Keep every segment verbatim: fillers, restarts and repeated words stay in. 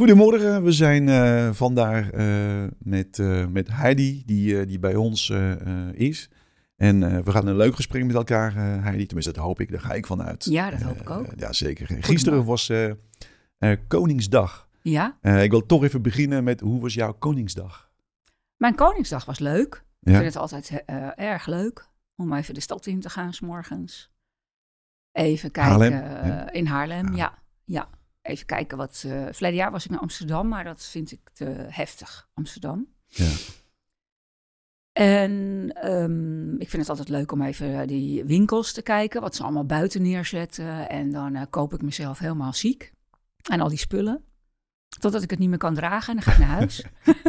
Goedemorgen, we zijn uh, vandaag uh, met, uh, met Heidi, die, uh, die bij ons uh, uh, is. En uh, we gaan een leuk gesprek met elkaar, uh, Heidi. Tenminste, dat hoop ik, daar ga ik vanuit. Ja, dat hoop ik ook. Uh, ja, zeker. Gisteren was uh, uh, Koningsdag. Ja. Uh, ik wil toch even beginnen met, hoe was jouw Koningsdag? Mijn Koningsdag was leuk. Ja? Ik vind het altijd uh, erg leuk om even de stad in te gaan 's morgens. Even kijken Haarlem? uh, Ja. in Haarlem, Ah. ja. ja. Even kijken wat... Uh, verleden jaar was ik naar Amsterdam, maar dat vind ik te heftig, Amsterdam. Ja. En um, ik vind het altijd leuk om even die winkels te kijken, wat ze allemaal buiten neerzetten. En dan uh, koop ik mezelf helemaal ziek. En al die spullen. Totdat ik het niet meer kan dragen en dan ga ik naar huis.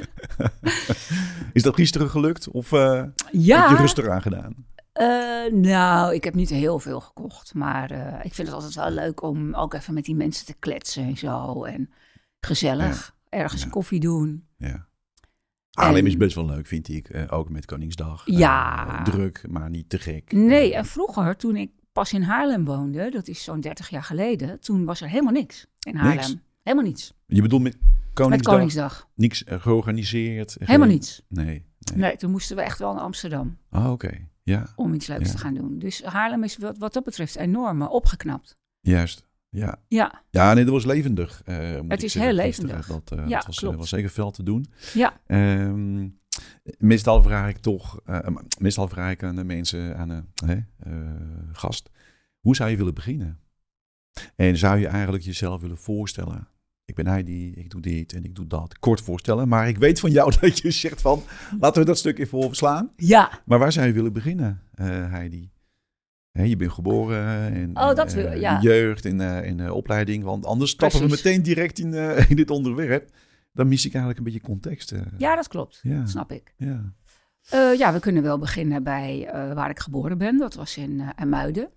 Is dat gisteren gelukt? Of uh, ja. heb je rustig aangedaan? Uh, nou, ik heb niet heel veel gekocht. Maar uh, ik vind het altijd wel leuk om ook even met die mensen te kletsen en zo. En gezellig. Ja. Ergens Ja. koffie doen. Ja. Haarlem En- is best wel leuk, vind ik. Uh, ook met Koningsdag. Uh, Ja. druk, maar niet te gek. Nee, en vroeger, toen ik pas in Haarlem woonde, dat is zo'n dertig jaar geleden, toen was er helemaal niks in Haarlem. Niks? Helemaal niets. Je bedoelt met Koningsdag? Met Koningsdag. Niks uh, georganiseerd? Helemaal geen- niets. Nee. nee. Nee, toen moesten we echt wel naar Amsterdam Oh, oké. Okay. Ja, om iets leuks Ja. te gaan doen. Dus Haarlem is wat, wat dat betreft enorm uh, opgeknapt. juist. Ja. Ja, Ja, nee, dat was levendig. uh, moet Het ik is zeggen, heel gisteren. levendig. Dat, uh, Ja, dat was, uh, klopt. was zeker veel te doen. ja. Um, meestal vraag ik toch, uh, meestal vraag ik aan de mensen, aan een uh, uh, gast, hoe zou je willen beginnen? En zou je eigenlijk jezelf willen voorstellen? Ik ben Heidi, ik doe dit en ik doe dat. Kort voorstellen, maar ik weet van jou dat je zegt van, laten we dat stuk even overslaan. Ja, Maar waar zou je willen beginnen, uh, Heidi? Hè, je bent geboren en, Oh, dat en, wil- uh, ja. jeugd en, uh, en uh, opleiding. Want anders stappen we Precies. meteen direct in, uh, in dit onderwerp. Dan mis ik eigenlijk een beetje context. uh. ja, dat klopt. Ja. Dat snap ik. Ja. Uh, ja, we kunnen wel beginnen bij uh, waar ik geboren ben. Dat was in uh, IJmuiden.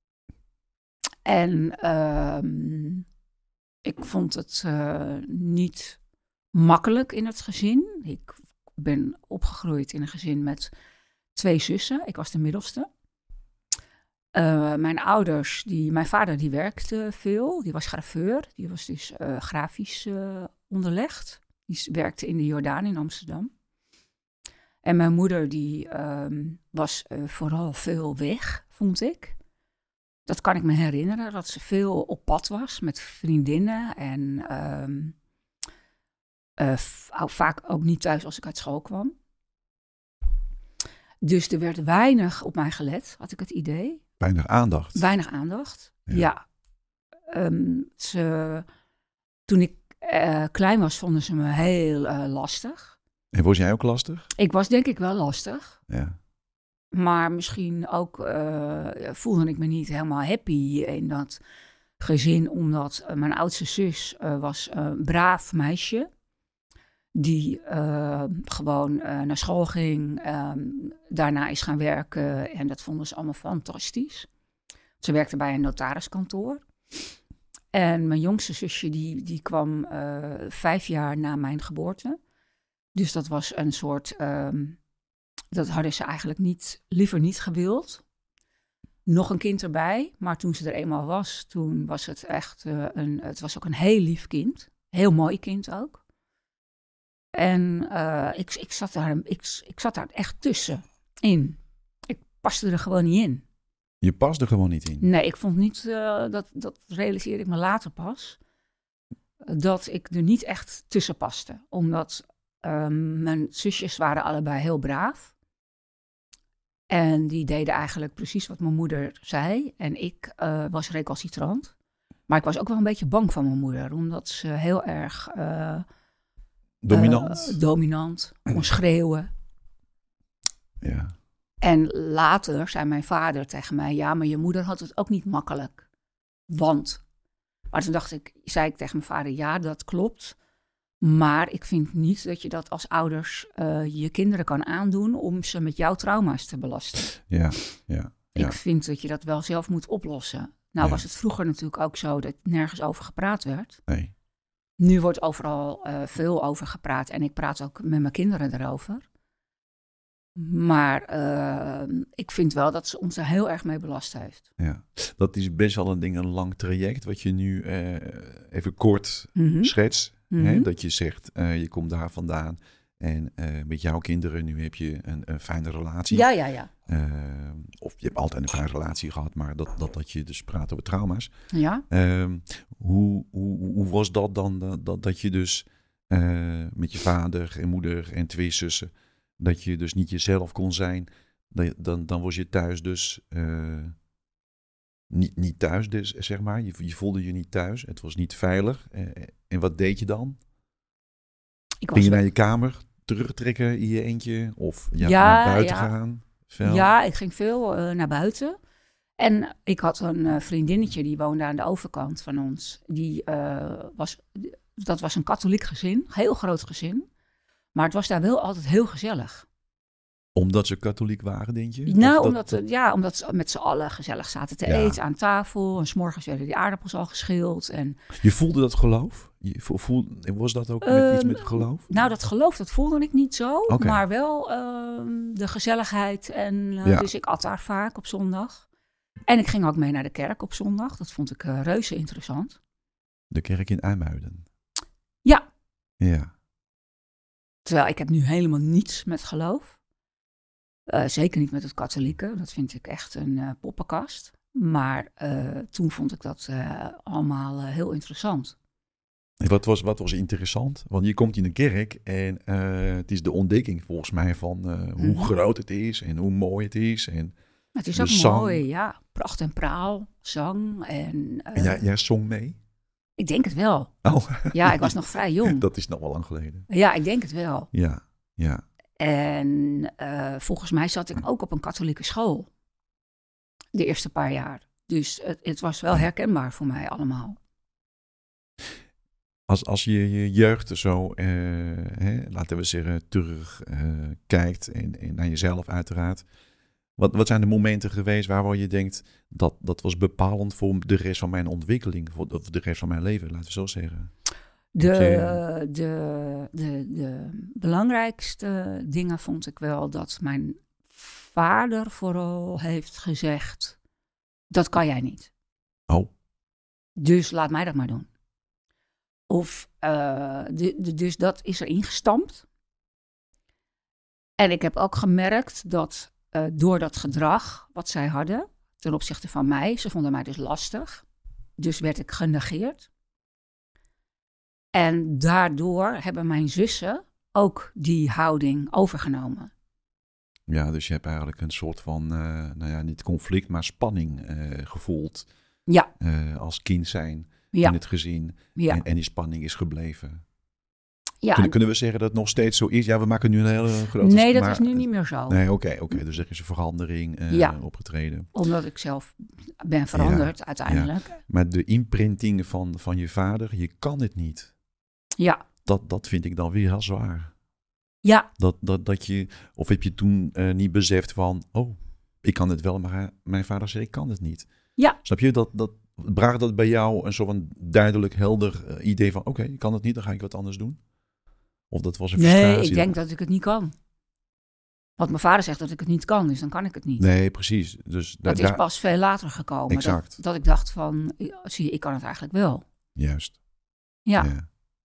En um, ik vond het uh, niet makkelijk in het gezin. Ik ben opgegroeid in een gezin met twee zussen. Ik was de middelste. Uh, mijn ouders, die, mijn vader die werkte veel. Die was graveur. Die was dus uh, grafisch uh, onderlegd. Die s- werkte in de Jordaan in Amsterdam. En mijn moeder die um, was uh, vooral veel weg, vond ik. Dat kan ik me herinneren, dat ze veel op pad was met vriendinnen. En um, uh, v- vaak ook niet thuis als ik uit school kwam. Dus er werd weinig op mij gelet, had ik het idee. Weinig aandacht. Weinig aandacht, Ja. ja. Um, ze, toen ik uh, klein was, vonden ze me heel uh, lastig. En was jij ook lastig? Ik was denk ik wel lastig. Ja. Maar misschien ook uh, voelde ik me niet helemaal happy in dat gezin. Omdat uh, mijn oudste zus uh, was een braaf meisje. Die uh, gewoon uh, naar school ging. Um, daarna is gaan werken. En dat vonden ze allemaal fantastisch. Ze werkte bij een notariskantoor. En mijn jongste zusje die, die kwam uh, vijf jaar na mijn geboorte. Dus dat was een soort... Um, dat hadden ze eigenlijk niet, liever niet gewild. Nog een kind erbij, maar toen ze er eenmaal was, toen was het echt uh, een, het was ook een heel lief kind. Heel mooi kind ook. En uh, ik, ik, zat daar, ik, ik zat daar echt tussenin. Ik paste er gewoon niet in. Je past er gewoon niet in. Nee, ik vond niet, uh, dat, dat realiseerde ik me later pas, dat ik er niet echt tussen paste. Omdat um, mijn zusjes waren allebei heel braaf. En die deden eigenlijk precies wat mijn moeder zei. En ik uh, was recalcitrant. Maar ik was ook wel een beetje bang van mijn moeder. Omdat ze heel erg... Uh, Dominant? Uh, dominant, kon schreeuwen. Ja. En later zei mijn vader tegen mij... Ja, maar je moeder had het ook niet makkelijk. Want... Maar toen dacht ik, zei ik tegen mijn vader... Ja, dat klopt. Maar ik vind niet dat je dat als ouders uh, je kinderen kan aandoen... om ze met jouw trauma's te belasten. Ja, ja. Ik ja. vind dat je dat wel zelf moet oplossen. Nou Ja. was het vroeger natuurlijk ook zo dat nergens over gepraat werd. Nee. Nu wordt overal uh, veel over gepraat en ik praat ook met mijn kinderen erover. Maar uh, ik vind wel dat ze ons er heel erg mee belast heeft. Ja. Dat is best wel een ding, een lang traject... wat je nu uh, even kort Mm-hmm. schetst. Mm-hmm. Hè? Dat je zegt, uh, je komt daar vandaan. En uh, met jouw kinderen, nu heb je een, een fijne relatie. Ja, ja, ja. Uh, of je hebt altijd een fijne relatie gehad, maar dat, dat, dat je dus praat over trauma's. Ja. Uh, hoe, hoe, hoe was dat dan, dat, dat, dat je dus uh, met je vader en moeder en twee zussen, dat je dus niet jezelf kon zijn, dat, dan, dan was je thuis dus uh, niet, niet thuis, dus, zeg maar. Je, je voelde je niet thuis, het was niet veilig. Uh, en wat deed je dan? Ik Ging je was... naar je kamer terugtrekken in je eentje? Of ja, ja, naar buiten ja. gaan? Veel? Ja, ik ging veel uh, naar buiten. En ik had een uh, vriendinnetje, die woonde aan de overkant van ons. Die, uh, was, dat was een katholiek gezin, heel groot gezin. Maar het was daar wel altijd heel gezellig. Omdat ze katholiek waren, denk je? Nou, dat, omdat, dat... Ja, omdat ze met z'n allen gezellig zaten te ja. eten aan tafel. En 's morgens werden die aardappels al geschild. En... Je voelde dat geloof? Je voelde, was dat ook met uh, iets met geloof? Nou, dat geloof, dat voelde ik niet zo. Okay. Maar wel uh, de gezelligheid. En, uh, ja. Dus ik at daar vaak op zondag. En ik ging ook mee naar de kerk op zondag. Dat vond ik uh, reuze interessant. De kerk in IJmuiden? Ja. Ja. Terwijl ik heb nu helemaal niets met geloof. Uh, zeker niet met het katholieke. Dat vind ik echt een uh, poppenkast. Maar uh, toen vond ik dat uh, allemaal uh, heel interessant. Wat was, wat was interessant? Want je komt in de kerk en uh, het is de ontdekking volgens mij van uh, hoe mm-hmm. groot het is en hoe mooi het is. En het is ook zang. mooi, ja. Pracht en praal, zang. En, uh, en jij, jij zong mee? Ik denk het wel. Oh. Ja, ik was nog vrij jong. Dat is nog wel lang geleden. Ja, ik denk het wel. Ja, ja. En uh, volgens mij zat ik ook op een katholieke school. De eerste paar jaar. Dus het, het was wel herkenbaar voor mij allemaal. Als, als je je jeugd zo, uh, hè, laten we zeggen, terug uh, kijkt en, en naar jezelf uiteraard. Wat, wat zijn de momenten geweest waar je denkt, dat, dat was bepalend voor de rest van mijn ontwikkeling, voor de, de rest van mijn leven, laten we zo zeggen? De, de, de, de belangrijkste dingen vond ik wel dat mijn vader vooral heeft gezegd, dat kan jij niet. Oh. Dus laat mij dat maar doen. Of, uh, de, de, dus dat is er ingestampt. En ik heb ook gemerkt dat uh, door dat gedrag wat zij hadden ten opzichte van mij, ze vonden mij dus lastig. Dus werd ik genegeerd. En daardoor hebben mijn zussen ook die houding overgenomen. Ja, dus je hebt eigenlijk een soort van, uh, nou ja, niet conflict, maar spanning uh, gevoeld. Ja. Uh, als kind zijn. Ja. In het gezin. Ja. En, en die spanning is gebleven. Ja, kunnen, kunnen we zeggen dat het nog steeds zo is? Ja, we maken nu een hele grote... Nee, dat maar, is nu niet meer zo. Nee, oké. Okay, okay. Dus er is een verandering uh, ja. opgetreden. Omdat ik zelf ben veranderd ja. uiteindelijk. Ja. Maar de imprinting van, van je vader, je kan het niet. Ja. Dat, dat vind ik dan weer heel zwaar. Ja. Dat, dat, dat je... Of heb je toen uh, niet beseft van... Oh, ik kan het wel, maar mijn vader zei ik kan het niet. Ja. Snap je? Dat... dat Bracht dat bij jou een soort van duidelijk, helder uh, idee van... oké, okay, ik kan het niet, dan ga ik wat anders doen? Of dat was een frustratie? Nee, ik denk dat ik het niet kan. Want mijn vader zegt dat ik het niet kan, dus dan kan ik het niet. Nee, precies. Dus dat da- is pas veel later gekomen. Exact. Dat, dat ik dacht van, zie je, ik kan het eigenlijk wel. Juist. Ja. Ja,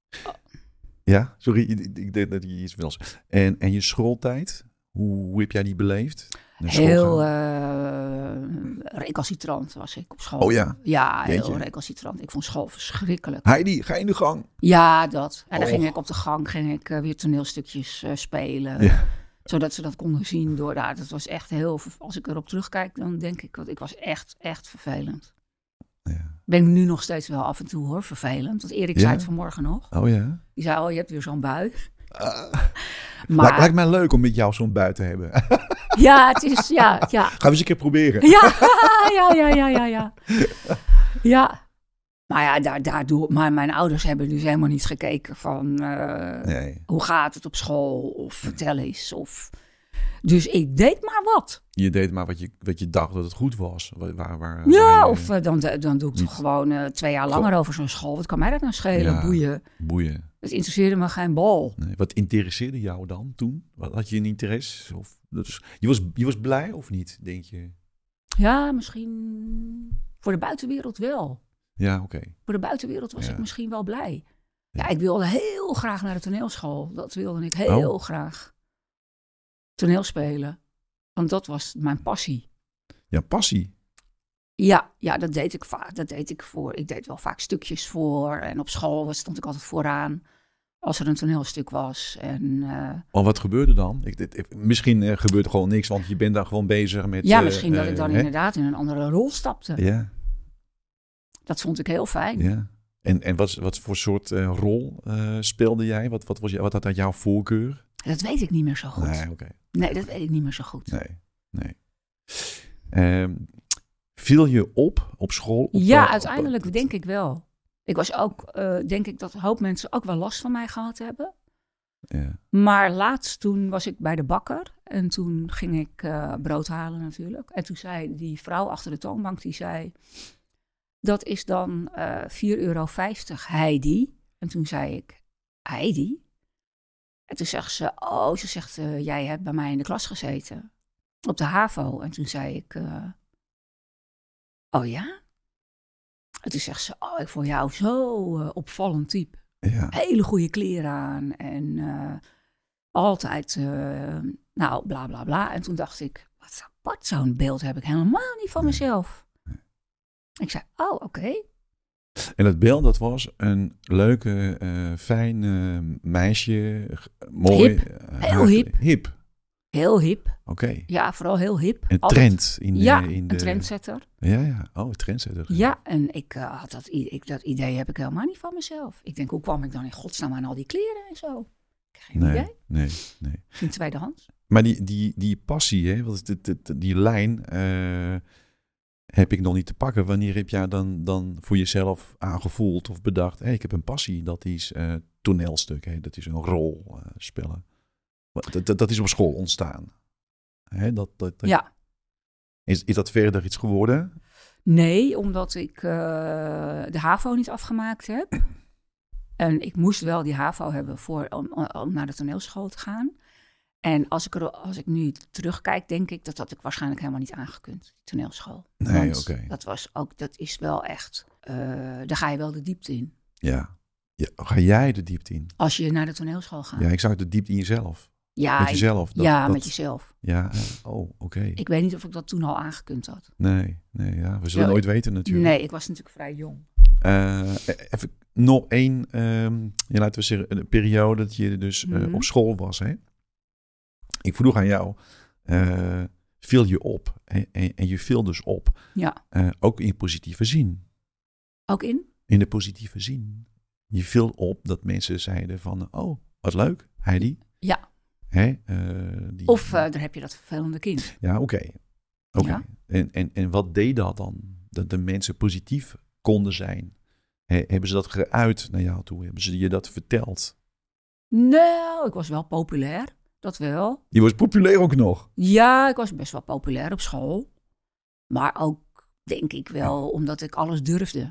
ja? Sorry, ik denk dat je iets wil zeggen. En, en je schooltijd, hoe, hoe heb jij die beleefd? Heel uh, recalcitrant was ik op school. Oh ja? Ja, heel Jeetje. recalcitrant. Ik vond school verschrikkelijk. Heidi, ga je in de gang? Ja, dat. En dan oh. ging ik op de gang ging ik, uh, weer toneelstukjes uh, spelen. Ja. Zodat ze dat konden zien. Door daar. Dat was echt heel... Als ik erop terugkijk, dan denk ik... Want ik was echt, echt vervelend. Ja. Ben ik nu nog steeds wel af en toe hoor, vervelend. Want Erik ja? zei het vanmorgen nog. Oh ja? Die zei, oh, je hebt weer zo'n bui. Uh, maar... Lijkt mij leuk om met jou zo'n bui te hebben. Ja, het is, ja, ja. Gaan we eens een keer proberen. Ja, ja, ja, ja, ja, ja. Ja. Maar ja, daar, daardoor, maar mijn ouders hebben dus helemaal niet gekeken van... Uh, nee. Hoe gaat het op school? Of vertel eens. Of... Dus ik deed maar wat. Je deed maar wat je, wat je dacht dat het goed was. Waar, waar, ja, waar je, of uh, dan, dan doe ik toch gewoon uh, twee jaar langer Goh. over zo'n school. Wat kan mij dat nou schelen? Ja, boeien. Boeien. Het interesseerde me geen bal. Nee, wat interesseerde jou dan toen? Wat, had je een interesse? Of, dus, je, was, je was blij of niet, denk je? Ja, misschien voor de buitenwereld wel. Ja, oké. Okay. Voor de buitenwereld was ja. ik misschien wel blij. Ja, ik wilde heel graag naar de toneelschool. Dat wilde ik heel Oh. graag. Toneelspelen. Want dat was mijn passie. Ja, passie. Ja, ja, dat deed ik vaak. Dat deed ik voor. Ik deed wel vaak stukjes voor. En op school stond ik altijd vooraan. Als er een toneelstuk was. En, uh, Maar wat gebeurde dan? Ik, dit, misschien uh, gebeurt er gewoon niks, want je bent dan gewoon bezig met... Ja, misschien uh, dat ik dan uh, inderdaad in een andere rol stapte. Ja. Dat vond ik heel fijn. Ja. En, en wat, wat voor soort uh, rol uh, speelde jij? Wat, wat, was je, wat had dat jouw voorkeur? Dat weet ik niet meer zo goed. Nee, okay. nee dat weet ik niet meer zo goed. Nee, nee. Um, viel je op op school? Op, ja, uh, uiteindelijk op, denk ik wel. Ik was ook, uh, denk ik dat een hoop mensen ook wel last van mij gehad hebben. Ja. Maar laatst toen was ik bij de bakker. En toen ging ik uh, brood halen natuurlijk. En toen zei die vrouw achter de toonbank, die zei... Dat is dan uh, vier euro vijftig, Heidi. En toen zei ik, Heidi? En toen zegt ze, oh, ze zegt, uh, jij hebt bij mij in de klas gezeten. Op de HAVO. En toen zei ik, uh, oh ja? En toen zegt ze, oh, ik vond jou zo uh, opvallend type. Ja. Hele goede kleren aan. En uh, altijd, uh, nou, bla bla bla. En toen dacht ik, wat apart, zo'n beeld heb ik helemaal niet van nee. mezelf. Ik zei, oh, oké. Okay. En het beeld, dat was een leuke, uh, fijn uh, meisje. Mooi. Hip. Uh, heel hip. Hip. Heel hip. Oké. Okay. Ja, vooral heel hip. Een trend. In de, ja, in de... een trendsetter. Ja, ja. Oh, een trendsetter. Ja, en ik uh, had dat, ik, dat idee heb ik helemaal niet van mezelf. Ik denk, hoe kwam ik dan in godsnaam aan al die kleren en zo? Geen nee, idee. Nee, nee. Misschien tweedehands. Maar die, die, die passie, hè, wat die, die, die lijn... Uh, heb ik nog niet te pakken. Wanneer heb jij dan, dan voor jezelf aangevoeld of bedacht... Hey, ik heb een passie, dat is uh, toneelstuk, hè, dat is een rol uh, spelen. Dat, dat, dat is op school ontstaan. Hè, dat, dat, dat... Ja. Is, is dat verder iets geworden? Nee, omdat ik uh, de HAVO niet afgemaakt heb. En ik moest wel die HAVO hebben voor, om, om naar de toneelschool te gaan. En als ik, er, als ik nu terugkijk, denk ik dat dat ik waarschijnlijk helemaal niet aangekund, die toneelschool. Nee, oké. Okay. Dat was ook, dat is wel echt, uh, daar ga je wel de diepte in. Ja. ja, ga jij de diepte in? Als je naar de toneelschool gaat. Ja, ik zag de diepte in jezelf. Ja, met jezelf. Dat, ja, dat, met jezelf. Ja, oh, oké. Okay. Ik weet niet of ik dat toen al aangekund had. Nee, nee, ja, we zullen ja, nooit weten natuurlijk. Nee, ik was natuurlijk vrij jong. Uh, even nog één, um, ja, laten we zeggen, een periode dat je dus uh, mm-hmm. op school was, hè? Ik vroeg aan jou, uh, viel je op? En, en, en je viel dus op. Ja. Uh, ook in positieve zin. Ook in? In de positieve zin. Je viel op dat mensen zeiden van, oh, wat leuk, Heidi. Ja. Hè? Uh, die... Of uh, daar heb je dat vervelende kind. Ja, oké. Okay. Okay. Ja. En, en, en wat deed dat dan? Dat de mensen positief konden zijn? He, hebben ze dat geuit naar jou toe? Hebben ze je dat verteld? Nou, ik was wel populair. Dat wel. Je was populair ook nog? Ja, ik was best wel populair op school. Maar ook, denk ik wel, ja. omdat ik alles durfde.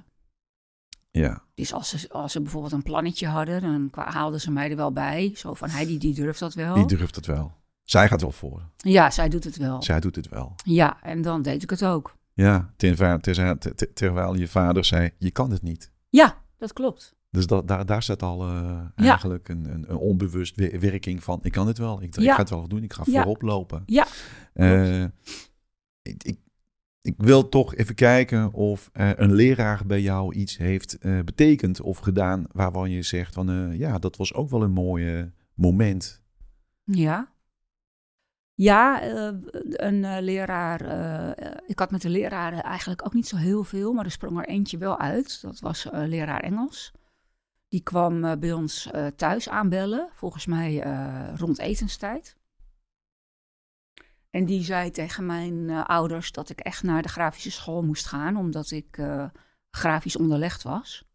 Ja. Dus als ze, als ze bijvoorbeeld een plannetje hadden, dan haalden ze mij er wel bij. Zo van, Heidi, die durft dat wel. Die durft het wel. Zij gaat wel voor. Ja, zij doet het wel. Zij doet het wel. Ja, en dan deed ik het ook. Ja, terwijl, terwijl, terwijl je vader zei, je kan het niet. Ja, dat klopt. Dus dat, daar, daar zit al uh, eigenlijk ja. een, een, een onbewust werking van, ik kan het wel, ik, ja. ik ga het wel doen, ik ga ja. voorop lopen. Ja. Uh, ik, ik, ik wil toch even kijken of uh, een leraar bij jou iets heeft uh, betekend of gedaan waarvan je zegt van, uh, ja, dat was ook wel een mooi moment. Ja. Ja, uh, een uh, leraar, uh, ik had met de leraren eigenlijk ook niet zo heel veel, maar er sprong er eentje wel uit. Dat was uh, leraar Engels. Die kwam uh, bij ons uh, thuis aanbellen, volgens mij uh, rond etenstijd. En die zei tegen mijn uh, ouders dat ik echt naar de grafische school moest gaan, omdat ik uh, grafisch onderlegd was.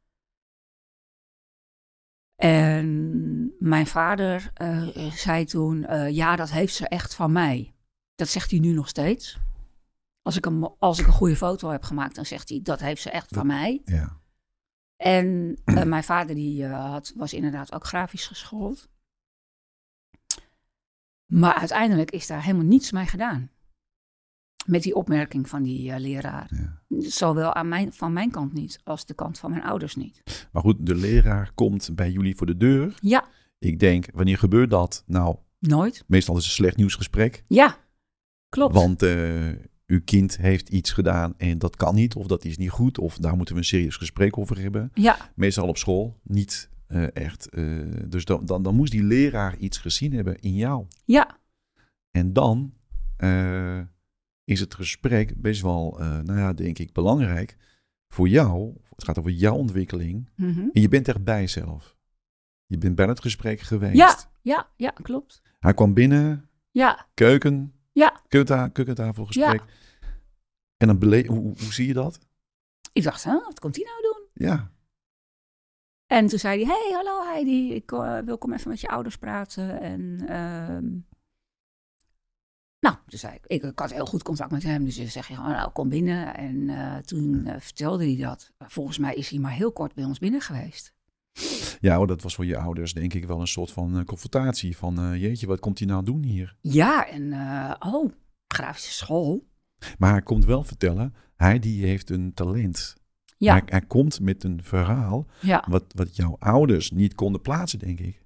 En mijn vader uh, zei toen, uh, ja, dat heeft ze echt van mij. Dat zegt hij nu nog steeds. Als ik, een, als ik een goede foto heb gemaakt, dan zegt hij, dat heeft ze echt van mij. Ja. En uh, mijn vader die, uh, had, was inderdaad ook grafisch geschoold. Maar uiteindelijk is daar helemaal niets mee gedaan. Met die opmerking van die uh, leraar. Ja. Zowel aan mijn, van mijn kant niet, als de kant van mijn ouders niet. Maar goed, de leraar komt bij jullie voor de deur. Ja. Ik denk, wanneer gebeurt dat? Nou, nooit. Meestal is het een slecht nieuwsgesprek. Ja, klopt. Want uh, uw kind heeft iets gedaan en dat kan niet. Of dat is niet goed. Of daar moeten we een serieus gesprek over hebben. Ja. Meestal op school. Niet uh, echt. Uh, dus dan, dan, dan moest die leraar iets gezien hebben in jou. Ja. En dan uh, is het gesprek best wel, uh, nou ja, denk ik, belangrijk voor jou. Het gaat over jouw ontwikkeling. Mm-hmm. En je bent erbij zelf. Je bent bij het gesprek geweest. Ja, ja, ja, klopt. Hij kwam binnen. Ja. Keuken. Ja. Keukenta- keukentafelgesprek. Ja. En dan bele- hoe, hoe, hoe zie je dat? Ik dacht, huh, wat komt hij nou doen? Ja. En toen zei hij, hey, hallo Heidi, ik uh, wil kom even met je ouders praten. En uh, nou, toen zei ik, ik, ik had heel goed contact met hem. Dus je zeg je gewoon, nou, kom binnen. En uh, toen uh, vertelde hij dat. Volgens mij is hij maar heel kort bij ons binnen geweest. Ja, hoor, dat was voor je ouders denk ik wel een soort van uh, confrontatie. Van uh, jeetje, wat komt hij nou doen hier? Ja, en uh, oh, grafische school. Maar hij komt wel vertellen, hij die heeft een talent. Ja. Hij, hij komt met een verhaal ja. wat, wat jouw ouders niet konden plaatsen, denk ik.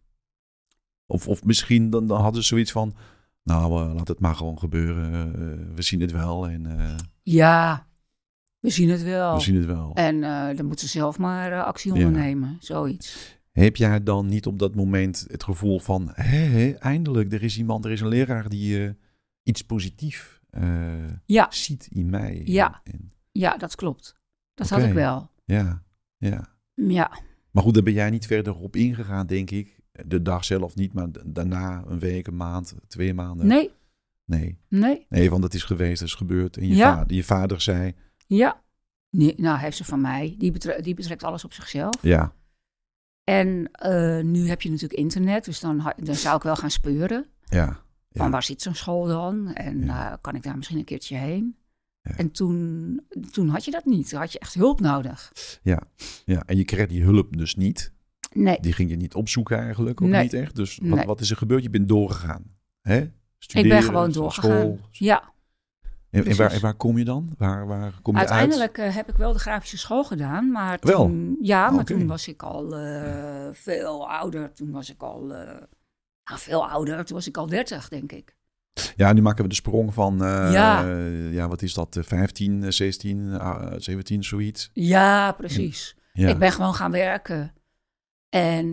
Of, of misschien dan, dan hadden ze zoiets van, nou, uh, laat het maar gewoon gebeuren. Uh, we zien het wel. En, uh, ja, we zien het wel. We zien het wel. En uh, dan moeten ze zelf maar uh, actie ondernemen, ja. Zoiets. Heb jij dan niet op dat moment het gevoel van, hé, hé, eindelijk, er is iemand, er is een leraar die uh, iets positiefs uh, ja. ziet in mij? Ja, en... ja dat klopt. Dat okay. had ik wel. Ja, ja. Ja. Maar goed, daar ben jij niet verder op ingegaan, denk ik. De dag zelf niet, maar daarna een week, een maand, twee maanden. Nee. Nee. Nee. Nee, want het is geweest, het is gebeurd. En je, ja. vader, je vader zei... Ja. Nee, nou, heeft ze van mij. Die, betre- die betrekt alles op zichzelf. Ja. En uh, nu heb je natuurlijk internet, dus dan, ha- dan zou ik wel gaan speuren. Ja. ja. Van waar zit zo'n school dan? En ja. uh, kan ik daar misschien een keertje heen? Ja. En toen, toen had je dat niet. Toen had je echt hulp nodig. Ja. ja, en je kreeg die hulp dus niet. Nee. Die ging je niet opzoeken eigenlijk, ook nee. niet echt. Dus wat, nee. wat is er gebeurd? Je bent doorgegaan. Hè? Studeren, ik ben gewoon doorgegaan. School. Ja. En, en, waar, en waar kom je dan? Waar, waar kom je Uiteindelijk uit? Uh, heb ik wel de grafische school gedaan. Maar wel? Toen, ja, maar okay. toen was ik al uh, veel ouder. Toen was ik al... Uh, nou, veel ouder. Toen was ik al dertig, denk ik. Ja, nu maken we de sprong van, uh, ja. Uh, ja, wat is dat, vijftien, zestien, uh, zeventien, zoiets? Ja, precies. Ja. Ik ben gewoon gaan werken. En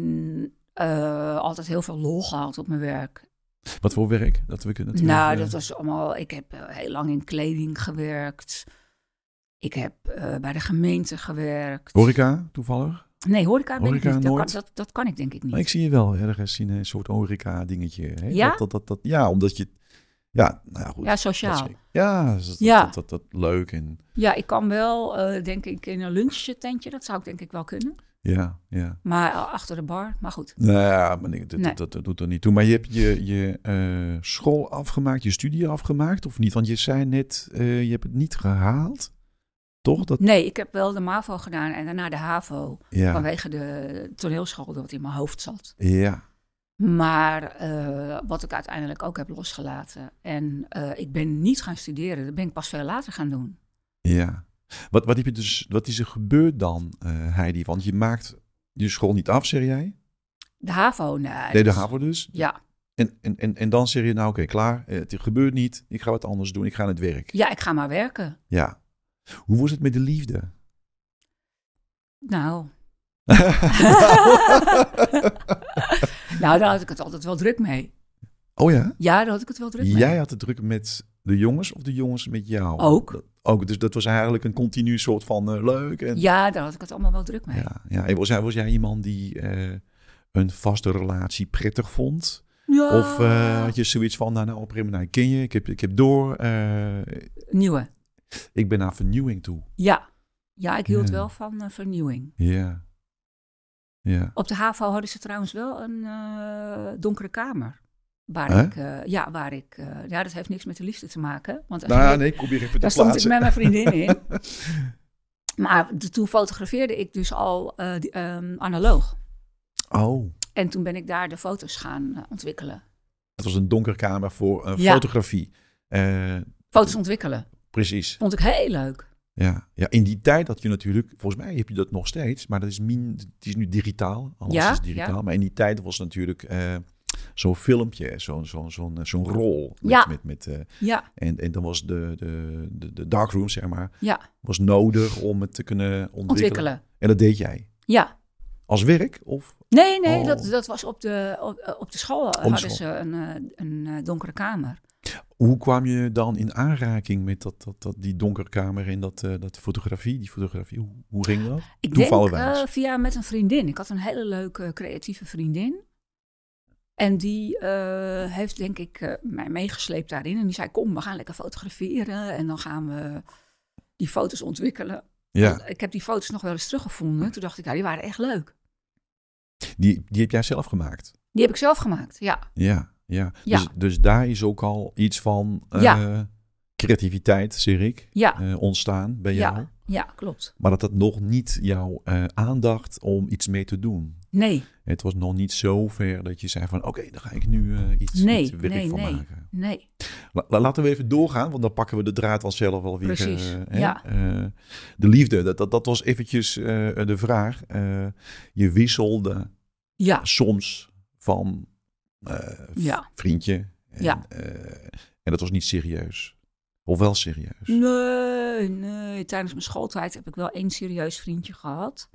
uh, altijd heel veel lol gehad op mijn werk. Wat voor werk? Dat we kunnen. Nou, uh... dat was allemaal... Ik heb uh, heel lang in kleding gewerkt. Ik heb uh, bij de gemeente gewerkt. Horeca, toevallig? Nee, horeca, ben horeca ik niet. Dat nooit? kan, dat, dat kan ik denk ik niet. Maar ik zie je wel ergens in een soort horeca dingetje. Hè? Ja? Dat, dat, dat, dat, ja, omdat je... Ja, nou ja, goed. Ja, sociaal. Dat ja, dat, ja. Dat, dat, dat, dat leuk. En... Ja, ik kan wel, uh, denk ik, in een lunchtentje. Dat zou ik denk ik wel kunnen. Ja, ja. Maar uh, achter de bar, maar goed. Nou ja, maar nee, dat, nee. dat, dat, dat doet er niet toe. Maar je hebt je, je uh, school afgemaakt, je studie afgemaakt of niet? Want je zei net, uh, je hebt het niet gehaald. Toch? Dat... Nee, ik heb wel de MAVO gedaan en daarna de HAVO. Ja. Vanwege de toneelschool dat in mijn hoofd zat. Ja. Maar uh, wat ik uiteindelijk ook heb losgelaten. En uh, ik ben niet gaan studeren. Dat ben ik pas veel later gaan doen. Ja. Wat, wat, heb je dus, wat is er gebeurd dan, uh, Heidi? Want je maakt je school niet af, zeg jij? De HAVO, nee. Nee, de HAVO dus? Ja. En, en, en, en dan zeg je, nou oké, okay, klaar. Het gebeurt niet. Ik ga wat anders doen. Ik ga aan het werk. Ja, ik ga maar werken. Ja. Hoe was het met de liefde? Nou... nou, daar had ik het altijd wel druk mee. Oh ja? Ja, daar had ik het wel druk mee. Jij had het druk met de jongens of de jongens met jou? Ook. Dat, ook, dus dat was eigenlijk een continu soort van uh, leuk. En... Ja, daar had ik het allemaal wel druk mee. Ja, ja. En was, jij, was jij iemand die uh, een vaste relatie prettig vond? Ja. Of uh, had je zoiets van, nou, nou, prima, nou, ik ken je, ik heb, ik heb door. Uh, Nieuwe. Ik ben naar vernieuwing toe. Ja. Ja, ik hield ja. wel van uh, vernieuwing. Ja. Ja. Op de HAVO hadden ze trouwens wel een uh, donkere kamer. Waar huh? ik, uh, ja, waar ik, uh, ja, dat heeft niks met de liefde te maken. Want nou ja, nee, kom je even te daar plaatsen. stond ik met mijn vriendin in. Maar de, toen fotografeerde ik dus al uh, die, um, analoog. Oh. En toen ben ik daar de foto's gaan uh, ontwikkelen. Het was een donkere kamer voor uh, ja. fotografie. Uh, foto's ontwikkelen. precies. Vond ik heel leuk. Ja, ja, in die tijd had je natuurlijk, volgens mij heb je dat nog steeds, maar dat is, min, het is nu digitaal. Alles Ja, is digitaal. ja. Maar in die tijd was natuurlijk uh, zo'n filmpje, zo'n zo'n zo'n zo'n rol. Met, Ja. Met, met, uh, ja. En, en dan was de, de, de, de darkroom, zeg maar, ja. was nodig om het te kunnen ontwikkelen. ontwikkelen. En dat deed jij? Ja. Als werk? Of? Nee, nee, oh. dat, dat was op de, op, op de school. Op hadden school. ze een, een, een donkere kamer. Hoe kwam je dan in aanraking met dat, dat, dat, die donkere kamer en dat, uh, dat fotografie? Die fotografie, hoe, hoe ging dat? Ik denk uh, via met een vriendin. Ik had een hele leuke creatieve vriendin. En die uh, heeft denk ik uh, mij meegesleept daarin. En die zei, kom, we gaan lekker fotograferen. En dan gaan we die foto's ontwikkelen. Ja. Ik heb die foto's nog wel eens teruggevonden. Toen dacht ik, ja, die waren echt leuk. Die, die heb jij zelf gemaakt? Die heb ik zelf gemaakt, ja. Ja, ja. ja. Dus, dus daar is ook al iets van uh, ja. creativiteit, zeg ik, ja. uh, ontstaan bij jou. Ja. ja, klopt. Maar dat het nog niet jouw uh, aandacht om iets mee te doen. Nee. Het was nog niet zo ver dat je zei van, oké, okay, dan ga ik nu uh, iets, nee, iets werk nee, van nee, maken. Nee, La, Laten we even doorgaan, want dan pakken we de draad wel zelf wel weer. Precies, uh, ja. Uh, de liefde, dat, dat, dat was eventjes uh, de vraag. Uh, je wisselde ja. soms van uh, ja. vriendje. En, ja. uh, en dat was niet serieus. Of wel serieus? Nee, nee. Tijdens mijn schooltijd heb ik wel één serieus vriendje gehad.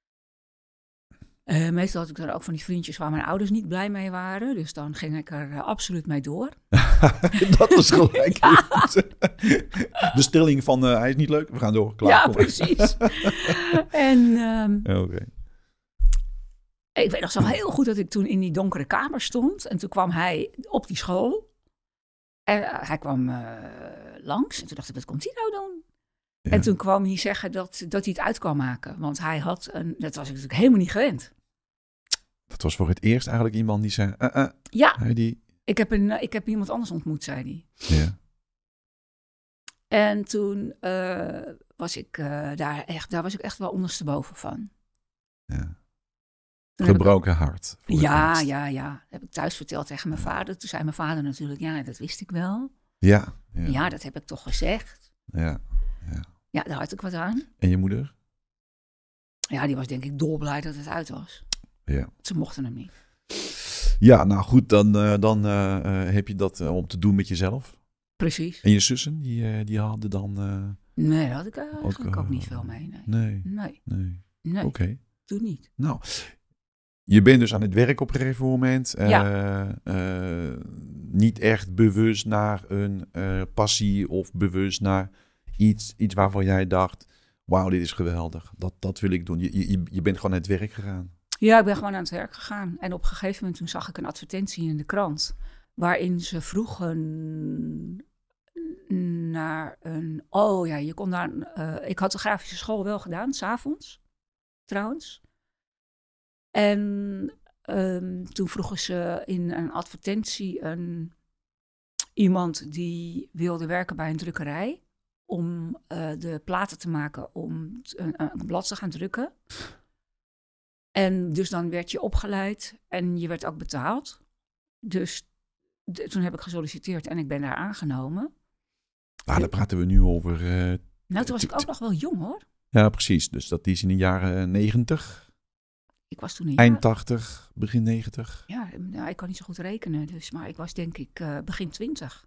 Uh, meestal had ik dan ook van die vriendjes waar mijn ouders niet blij mee waren. Dus dan ging ik er uh, absoluut mee door. Dat was gelijk. Ja. De stelling van uh, hij is niet leuk, we gaan door. Klaar, ja, precies. en um, okay. ik weet nog zo heel goed dat ik toen in die donkere kamer stond. En toen kwam hij op die school. En uh, hij kwam uh, langs. En toen dacht ik, wat komt hij nou doen? Ja. En toen kwam hij zeggen dat, dat hij het uit kwam maken. Want hij had een... Dat was ik natuurlijk helemaal niet gewend. Dat was voor het eerst eigenlijk iemand die zei... Uh, uh, ja, die... ik, heb een, ik heb iemand anders ontmoet, zei hij. Ja. En toen uh, was ik uh, daar echt... Daar was ik echt wel ondersteboven van. Ja. Gebroken ik, hart. Ja, ja, ja. Dat heb ik thuis verteld tegen mijn vader. Toen zei mijn vader natuurlijk... Ja, dat wist ik wel. Ja. Ja, ja dat heb ik toch gezegd. Ja. Ja. Ja, daar had ik wat aan. En je moeder? Ja, die was denk ik dolblij dat het uit was. Ja. Ze mochten hem niet. Ja, nou goed, dan, uh, dan uh, uh, heb je dat uh, om te doen met jezelf. Precies. En je zussen, die, uh, die hadden dan... Uh, nee, daar had ik eigenlijk ook, uh, ook niet veel mee. Nee. Nee. Nee. nee. nee. Oké. Okay. Toen niet. Nou, je bent dus aan het werk op een gegeven moment. Uh, ja. Uh, niet echt bewust naar een uh, passie of bewust naar... Iets, iets waarvan jij dacht, wauw, dit is geweldig. Dat, dat wil ik doen. Je, je, je bent gewoon aan het werk gegaan. Ja, ik ben gewoon aan het werk gegaan. En op een gegeven moment toen zag ik een advertentie in de krant. Waarin ze vroegen naar een... Oh ja, je kon daar... Uh, ik had de grafische school wel gedaan, 's avonds. Trouwens. En um, toen vroegen ze in een advertentie een, iemand die wilde werken bij een drukkerij. Om uh, de platen te maken om een, een blad te gaan drukken. En dus dan werd je opgeleid en je werd ook betaald. Dus de, toen heb ik gesolliciteerd en ik ben daar aangenomen. Ah, daar praten we nu over... Uh, nou, toen was ik ook nog wel jong, hoor. Ja, precies. Dus dat is in de jaren negentig. Ik was toen een Eind jaar... tachtig, begin negentig. Ja, nou, ik kan niet zo goed rekenen. Dus, maar ik was denk ik uh, begin twintig.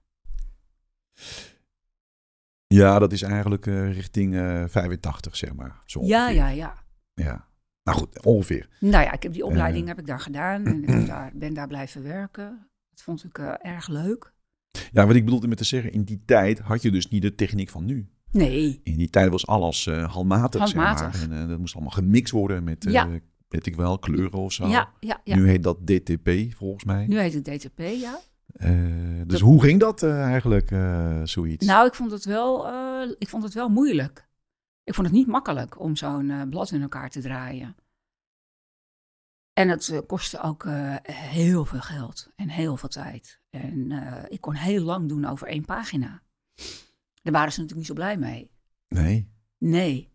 Ja, dat is eigenlijk uh, richting uh, vijfentachtig, zeg maar. Zo ja, ja, ja. Ja. Nou goed, ongeveer. Nou ja, ik heb die opleiding uh, heb ik daar gedaan en ik heb daar, ben daar blijven werken. Dat vond ik uh, erg leuk. Ja, wat ik bedoelde met te zeggen, in die tijd had je dus niet de techniek van nu. Nee. In die tijd was alles uh, handmatig, handmatig. zeg maar. En uh, dat moest allemaal gemixt worden met, uh, ja. weet ik wel, kleuren of zo. Ja, ja, ja. Nu heet dat D T P, volgens mij. Nu heet het D T P, ja. Uh, dus dat... hoe ging dat uh, eigenlijk, uh, zoiets? Nou, ik vond het wel, uh, ik vond het wel moeilijk. Ik vond het niet makkelijk om zo'n uh, blad in elkaar te draaien. En het uh, kostte ook uh, heel veel geld en heel veel tijd. En uh, ik kon heel lang doen over één pagina. Daar waren ze natuurlijk niet zo blij mee. Nee? Nee.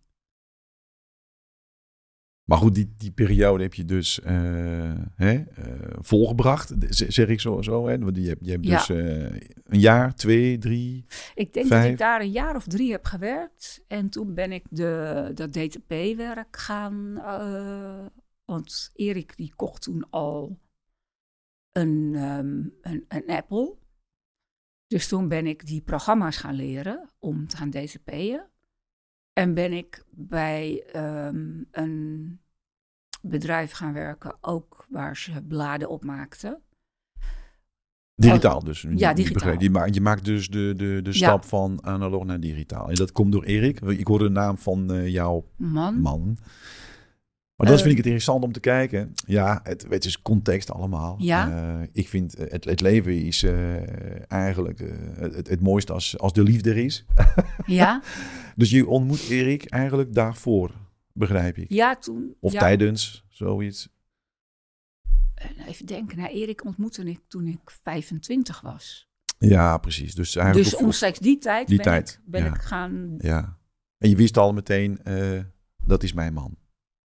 Maar goed, die, die periode heb je dus uh, hè, uh, volgebracht, zeg ik zo. zo hè? Want je hebt, je hebt ja. dus uh, een jaar, twee, drie, Ik denk vijf? dat ik daar een jaar of drie heb gewerkt. En toen ben ik de, dat D T P-werk gaan... Uh, want Erik die kocht toen al een, um, een, een Apple. Dus toen ben ik die programma's gaan leren om te gaan D T P'en. En ben ik bij um, een bedrijf gaan werken, ook waar ze bladen opmaakten. Digitaal dus. Ja, digitaal. Je maakt, je maakt dus de, de, de stap ja. van analoog naar digitaal. En dat komt door Erik. Ik hoorde de naam van uh, jouw man. man. Maar dat uh, vind ik het interessant om te kijken. Ja, het, het is context allemaal. Ja. Uh, ik vind het, het leven is uh, eigenlijk uh, het, het mooiste als, als de liefde er is. Ja. Dus je ontmoet Erik eigenlijk daarvoor, begrijp ik. Ja, toen. Of ja. tijdens, zoiets. Even denken, nou, Erik ontmoette ik toen ik vijfentwintig was. Ja, precies. Dus, dus omstreeks die tijd die ben, tijd, ik, ben ja. ik gaan... Ja. En je wist al meteen, uh, dat is mijn man.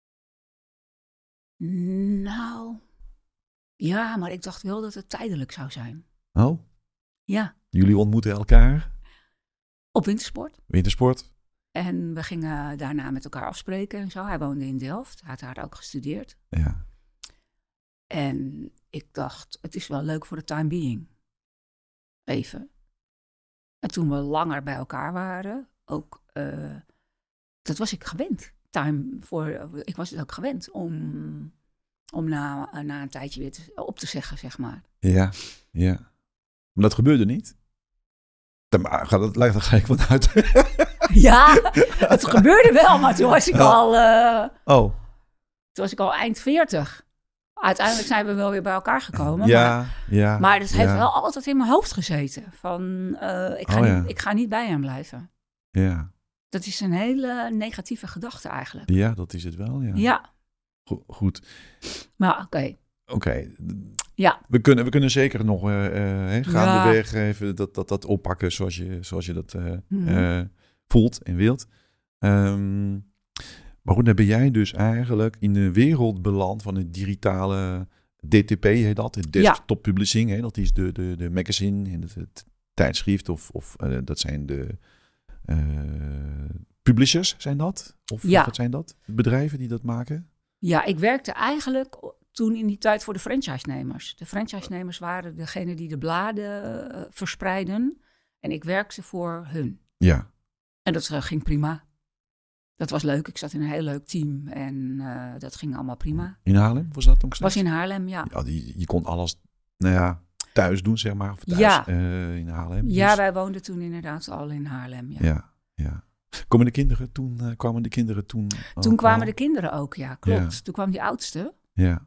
Nou, ja, maar ik dacht wel dat het tijdelijk zou zijn. Oh? Ja. Jullie ontmoeten elkaar? Op wintersport. Wintersport. En we gingen daarna met elkaar afspreken en zo. Hij woonde in Delft, hij had daar ook gestudeerd. Ja. En ik dacht, het is wel leuk voor de time being. Even. En toen we langer bij elkaar waren, ook, uh, dat was ik gewend. Time voor, ik was het ook gewend om, om na, na een tijdje weer te, op te zeggen, zeg maar. Ja, ja. Maar dat gebeurde niet? Dan gaat het lijkt er gelijk van uit. Ja, het gebeurde wel, maar toen was ik oh. al... Uh, oh. Toen was ik al eind veertig. Uiteindelijk zijn we wel weer bij elkaar gekomen. Ja, maar, ja. Maar het heeft ja. wel altijd in mijn hoofd gezeten. Van, uh, ik, ga oh, niet, ja. ik ga niet bij hem blijven. Ja. Dat is een hele negatieve gedachte eigenlijk. Ja, dat is het wel, ja. Ja. Go- goed. Maar oké. Okay. Oké. Okay. Ja. We kunnen, we kunnen zeker nog uh, uh, gaandeweg ja. even dat, dat, dat oppakken zoals je, zoals je dat uh, mm-hmm. uh, voelt en wilt. Um, maar goed, dan ben jij dus eigenlijk in de wereld beland van het digitale D T P, heet dat, het desktop publishing. Hè? Dat is de, de, de magazine en het, het tijdschrift of, of uh, dat zijn de uh, publishers, zijn dat? Of ja. wat zijn dat? Bedrijven die dat maken? Ja, ik werkte eigenlijk toen in die tijd voor de franchise-nemers. De franchise-nemers waren degene die de bladen uh, verspreiden en ik werkte voor hun. Ja. En dat uh, ging prima. Dat was leuk. Ik zat in een heel leuk team en uh, dat ging allemaal prima. In Haarlem was dat ook steeds? Was in Haarlem, ja. Ja, die, je kon alles, nou ja, thuis doen, zeg maar. Of thuis ja. uh, in Haarlem. Ja, dus. wij woonden toen inderdaad al in Haarlem, ja. Ja, ja. Komen de kinderen toen, uh, kwamen de kinderen toen Toen kwamen al? de kinderen ook, ja, klopt. Ja. Toen kwam die oudste. Ja.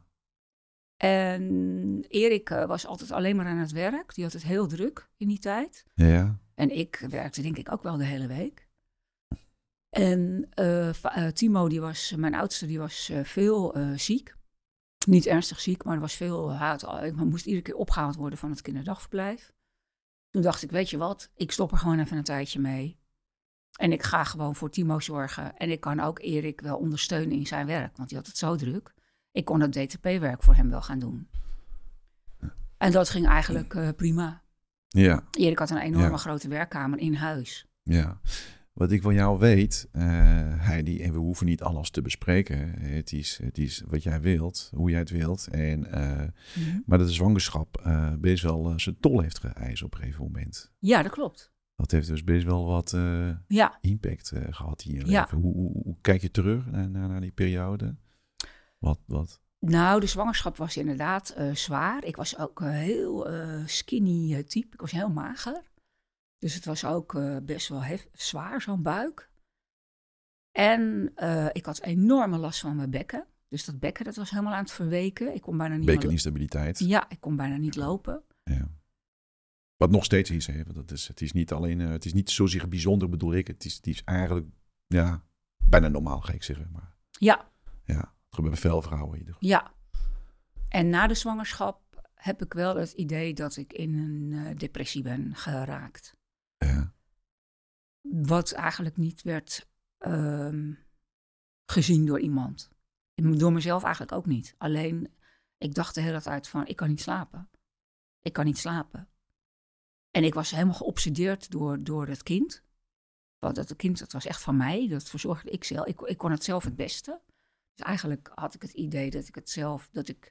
En Erik uh, was altijd alleen maar aan het werk. Die had het heel druk in die tijd. Ja. En ik werkte denk ik ook wel de hele week. En uh, uh, Timo, die was, mijn oudste, die was uh, veel uh, ziek. Niet ernstig ziek, maar er was veel haat. Ik moest iedere keer opgehaald worden van het kinderdagverblijf. Toen dacht ik, weet je wat, ik stop er gewoon even een tijdje mee. En ik ga gewoon voor Timo zorgen. En ik kan ook Erik wel ondersteunen in zijn werk, want die had het zo druk. Ik kon dat D T P-werk voor hem wel gaan doen. En dat ging eigenlijk uh, prima. Ja. Erik had een enorme ja. grote werkkamer in huis. Ja. Wat ik van jou weet, uh, Heidi, en we hoeven niet alles te bespreken. Het is, het is wat jij wilt, hoe jij het wilt. En, uh, mm-hmm. Maar dat de zwangerschap uh, best wel uh, zijn tol heeft geëist op een gegeven moment. Ja, dat klopt. Dat heeft dus best wel wat uh, ja. impact uh, gehad in je ja. leven. Hoe, hoe, hoe kijk je terug naar, naar, naar die periode? Wat, wat? Nou, de zwangerschap was inderdaad uh, zwaar. Ik was ook uh, heel uh, skinny uh, type. Ik was heel mager. Dus het was ook uh, best wel hef- zwaar, zo'n buik. En uh, ik had enorme last van mijn bekken. Dus dat bekken dat was helemaal aan het verweken. Ik kon bijna niet Bekkeninstabiliteit. Lo- ja, ik kon bijna niet lopen. Ja. Wat nog steeds is, hè? Want dat is, het is niet alleen, uh, het is niet zozeer bijzonder, bedoel ik. Het is, het is eigenlijk, ja, bijna normaal, ga ik zeggen. Maar ja. Ja, het gebeurt bij veel vrouwen in ieder geval. Ja. En na de zwangerschap heb ik wel het idee dat ik in een uh, depressie ben geraakt. Ja. Wat eigenlijk niet werd um, gezien door iemand. Door mezelf eigenlijk ook niet. Alleen, ik dacht de hele tijd van, ik kan niet slapen. Ik kan niet slapen. En ik was helemaal geobsedeerd door, door het kind. Want dat kind, dat was echt van mij. Dat verzorgde ik zelf. Ik, ik kon het zelf het beste. Dus eigenlijk had ik het idee dat ik het zelf, dat ik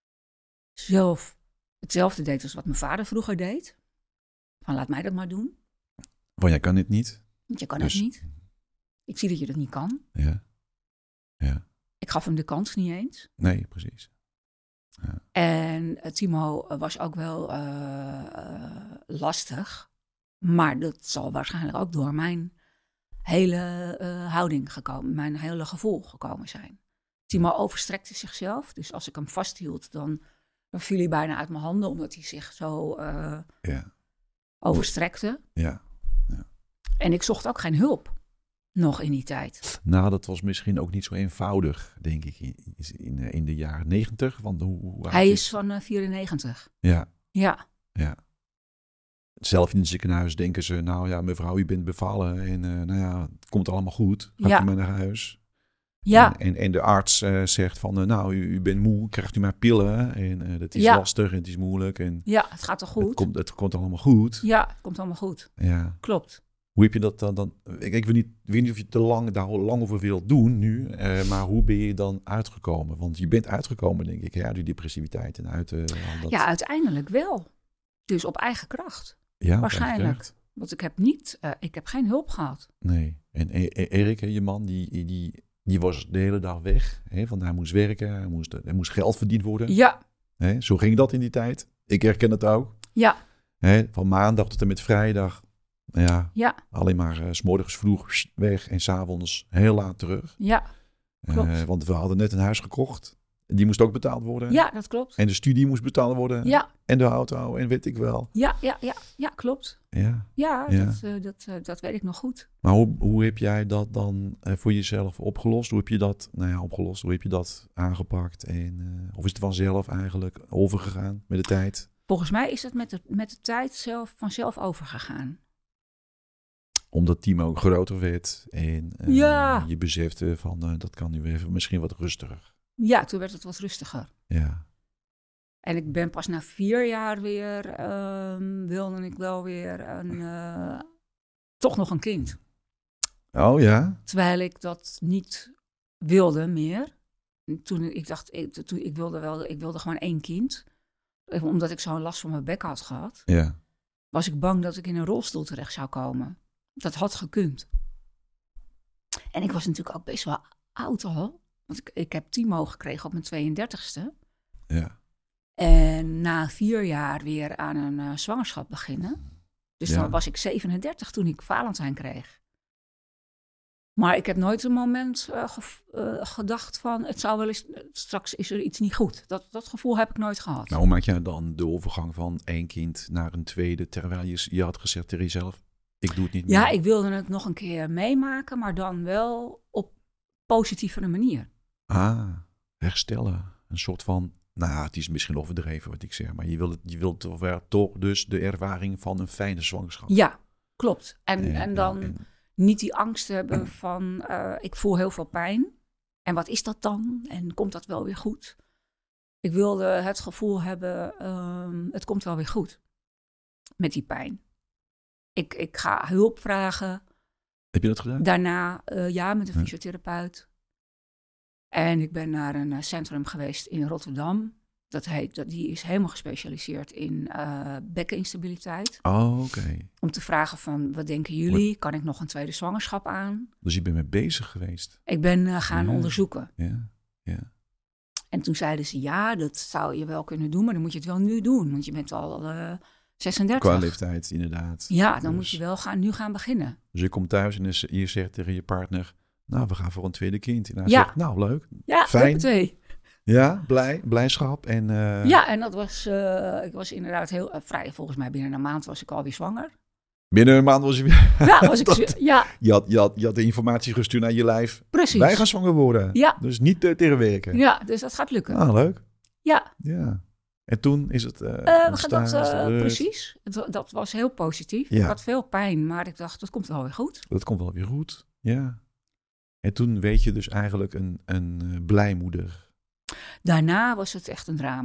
zelf hetzelfde deed als wat mijn vader vroeger deed. Van laat mij dat maar doen. Want jij kan dit niet. Want je kan Dus- het niet. Ik zie dat je dat niet kan. Ja. Ja. Ik gaf hem de kans niet eens. Nee, precies. En eh, Timo eh, was ook wel eh, eh, lastig. Maar dat zal waarschijnlijk ook door mijn hele eh, houding gekomen, mijn hele gevoel gekomen zijn. Timo overstrekte zichzelf. Dus als ik hem vasthield, dan, dan viel hij bijna uit mijn handen, omdat hij zich zo eh, Ja. overstrekte. Ja. En ik zocht ook geen hulp. Nog in die tijd. Nou, dat was misschien ook niet zo eenvoudig, denk ik, in, in, in de jaren negentig. Want hoe, hoe oud Hij is van uh, vierennegentig. Ja, Ja. ja. Zelf in het ziekenhuis denken ze, nou ja, mevrouw, u bent bevallen en uh, nou ja, het komt allemaal goed. Gaat Ja. u maar naar huis. Ja. En, en, en de arts uh, zegt van, uh, nou, u, u bent moe, krijgt u maar pillen. En uh, dat is Ja. lastig en het is moeilijk. En Ja, het gaat toch goed? Het komt, het komt allemaal goed. Ja, het komt allemaal goed. Ja. Klopt. Hoe heb je dat dan? dan ik, ik weet, niet, weet niet of je te lang, daar lang over wilt doen nu. Uh, maar hoe ben je dan uitgekomen? Want je bent uitgekomen, denk ik, hè, uit die depressiviteit en uit uh, al dat... Ja, uiteindelijk wel. Dus op eigen kracht. Ja, waarschijnlijk. Echt. Want ik heb niet, uh, ik heb geen hulp gehad. Nee. En e- e- Erik, je man, die, die, die was de hele dag weg. Hè, want hij moest werken, hij moest, er moest geld verdiend worden. Ja. Hè, zo ging dat in die tijd. Ik herken het ook. Ja. Hè, van maandag tot en met vrijdag. Ja, Ja. alleen maar uh, 's morgens vroeg weg en 's avonds heel laat terug. Ja, klopt. Uh, want we hadden net een huis gekocht. Die moest ook betaald worden. Ja, dat klopt. En de studie moest betaald worden. Ja. En de auto en weet ik wel. Ja, ja, ja, ja, klopt. Ja, ja, ja. Dat, uh, dat, uh, dat weet ik nog goed. Maar hoe, hoe heb jij dat dan uh, voor jezelf opgelost? Hoe heb je dat, nou ja, opgelost? Hoe heb je dat aangepakt? En, uh, of is het vanzelf eigenlijk overgegaan met de tijd? Volgens mij is het met de, met de tijd zelf, vanzelf overgegaan. Omdat Timo groter werd en uh, ja. je besefte van uh, dat kan nu even misschien wat rustiger. Ja, toen werd het wat rustiger. Ja. En ik ben pas na vier jaar weer, uh, wilde ik wel weer een, uh, toch nog een kind. Oh ja? Terwijl ik dat niet wilde meer. Toen ik dacht, ik, toen, ik, wilde wel, ik wilde gewoon één kind. Omdat ik zo'n last van mijn bek had gehad. Ja. Was ik bang dat ik in een rolstoel terecht zou komen. Dat had gekund. En ik was natuurlijk ook best wel oud al. Want ik, ik heb Timo gekregen op mijn tweeëndertigste. Ja. En na vier jaar weer aan een uh, zwangerschap beginnen. Dus ja. dan was ik zevenendertig toen ik Valentijn kreeg. Maar ik heb nooit een moment uh, ge- uh, gedacht van... het zou wel eens, straks is er iets niet goed. Dat, dat gevoel heb ik nooit gehad. Nou, hoe maak jij dan de overgang van één kind naar een tweede... terwijl je, je had gezegd tegen jezelf, ik doe het niet meer? Ja, ik wilde het nog een keer meemaken, maar dan wel op positievere manier. Ah, herstellen. Een soort van... Nou, het is misschien overdreven wat ik zeg, maar je wilt, je wilt toch, toch dus de ervaring van een fijne zwangerschap. Ja, klopt. En, en, en dan en, niet die angst hebben van, uh, ik voel heel veel pijn. En wat is dat dan? En komt dat wel weer goed? Ik wilde het gevoel hebben, um, het komt wel weer goed. Met die pijn. Ik, ik ga hulp vragen. Heb je dat gedaan? Daarna, uh, ja, met een fysiotherapeut. En ik ben naar een uh, centrum geweest in Rotterdam. Dat heet, dat, die is helemaal gespecialiseerd in uh, bekkeninstabiliteit. Oh, oké. Okay. Om te vragen van, wat denken jullie? Kan ik nog een tweede zwangerschap aan? Dus je bent mee bezig geweest? Ik ben uh, gaan ja. onderzoeken. Ja, ja. En toen zeiden ze, ja, dat zou je wel kunnen doen, maar dan moet je het wel nu doen. Want je bent al uh, zesendertig. Qua leeftijd, inderdaad. Ja, dan dus, moet je wel gaan, nu gaan beginnen. Dus je komt thuis en je zegt tegen je partner, nou, we gaan voor een tweede kind. En hij ja. zegt, nou, leuk. Ja, fijn. twee. Ja, blij, blijdschap. En, uh... Ja, en dat was, uh, ik was inderdaad heel uh, vrij. Volgens mij binnen een maand was ik alweer zwanger. Binnen een maand was je weer... Ja, was ik dat, ja. Je had, je, had, je had de informatie gestuurd naar je lijf. Precies. Wij gaan zwanger worden. Ja. Dus niet uh, tegenwerken. Ja, dus dat gaat lukken. Ah, leuk. Ja. Ja. En toen is het... Uh, uh, ontstaan, dat, uh, precies. Het, dat was heel positief. Ja. Ik had veel pijn, maar ik dacht, dat komt wel weer goed. Dat komt wel weer goed, ja. En toen weet je dus eigenlijk een, een uh, blijmoeder. Daarna was het echt een drama.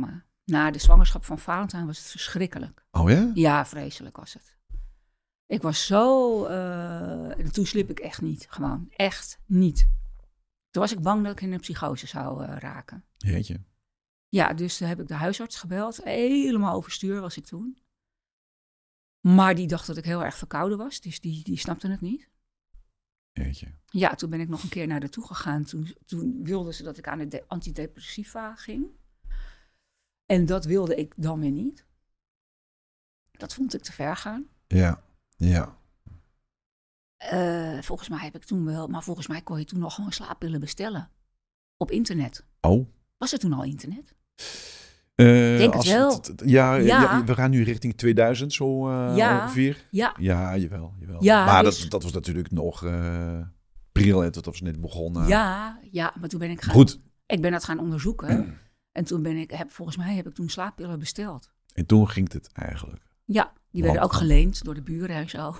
Na de zwangerschap van Valentijn was het verschrikkelijk. Oh ja? Ja, vreselijk was het. Ik was zo... Uh, en toen sliep ik echt niet. Gewoon, echt niet. Toen was ik bang dat ik in een psychose zou uh, raken. Jeetje. Ja, dus toen heb ik de huisarts gebeld. Helemaal overstuur was ik toen. Maar die dacht dat ik heel erg verkouden was. Dus die, die snapte het niet. Jeetje. Ja, toen ben ik nog een keer naar haar toe gegaan. Toen, toen wilden ze dat ik aan de de- antidepressiva ging. En dat wilde ik dan weer niet. Dat vond ik te ver gaan. Ja, ja. Uh, volgens mij heb ik toen wel... Maar volgens mij kon je toen nog gewoon slaappillen bestellen. Op internet. Oh. Was er toen al internet? Uh, Denk het wel. Het, ja, ja. ja, we gaan nu richting tweeduizend zo uh, ja. ongeveer. Ja. Ja, jawel. jawel. Ja, maar dus... dat, dat was natuurlijk nog uh, pril, hè, dat was net begonnen. Ja, ja, maar toen ben ik gaan... Goed. Ik ben dat gaan onderzoeken. En toen ben ik... Heb, volgens mij heb ik toen slaappillen besteld. En toen ging het eigenlijk. Ja, die werden Want, ook geleend door de buren en zo.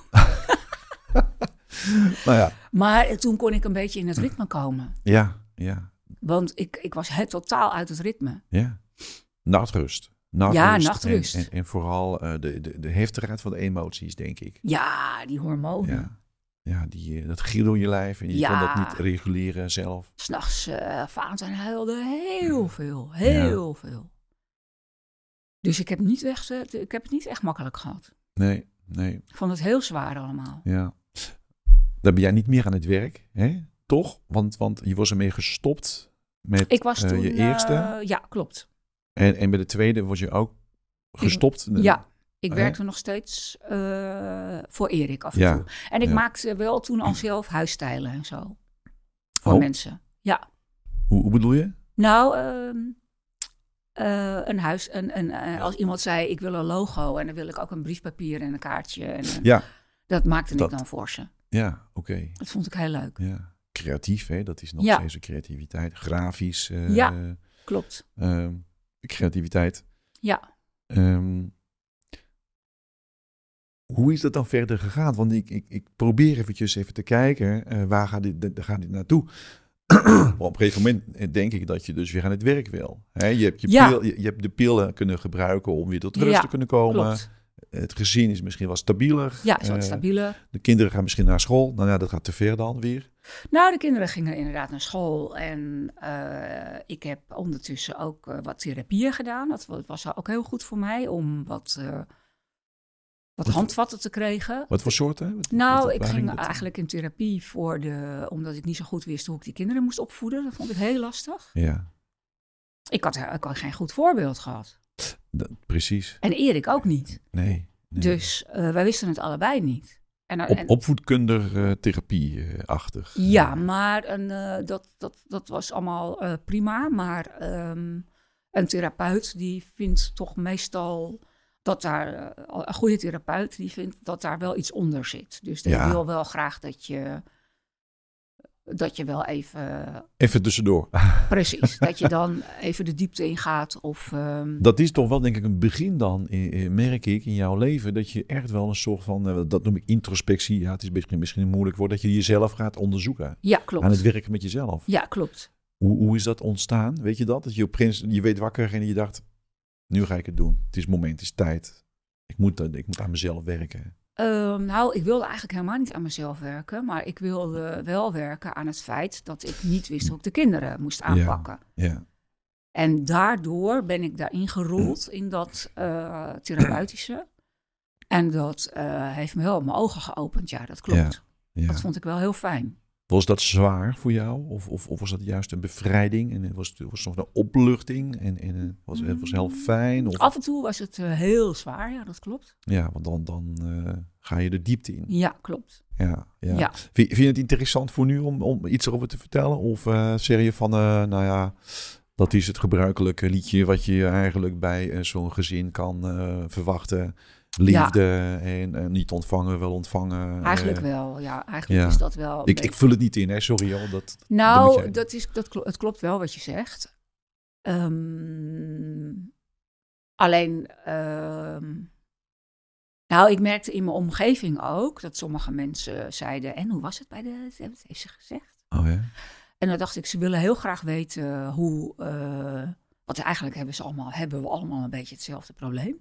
Nou ja. Maar toen kon ik een beetje in het ritme komen. Ja, ja. Want ik, ik was het totaal uit het ritme. Ja. Nachtrust. nachtrust. Ja, nachtrust. En, en, en vooral uh, de, de, de heftigheid van de emoties, denk ik. Ja, die hormonen. Ja, ja die, dat giel door je lijf en je ja. kon dat niet reguleren zelf. 'S Nachts, uh, Valentijn huilde heel veel, heel ja. veel. Dus ik heb, niet echt, uh, ik heb het niet echt makkelijk gehad. Nee, nee. Ik vond het heel zwaar allemaal. Ja. Dan ben jij niet meer aan het werk, hè? Toch? Want, want je was ermee gestopt met ik was uh, toen, je eerste. Uh, ja, klopt. En, en bij de tweede was je ook gestopt? Ik, ja, ik uh, werkte nog steeds uh, voor Erik af en ja. toe. En ik ja. maakte wel toen al zelf huisstijlen en zo. Voor oh. mensen, ja. Hoe, hoe bedoel je? Nou, uh, uh, een huis. Een, een, uh, als iemand zei, ik wil een logo en dan wil ik ook een briefpapier en een kaartje. En, uh, ja. Dat maakte dat, ik dan voor ze. Ja, oké. Okay. Dat vond ik heel leuk. Ja. Creatief, hè? Dat is nog ja. steeds een creativiteit. Grafisch. Uh, ja, klopt. Uh, creativiteit. Ja. Um, hoe is dat dan verder gegaan? Want ik, ik, ik probeer eventjes even te kijken, uh, waar gaat dit, de, gaat dit naartoe? Maar op een gegeven moment denk ik dat je dus weer aan het werk wil. He, je, hebt je, ja. pil, je, je hebt de pillen kunnen gebruiken om weer tot rust ja, te kunnen komen. Klopt. Het gezin is misschien wat stabieler. Ja, is wat stabieler. Uh, de kinderen gaan misschien naar school. Nou ja, dat gaat te ver dan weer. Nou, de kinderen gingen inderdaad naar school. En uh, ik heb ondertussen ook uh, wat therapieën gedaan. Dat was ook heel goed voor mij om wat, uh, wat, wat handvatten te krijgen. Wat voor soorten? Wat, nou, wat, ik ging eigenlijk in therapie voor de, omdat ik niet zo goed wist hoe ik die kinderen moest opvoeden. Dat vond ik heel lastig. Ja. Ik had, ik had geen goed voorbeeld gehad. Dat, precies. En Erik ook niet. Nee. nee. Dus uh, wij wisten het allebei niet. En, Op, en, opvoedkundig uh, therapie-achtig. Ja, maar een, uh, dat, dat, dat was allemaal uh, prima. Maar um, een therapeut die vindt toch meestal dat daar... Uh, een goede therapeut die vindt dat daar wel iets onder zit. Dus die ja. wil wel graag dat je... Dat je wel even... Even tussendoor. Precies, dat je dan even de diepte ingaat of... Um... Dat is toch wel denk ik een begin dan, merk ik, in jouw leven. Dat je echt wel een soort van, dat noem ik introspectie. Ja, het is misschien, misschien een moeilijk woord, dat je jezelf gaat onderzoeken. Ja, klopt. Aan het werken met jezelf. Ja, klopt. Hoe, hoe is dat ontstaan? Weet je dat? Dat je op prins, je weet wakker en je dacht, nu ga ik het doen. Het is moment, het is tijd. Ik moet, ik moet aan mezelf werken. Uh, nou, ik wilde eigenlijk helemaal niet aan mezelf werken. Maar ik wilde wel werken aan het feit dat ik niet wist hoe ik de kinderen moest aanpakken. Ja, ja. En daardoor ben ik daarin gerold in dat uh, therapeutische. En dat uh, heeft me wel mijn ogen geopend. Ja, dat klopt. Ja, ja. Dat vond ik wel heel fijn. Was dat zwaar voor jou? Of, of, of was dat juist een bevrijding? En was het was nog een opluchting? En, en was het was heel fijn? Of? Af en toe was het uh, heel zwaar, ja, dat klopt. Ja, want dan, dan uh, ga je de diepte in. Ja, klopt. Ja, ja. ja. Vind, vind je het interessant voor nu om, om iets erover te vertellen? Of uh, zeg je van, uh, nou ja, dat is het gebruikelijke liedje wat je eigenlijk bij uh, zo'n gezin kan uh, verwachten? Liefde ja. en uh, niet ontvangen, wel ontvangen. Eigenlijk uh, wel, ja. Eigenlijk ja. is dat wel... Ik, ik vul het niet in, hè? Sorry al. Dat, nou, dat, dat is, dat klo- het klopt wel wat je zegt. Um, alleen... Um, nou, ik merkte in mijn omgeving ook dat sommige mensen zeiden... En hoe was het bij de... Wat heeft ze gezegd? Oh ja? En dan dacht ik, ze willen heel graag weten hoe... Uh, Want eigenlijk hebben, ze allemaal, hebben we allemaal een beetje hetzelfde probleem.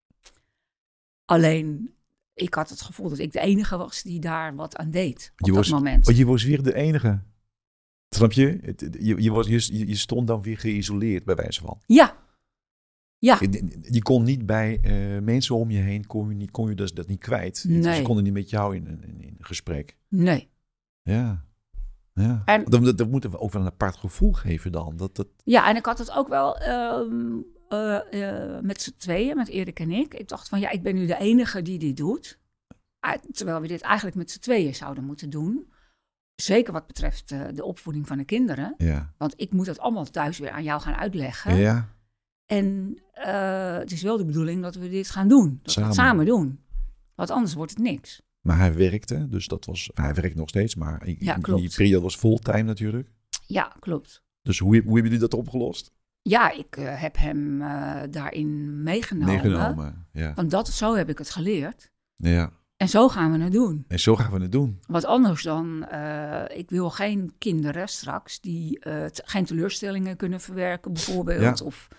Alleen, ik had het gevoel dat ik de enige was die daar wat aan deed op je dat was, moment. Want je was weer de enige. Snap je? Het, je, je, was, je? Je stond dan weer geïsoleerd, bij wijze van. Ja. Ja. Je, je kon niet bij uh, mensen om je heen, kon je, niet, kon je dat, dat niet kwijt. Nee. Ze konden niet met jou in, in, in gesprek. Nee. Ja. Ja. En, dat, dat, dat moet ook wel een apart gevoel geven dan. Dat, dat... Ja, en ik had het ook wel um, uh, uh, met z'n tweeën, met Erik en ik. Ik dacht van, ja, ik ben nu de enige die dit doet. Uh, terwijl we dit eigenlijk met z'n tweeën zouden moeten doen. Zeker wat betreft uh, de opvoeding van de kinderen. Ja. Want ik moet dat allemaal thuis weer aan jou gaan uitleggen. Ja. En uh, het is wel de bedoeling dat we dit gaan doen. Dat samen. we het samen doen. Want anders wordt het niks. Maar hij werkte, dus dat was... Hij werkt nog steeds, maar in, ja, in die periode was fulltime natuurlijk. Ja, klopt. Dus hoe, hoe hebben jullie dat opgelost? Ja, ik uh, heb hem uh, daarin meegenomen. Meegenomen, ja. Want dat, zo heb ik het geleerd. Ja. En zo gaan we het doen. En zo gaan we het doen. Wat anders dan, uh, ik wil geen kinderen straks die uh, t- geen teleurstellingen kunnen verwerken bijvoorbeeld. Ja. Of,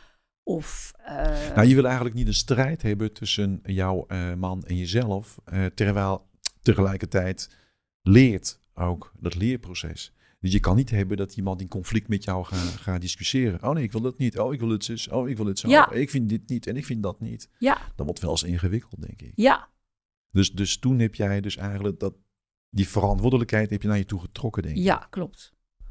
of, uh... nou, je wil eigenlijk niet een strijd hebben tussen jouw uh, man en jezelf. Uh, terwijl tegelijkertijd leert ook dat leerproces. Dus je kan niet hebben dat iemand in conflict met jou gaat ga discussiëren. Oh nee, ik wil dat niet. Oh, ik wil het zus. Oh, ik wil het zo. Ja. Ik vind dit niet en ik vind dat niet. Ja. Dat wordt wel eens ingewikkeld, denk ik. Ja. Dus, dus toen heb jij dus eigenlijk dat, die verantwoordelijkheid heb je naar je toe getrokken, denk ik. Ja, klopt.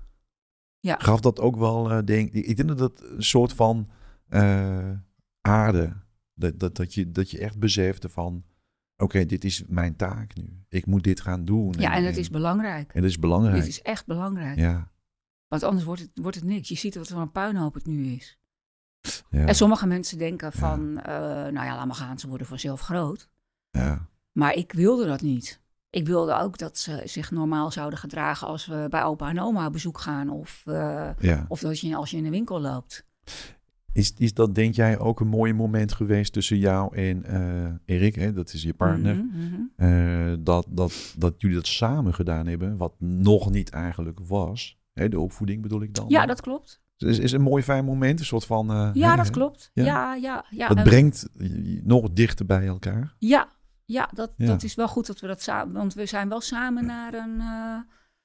Ja. Gaf dat ook wel, uh, denk ik, ik denk dat dat een soort van uh, aarde, dat, dat, dat, je, dat je echt besefte van, oké, okay, dit is mijn taak nu. Ik moet dit gaan doen. Ja, en, en het en, is belangrijk. En het is belangrijk. Dit is echt belangrijk. Ja. Want anders wordt het, wordt het niks. Je ziet wat voor een puinhoop het nu is. Ja. En sommige mensen denken van, ja. Uh, nou ja, laat maar gaan, ze worden vanzelf groot. Ja. Maar ik wilde dat niet. Ik wilde ook dat ze zich normaal zouden gedragen als we bij opa en oma op bezoek gaan. Of, uh, ja. of dat je, als je in de winkel loopt. Is, is dat, denk jij, ook een mooi moment geweest tussen jou en uh, Erik, hè? Dat is je partner. Mm-hmm. Uh, dat, dat, dat jullie dat samen gedaan hebben, wat nog niet eigenlijk was. Hè? De opvoeding bedoel ik dan. Ja, dat klopt. Is, is een mooi fijn moment, een soort van... Uh, ja, hè, dat hè? klopt. Ja, ja, ja. ja. Dat en... brengt nog dichter bij elkaar. Ja, ja, dat, ja, dat is wel goed dat we dat samen... Want we zijn wel samen naar een uh,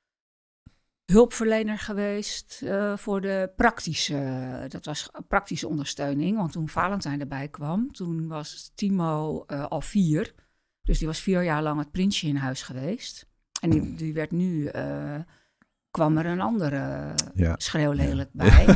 hulpverlener geweest uh, voor de praktische... Uh, dat was praktische ondersteuning. Want toen Valentijn erbij kwam, toen was Timo uh, al vier. Dus die was vier jaar lang het prinsje in huis geweest. En die, die werd nu... Uh, kwam er een andere ja. schreeuwlelijk ja. bij.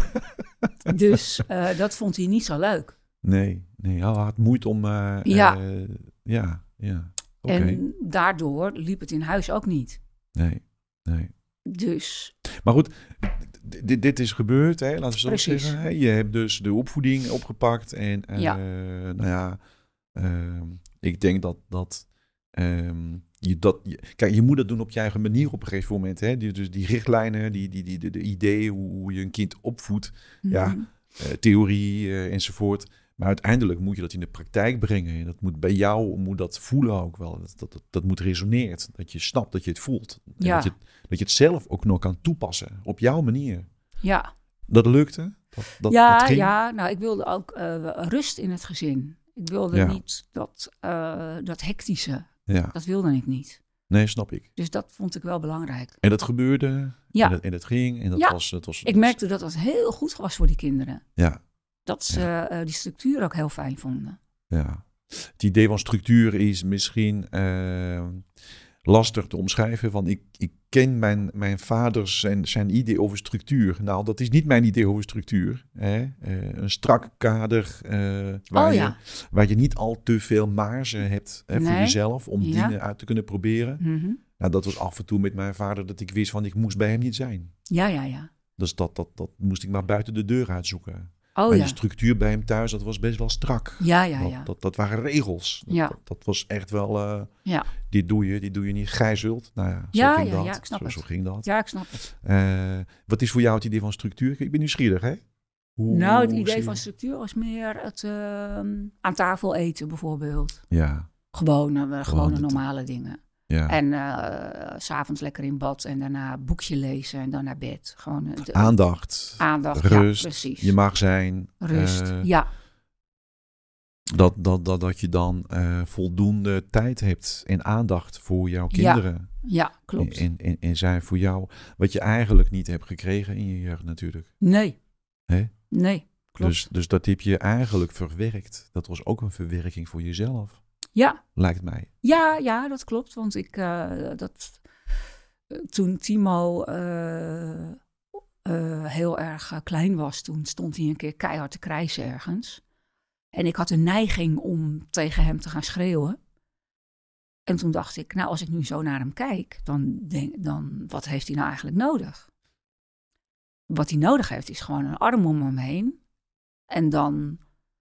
Dus uh, dat vond hij niet zo leuk. Nee, nee, hij had moeite om... Uh, ja. Uh, ja, ja. Okay. En daardoor liep het in huis ook niet. Nee, nee. Dus... Maar goed, dit, dit is gebeurd, hè? Laten we zo Precies. zeggen. Hè? Je hebt dus de opvoeding opgepakt. En uh, ja. nou ja, uh, ik denk dat... dat um, Je dat, je, kijk, je moet dat doen op je eigen manier op een gegeven moment. Hè? Die, dus die richtlijnen, die, die, die, de, de ideeën, hoe, hoe je een kind opvoedt. Mm-hmm. Ja, uh, theorie uh, enzovoort. Maar uiteindelijk moet je dat in de praktijk brengen. En dat moet bij jou, moet dat voelen ook wel. Dat, dat, dat, dat moet resoneert. Dat je snapt dat je het voelt. Ja. Dat, je, dat je het zelf ook nog kan toepassen. Op jouw manier. Ja. Dat lukte? Dat, dat, ja, dat ging? ja, nou ik wilde ook uh, rust in het gezin. Ik wilde ja. niet dat, uh, dat hectische. Ja. Dat wilde ik niet. Nee, snap ik. Dus dat vond ik wel belangrijk. En dat gebeurde. Ja. En dat, en dat ging. En dat ja. was, het was, ik merkte dat dat heel goed was voor die kinderen. Ja. Dat ze ja. uh, die structuur ook heel fijn vonden. Ja. Het idee van structuur is misschien uh, lastig te omschrijven. Van ik, ik ken mijn, mijn vader zijn, zijn idee over structuur. Nou, dat is niet mijn idee over structuur. Hè? Uh, een strak kader uh, waar, oh, ja. je, waar je niet al te veel marge hebt hè, nee. voor jezelf om ja. dingen uit te kunnen proberen. Mm-hmm. Nou, dat was af en toe met mijn vader dat ik wist van ik moest bij hem niet zijn. Ja, ja, ja. Dus dat, dat, dat moest ik maar buiten de deur uitzoeken. Oh, maar ja. de structuur bij hem thuis, dat was best wel strak. Ja, ja, ja. Dat, dat, dat waren regels. Ja. Dat, dat was echt wel... Uh, ja. Dit doe je, dit doe je niet. Gij zult. Nou ja, zo ja, ging ja, dat. Ja, ik snap zo, het. Zo ging dat. Ja, ik snap het. Uh, wat is voor jou het idee van structuur? Ik ben nieuwsgierig, hè? Hoe, nou, het idee van structuur was meer het uh, aan tafel eten bijvoorbeeld. Ja. Gewone, gewone normale dingen. Ja. En uh, 's avonds lekker in bad en daarna boekje lezen en dan naar bed. Gewoon uh, de, aandacht, aandacht, rust, ja, precies. Je mag zijn. Rust, uh, ja. Dat, dat, dat, dat je dan uh, voldoende tijd hebt en aandacht voor jouw kinderen. Ja, ja klopt. En, en, en zij voor jou. Wat je eigenlijk niet hebt gekregen in je jeugd natuurlijk. Nee. Hè? Nee, klopt. Dus, dus dat heb je eigenlijk verwerkt. Dat was ook een verwerking voor jezelf. Ja. Lijkt mij. Ja, ja, dat klopt. Want ik, uh, dat, uh, toen Timo uh, uh, heel erg uh, klein was, toen stond hij een keer keihard te krijsen ergens. En ik had een neiging om tegen hem te gaan schreeuwen. En toen dacht ik, nou, als ik nu zo naar hem kijk, dan denk dan, wat heeft hij nou eigenlijk nodig? Wat hij nodig heeft, is gewoon een arm om hem heen. En dan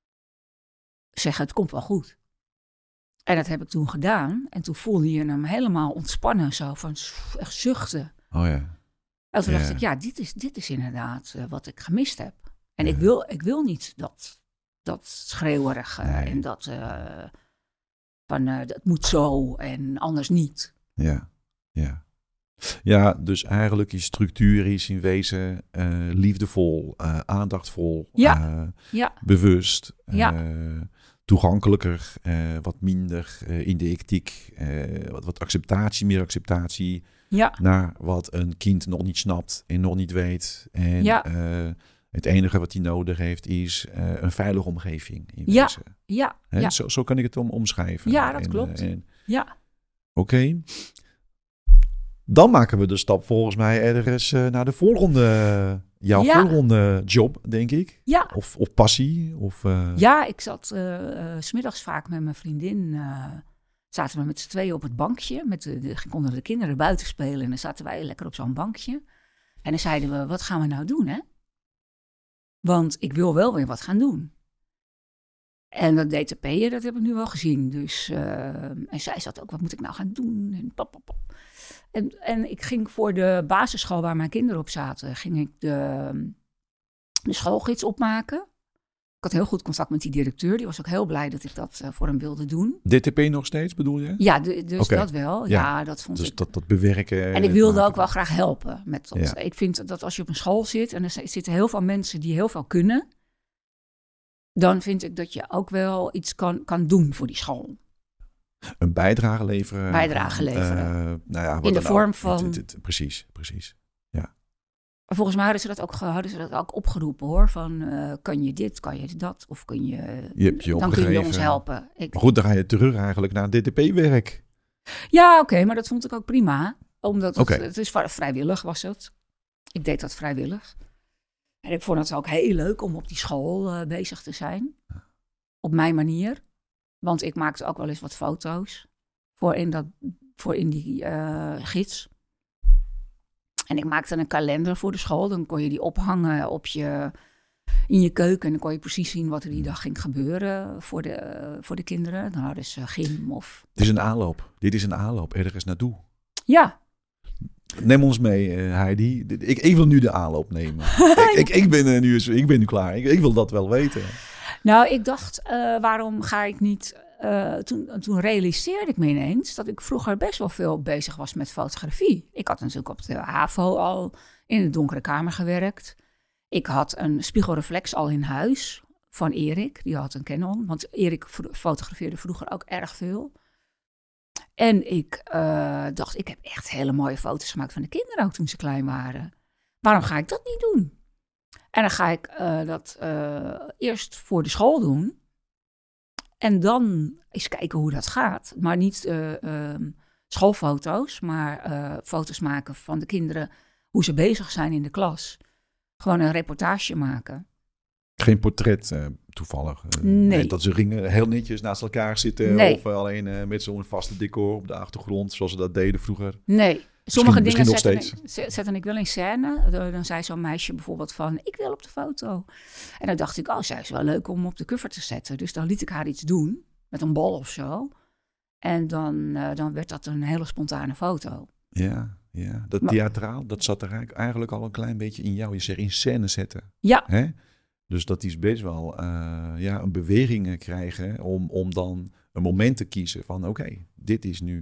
zeggen, het komt wel goed. En dat heb ik toen gedaan. En toen voelde je hem helemaal ontspannen, zo van echt zuchten. Oh ja. En toen ja. dacht ik, ja, dit is, dit is inderdaad uh, wat ik gemist heb. En ja. ik, wil, ik wil niet dat... Dat schreeuwerige nee. en dat uh, van uh, het moet zo en anders niet. Ja, ja. Ja, dus eigenlijk je structuur is in wezen uh, liefdevol, uh, aandachtvol, ja. Uh, ja. bewust, ja. Uh, toegankelijker, uh, wat minder uh, in de hectiek, uh, wat, wat acceptatie, meer acceptatie ja. naar wat een kind nog niet snapt en nog niet weet. En ja. uh, het enige wat hij nodig heeft is uh, een veilige omgeving. In ja, wezen. ja, Hè? ja. Zo, zo kan ik het om, omschrijven. Ja, dat en, klopt. Uh, en, ja. Oké. Okay. Dan maken we de stap volgens mij ergens uh, naar de volgende, jouw ja. volgende job, denk ik. Ja. Of, of passie. Of, uh... Ja, ik zat uh, uh, 's middags vaak met mijn vriendin. Uh, zaten we met z'n tweeën op het bankje. Met de, de, konden de kinderen buiten spelen. En dan zaten wij lekker op zo'n bankje. En dan zeiden we, wat gaan we nou doen, hè? Want ik wil wel weer wat gaan doen. En dat D T P'en, dat heb ik nu wel gezien. Dus, uh, en zij zat ook, wat moet ik nou gaan doen? En, pop, pop, pop. En, en ik ging voor de basisschool waar mijn kinderen op zaten, ging ik de, de schoolgids opmaken. Ik had heel goed contact met die directeur. Die was ook heel blij dat ik dat uh, voor hem wilde doen. D T P nog steeds, bedoel je? Ja, de, dus okay. dat wel. Ja, ja, dat vond dus ik. Dat, dat bewerken. En ik wilde maken. ook wel graag helpen met dat. Ja. Ik vind dat als je op een school zit en er zitten heel veel mensen die heel veel kunnen, dan vind ik dat je ook wel iets kan, kan doen voor die school. Een bijdrage leveren. Bijdrage leveren. Uh, nou ja, wat in de vorm ook. van... Het, het, het, precies, precies. Ja. Volgens mij hadden ze dat ook, hadden ze dat ook opgeroepen, hoor. Van, uh, kan je dit, kan je dat? Of kun je... je, hebt je dan kun je ons helpen. Ik... Maar goed, dan ga je terug eigenlijk naar D T P-werk. Ja, oké, okay, maar dat vond ik ook prima. Omdat het, okay. het is vrijwillig was het. Ik deed dat vrijwillig. En ik vond het ook heel leuk om op die school uh, bezig te zijn. Op mijn manier. Want ik maakte ook wel eens wat foto's voor in, dat, voor in die uh, gids. En ik maakte een kalender voor de school. Dan kon je die ophangen op je, in je keuken. En dan kon je precies zien wat er die dag ging gebeuren voor de, uh, voor de kinderen. Dan hadden ze gym of... Het is een aanloop. Dit is een aanloop ergens naartoe. Ja. Neem ons mee, uh, Heidi. Ik, ik wil nu de aanloop nemen. ik, ik, ik, ben, uh, nu, ik ben nu klaar. Ik, ik wil dat wel weten. Nou, ik dacht, uh, waarom ga ik niet... Uh, toen, toen realiseerde ik me ineens dat ik vroeger best wel veel bezig was met fotografie. Ik had natuurlijk op de HAVO al in de donkere kamer gewerkt. Ik had een spiegelreflex al in huis van Erik. Die had een Canon, want Erik fotografeerde vroeger ook erg veel. En ik uh, dacht, ik heb echt hele mooie foto's gemaakt van de kinderen ook toen ze klein waren. Waarom ga ik dat niet doen? En dan ga ik uh, dat uh, eerst voor de school doen. En dan eens kijken hoe dat gaat. Maar niet uh, uh, schoolfoto's, maar uh, foto's maken van de kinderen. Hoe ze bezig zijn in de klas. Gewoon een reportage maken. Geen portret uh, toevallig? Uh, nee. Dat ze ringen heel netjes naast elkaar zitten? Nee. Of alleen uh, met zo'n vaste decor op de achtergrond, zoals ze dat deden vroeger? Nee. Sommige misschien, dingen misschien zetten, ik, zetten ik wel in scène. Dan zei zo'n meisje bijvoorbeeld van, ik wil op de foto. En dan dacht ik, oh, zij is wel leuk om op de cover te zetten. Dus dan liet ik haar iets doen, met een bal of zo. En dan, uh, dan werd dat een hele spontane foto. Ja, ja. Dat maar, theatraal, dat zat er eigenlijk al een klein beetje in jou. Je zegt in scène zetten. Ja. Hè? Dus dat is best wel uh, ja, een beweging krijgen om, om dan een moment te kiezen van, oké, okay, dit is nu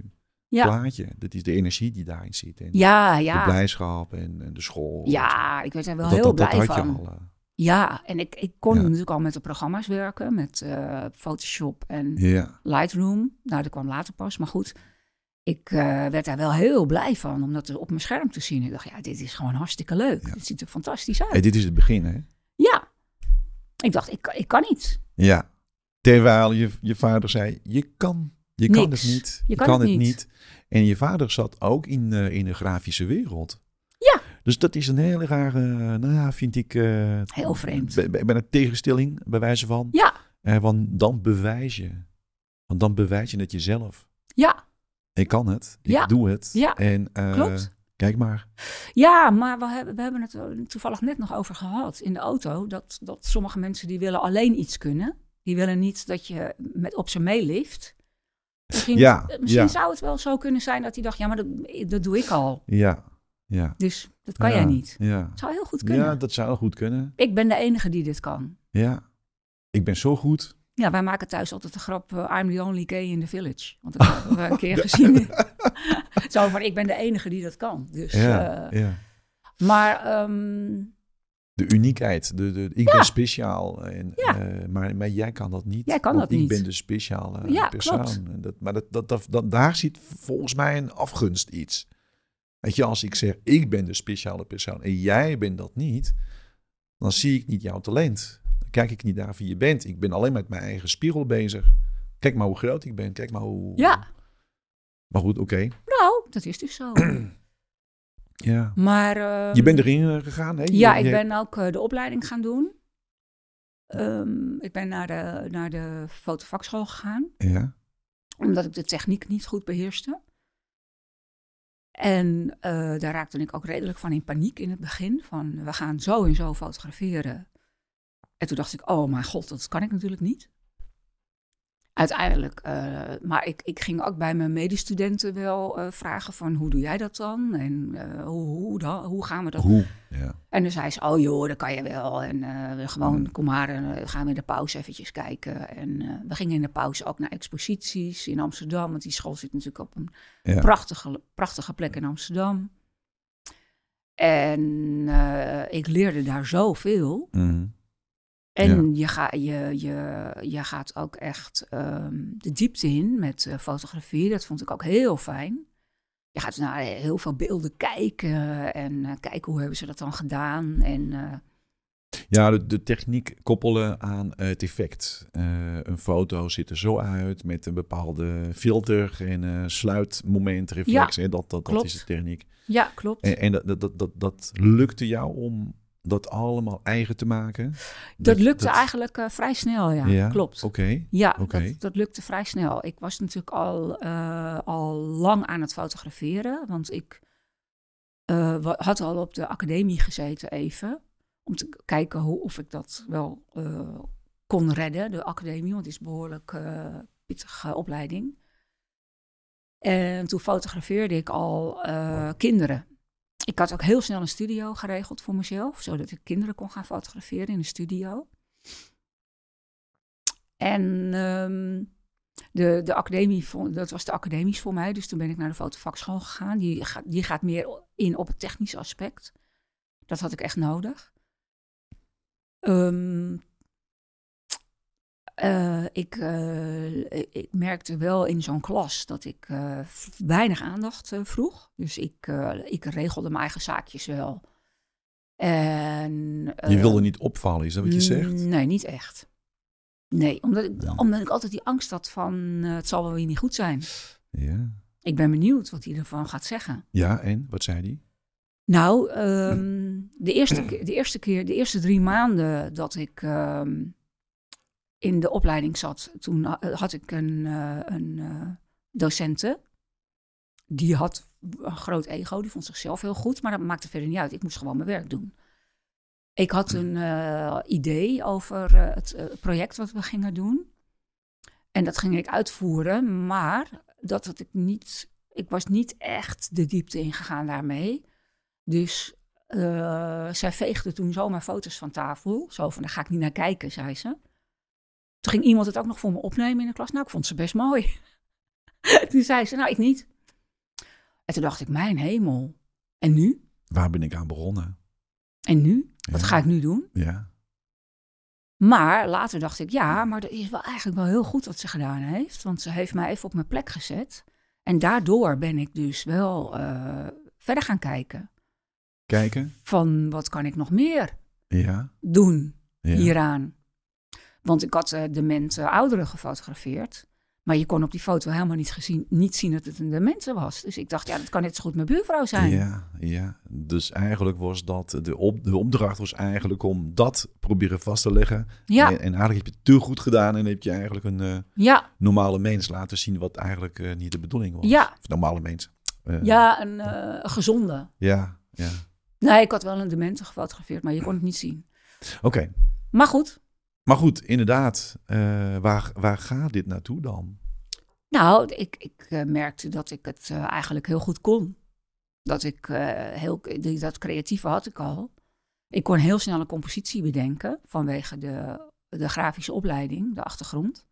Ja. plaatje. Dat is de energie die daarin zit. En Ja, ja. de blijdschap en, en de school. Ja, ik werd er wel dat, heel dat, blij dat had van. je al. Uh, Ja, en ik, ik kon Ja. natuurlijk al met de programma's werken. Met uh, Photoshop en ja. Lightroom. Nou, dat kwam later pas. Maar goed, ik uh, werd daar wel heel blij van. Om dat op mijn scherm te zien. Ik dacht, ja, dit is gewoon hartstikke leuk. Ja. Dit ziet er fantastisch uit. Hey, dit is het begin, hè? Ja. Ik dacht, ik, ik kan niet. Ja. Terwijl je, je vader zei, je kan. Je Niks. kan het niet. Je kan, het, niet. niet. En je vader zat ook in, uh, in de grafische wereld. Ja. Dus dat is een hele rare, nou ja, vind ik... Uh, heel vreemd. Bij, bij een tegenstelling, bij wijze van. Ja. Uh, want dan bewijs je. Want dan bewijs je het jezelf. Ja. Ik kan het. Ik ja. doe het. Ja. En, uh, Klopt. Kijk maar. Ja, maar we hebben, we hebben het er toevallig net nog over gehad in de auto. Dat, dat sommige mensen die willen alleen iets kunnen. Die willen niet dat je met op ze meelift. Misschien, ja, misschien ja. zou het wel zo kunnen zijn dat hij dacht, ja, maar dat, dat doe ik al. Ja, ja. Dus dat kan ja, jij niet. Ja. Dat zou heel goed kunnen. Ja, dat zou goed kunnen. Ik ben de enige die dit kan. Ja, ik ben zo goed. Ja, wij maken thuis altijd de grap, uh, I'm the only gay in the village. Want dat hebben we een keer gezien. Zo van, ik ben de enige die dat kan. Dus, ja, uh, ja. Maar... Um, de uniekheid. De, de, ik ja. ben speciaal. En, ja. uh, maar, maar jij kan dat niet. Jij kan want dat ik niet. ben de speciale ja, persoon. Klopt. Dat, maar dat, dat, dat, dat, daar zit volgens mij een afgunst iets. Weet je, als ik zeg, ik ben de speciale persoon en jij bent dat niet, dan zie ik niet jouw talent. Dan kijk ik niet naar wie je bent. Ik ben alleen met mijn eigen spiegel bezig. Kijk maar hoe groot ik ben. Kijk maar hoe... Ja. Maar goed, oké. Okay. Nou, dat is dus zo. Ja. Maar, uh, je bent erin gegaan, hè? Je, ja, je ik hebt... ben ook uh, de opleiding gaan doen. Um, ik ben naar de, naar de fotovakschool gegaan. Ja. Omdat ik de techniek niet goed beheerste. En uh, daar raakte ik ook redelijk van in paniek in het begin. Van, we gaan zo en zo fotograferen. En toen dacht ik, oh mijn god, dat kan ik natuurlijk niet. Uiteindelijk, uh, maar ik, ik ging ook bij mijn medestudenten wel uh, vragen van, hoe doe jij dat dan? En uh, hoe, hoe, dan, hoe gaan we dat? Hoe, ja. En dan zei ze, oh joh, dat kan je wel. En uh, gewoon, mm. kom maar, en uh, gaan we in de pauze eventjes kijken. En uh, we gingen in de pauze ook naar exposities in Amsterdam. Want die school zit natuurlijk op een ja. prachtige, prachtige plek in Amsterdam. En uh, ik leerde daar zoveel. Mm. En ja. je, ga, je, je, je gaat ook echt um, de diepte in met uh, fotografie. Dat vond ik ook heel fijn. Je gaat naar heel veel beelden kijken en uh, kijken hoe hebben ze dat dan gedaan. En, uh, ja, de, de techniek koppelen aan uh, het effect. Uh, een foto ziet er zo uit met een bepaalde filter en uh, sluitmoment, reflex. Ja, hè? Dat, dat, dat is de techniek. Ja, klopt. En, en dat, dat, dat, dat lukte jou om dat allemaal eigen te maken? Dat, dat lukte dat... eigenlijk uh, vrij snel, ja. ja? Klopt. Oké. Okay. Ja, okay. dat, dat lukte vrij snel. Ik was natuurlijk al, uh, al lang aan het fotograferen. Want ik uh, had al op de academie gezeten even. Om te k- kijken hoe, of ik dat wel uh, kon redden, de academie. Want het is een behoorlijk uh, pittige opleiding. En toen fotografeerde ik al uh, kinderen. Ik had ook heel snel een studio geregeld voor mezelf, zodat ik kinderen kon gaan fotograferen in de studio. En um, de, de academie, dat was de academisch voor mij, dus toen ben ik naar de fotovakschool gegaan. Die, die gaat meer in op het technische aspect. Dat had ik echt nodig. Um, uh, ik, uh, ik merkte wel in zo'n klas dat ik uh, weinig aandacht uh, vroeg. Dus ik, uh, ik regelde mijn eigen zaakjes wel. En, uh, je wilde niet opvallen, is dat wat je zegt? Nee, niet echt. Nee, omdat ik, ja. omdat ik altijd die angst had van uh, het zal wel weer niet goed zijn. Ja. Ik ben benieuwd wat hij ervan gaat zeggen. Ja, en? Wat zei hij? Nou, um, de, eerste, de eerste keer, de eerste drie maanden dat ik um, in de opleiding zat, toen had ik een, uh, een uh, docente. Die had een groot ego, die vond zichzelf heel goed, maar dat maakte verder niet uit. Ik moest gewoon mijn werk doen. Ik had een uh, idee over uh, het uh, project wat we gingen doen. En dat ging ik uitvoeren, maar dat had ik niet, ik was niet echt de diepte ingegaan daarmee. Dus uh, zij veegde toen zo mijn foto's van tafel. Zo van, daar ga ik niet naar kijken, zei ze. Toen ging iemand het ook nog voor me opnemen in de klas. Nou, ik vond ze best mooi. Toen zei ze, nou, ik niet. En toen dacht ik, mijn hemel. En nu? Waar ben ik aan begonnen? En nu? Wat Ja. ga ik nu doen? Ja. Maar later dacht ik, ja, maar dat is wel eigenlijk wel heel goed wat ze gedaan heeft. Want ze heeft mij even op mijn plek gezet. En daardoor ben ik dus wel uh, verder gaan kijken. Kijken? Van, wat kan ik nog meer Ja. doen Ja. hieraan? Want ik had uh, demente ouderen gefotografeerd. Maar je kon op die foto helemaal niet, gezien, niet zien dat het een demente was. Dus ik dacht, ja, dat kan net zo goed mijn buurvrouw zijn. Ja, ja. Dus eigenlijk was dat, de, op, de opdracht was eigenlijk om dat proberen vast te leggen. Ja. En, en eigenlijk heb je het te goed gedaan en heb je eigenlijk een uh, ja. normale mens laten zien wat eigenlijk uh, niet de bedoeling was. Ja. Of normale mens. Uh, ja, een, uh, een gezonde. Ja, ja. Nee, ik had wel een demente gefotografeerd, maar je kon het niet zien. Oké. Okay. Maar goed. Maar goed, inderdaad. Uh, waar, waar gaat dit naartoe dan? Nou, ik, ik uh, merkte dat ik het uh, eigenlijk heel goed kon. Dat ik uh, heel, dat creatieve had ik al. Ik kon heel snel een compositie bedenken vanwege de, de grafische opleiding, de achtergrond.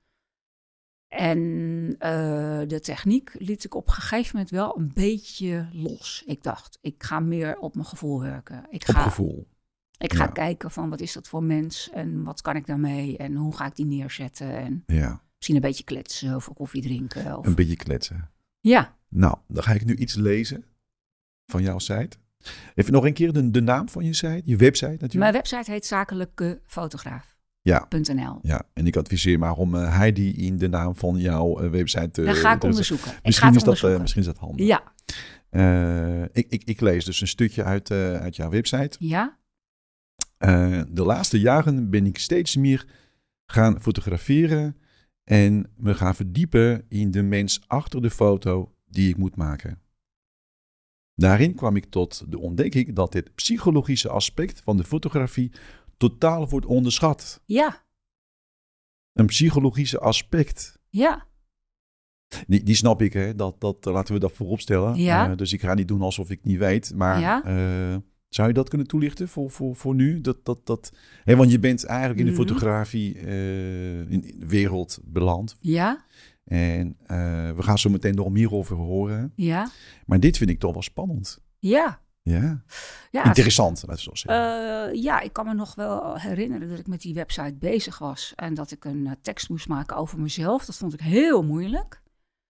En uh, de techniek liet ik op een gegeven moment wel een beetje los. Ik dacht, ik ga meer op mijn gevoel werken. Ik ga, op gevoel? Ik ga ja. kijken van wat is dat voor mens en wat kan ik daarmee en hoe ga ik die neerzetten. En ja. misschien een beetje kletsen of koffie drinken. Of... Een beetje kletsen. Ja. Nou, dan ga ik nu iets lezen van jouw site. Even nog een keer de, de naam van je site, je website natuurlijk. Mijn website heet zakelijkefotograaf. Ja. .nl. Ja, en ik adviseer maar om uh, Heidi in de naam van jouw uh, website te... Dat ga ik te, onderzoeken. Misschien, ik is ga dat, uh, misschien is dat handig. Ja. Uh, ik, ik, ik lees dus een stukje uit, uh, uit jouw website. Ja. Uh, de laatste jaren ben ik steeds meer gaan fotograferen en me gaan verdiepen in de mens achter de foto die ik moet maken. Daarin kwam ik tot de ontdekking dat dit psychologische aspect van de fotografie totaal wordt onderschat. Ja. Een psychologische aspect. Ja. Die, die snap ik, hè. Dat, dat, laten we dat voorop stellen. Ja. Uh, dus ik ga niet doen alsof ik niet weet. Maar ja. uh, zou je dat kunnen toelichten voor, voor, voor nu? Dat, dat, dat... Hey, want je bent eigenlijk in de fotografie uh, in de wereld beland. Ja. En uh, we gaan zo meteen nog meer over horen. Ja. Maar dit vind ik toch wel spannend. Ja. Ja. ja Interessant, laten we zo zeggen. Uh, ja, ik kan me nog wel herinneren dat ik met die website bezig was. En dat ik een uh, tekst moest maken over mezelf. Dat vond ik heel moeilijk.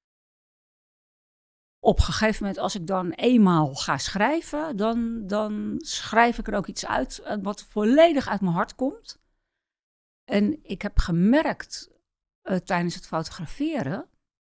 Op een gegeven moment, als ik dan eenmaal ga schrijven, dan, dan schrijf ik er ook iets uit wat volledig uit mijn hart komt. En ik heb gemerkt uh, tijdens het fotograferen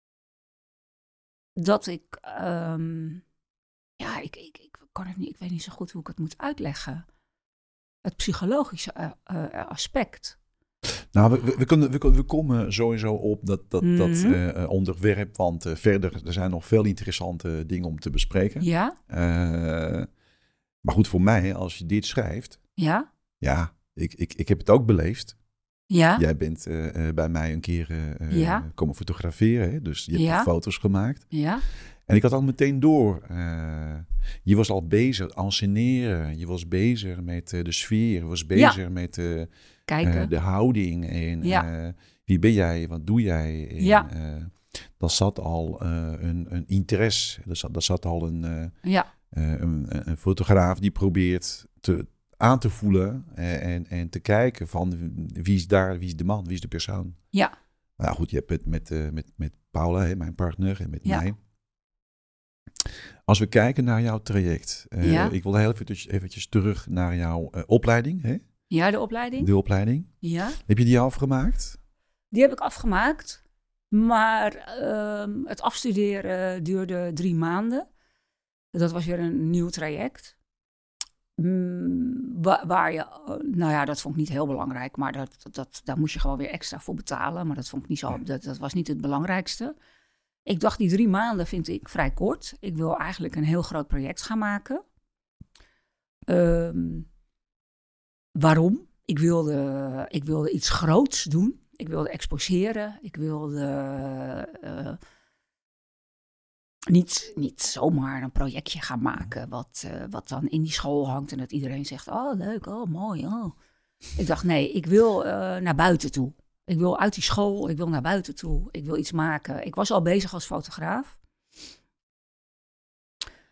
dat ik, um, ja, ik, ik, ik kan het niet, ik weet niet zo goed hoe ik het moet uitleggen. Het psychologische uh, uh, aspect. Nou, we, we, kunnen, we, we komen sowieso op dat, dat, mm-hmm. dat uh, onderwerp, want uh, verder, er zijn nog veel interessante dingen om te bespreken. Ja. Uh, maar goed, voor mij, als je dit schrijft, ja, ja ik, ik, ik heb het ook beleefd. Ja. Jij bent uh, uh, bij mij een keer uh, ja. komen fotograferen, hè? Dus je hebt ja. foto's gemaakt. Ja. En ik had al meteen door, uh, je was al bezig, enseneren, je was bezig met uh, de sfeer, je was bezig ja. met uh, uh, de houding en ja. uh, wie ben jij, wat doe jij. En, ja. uh, dat zat al uh, een, een interesse, dat zat, dat zat al een, uh, ja. uh, een, een fotograaf die probeert te, aan te voelen uh, en, en te kijken van wie is daar, wie is de man, wie is de persoon. Ja. Nou goed, je hebt het met, uh, met, met Paula, hè, mijn partner, en met ja. mij. Als we kijken naar jouw traject. Uh, ja. Ik wil heel eventjes, eventjes terug naar jouw uh, opleiding. Hè? Ja, de opleiding. De opleiding. Ja. Heb je die afgemaakt? Die heb ik afgemaakt. Maar uh, het afstuderen duurde drie maanden. Dat was weer een nieuw traject. Mm, waar, waar je, nou ja, dat vond ik niet heel belangrijk. Maar dat, dat, dat, daar moest je gewoon weer extra voor betalen. Maar dat vond ik niet zo, dat, dat was niet het belangrijkste. Ik dacht, die drie maanden vind ik vrij kort. Ik wil eigenlijk een heel groot project gaan maken. Um, waarom? Ik wilde, ik wilde iets groots doen. Ik wilde exposeren. Ik wilde uh, niet, niet zomaar een projectje gaan maken wat, uh, wat dan in die school hangt en dat iedereen zegt, oh leuk, oh mooi. Oh. Ik dacht, nee, ik wil uh, naar buiten toe. Ik wil uit die school, ik wil naar buiten toe, ik wil iets maken. Ik was al bezig als fotograaf.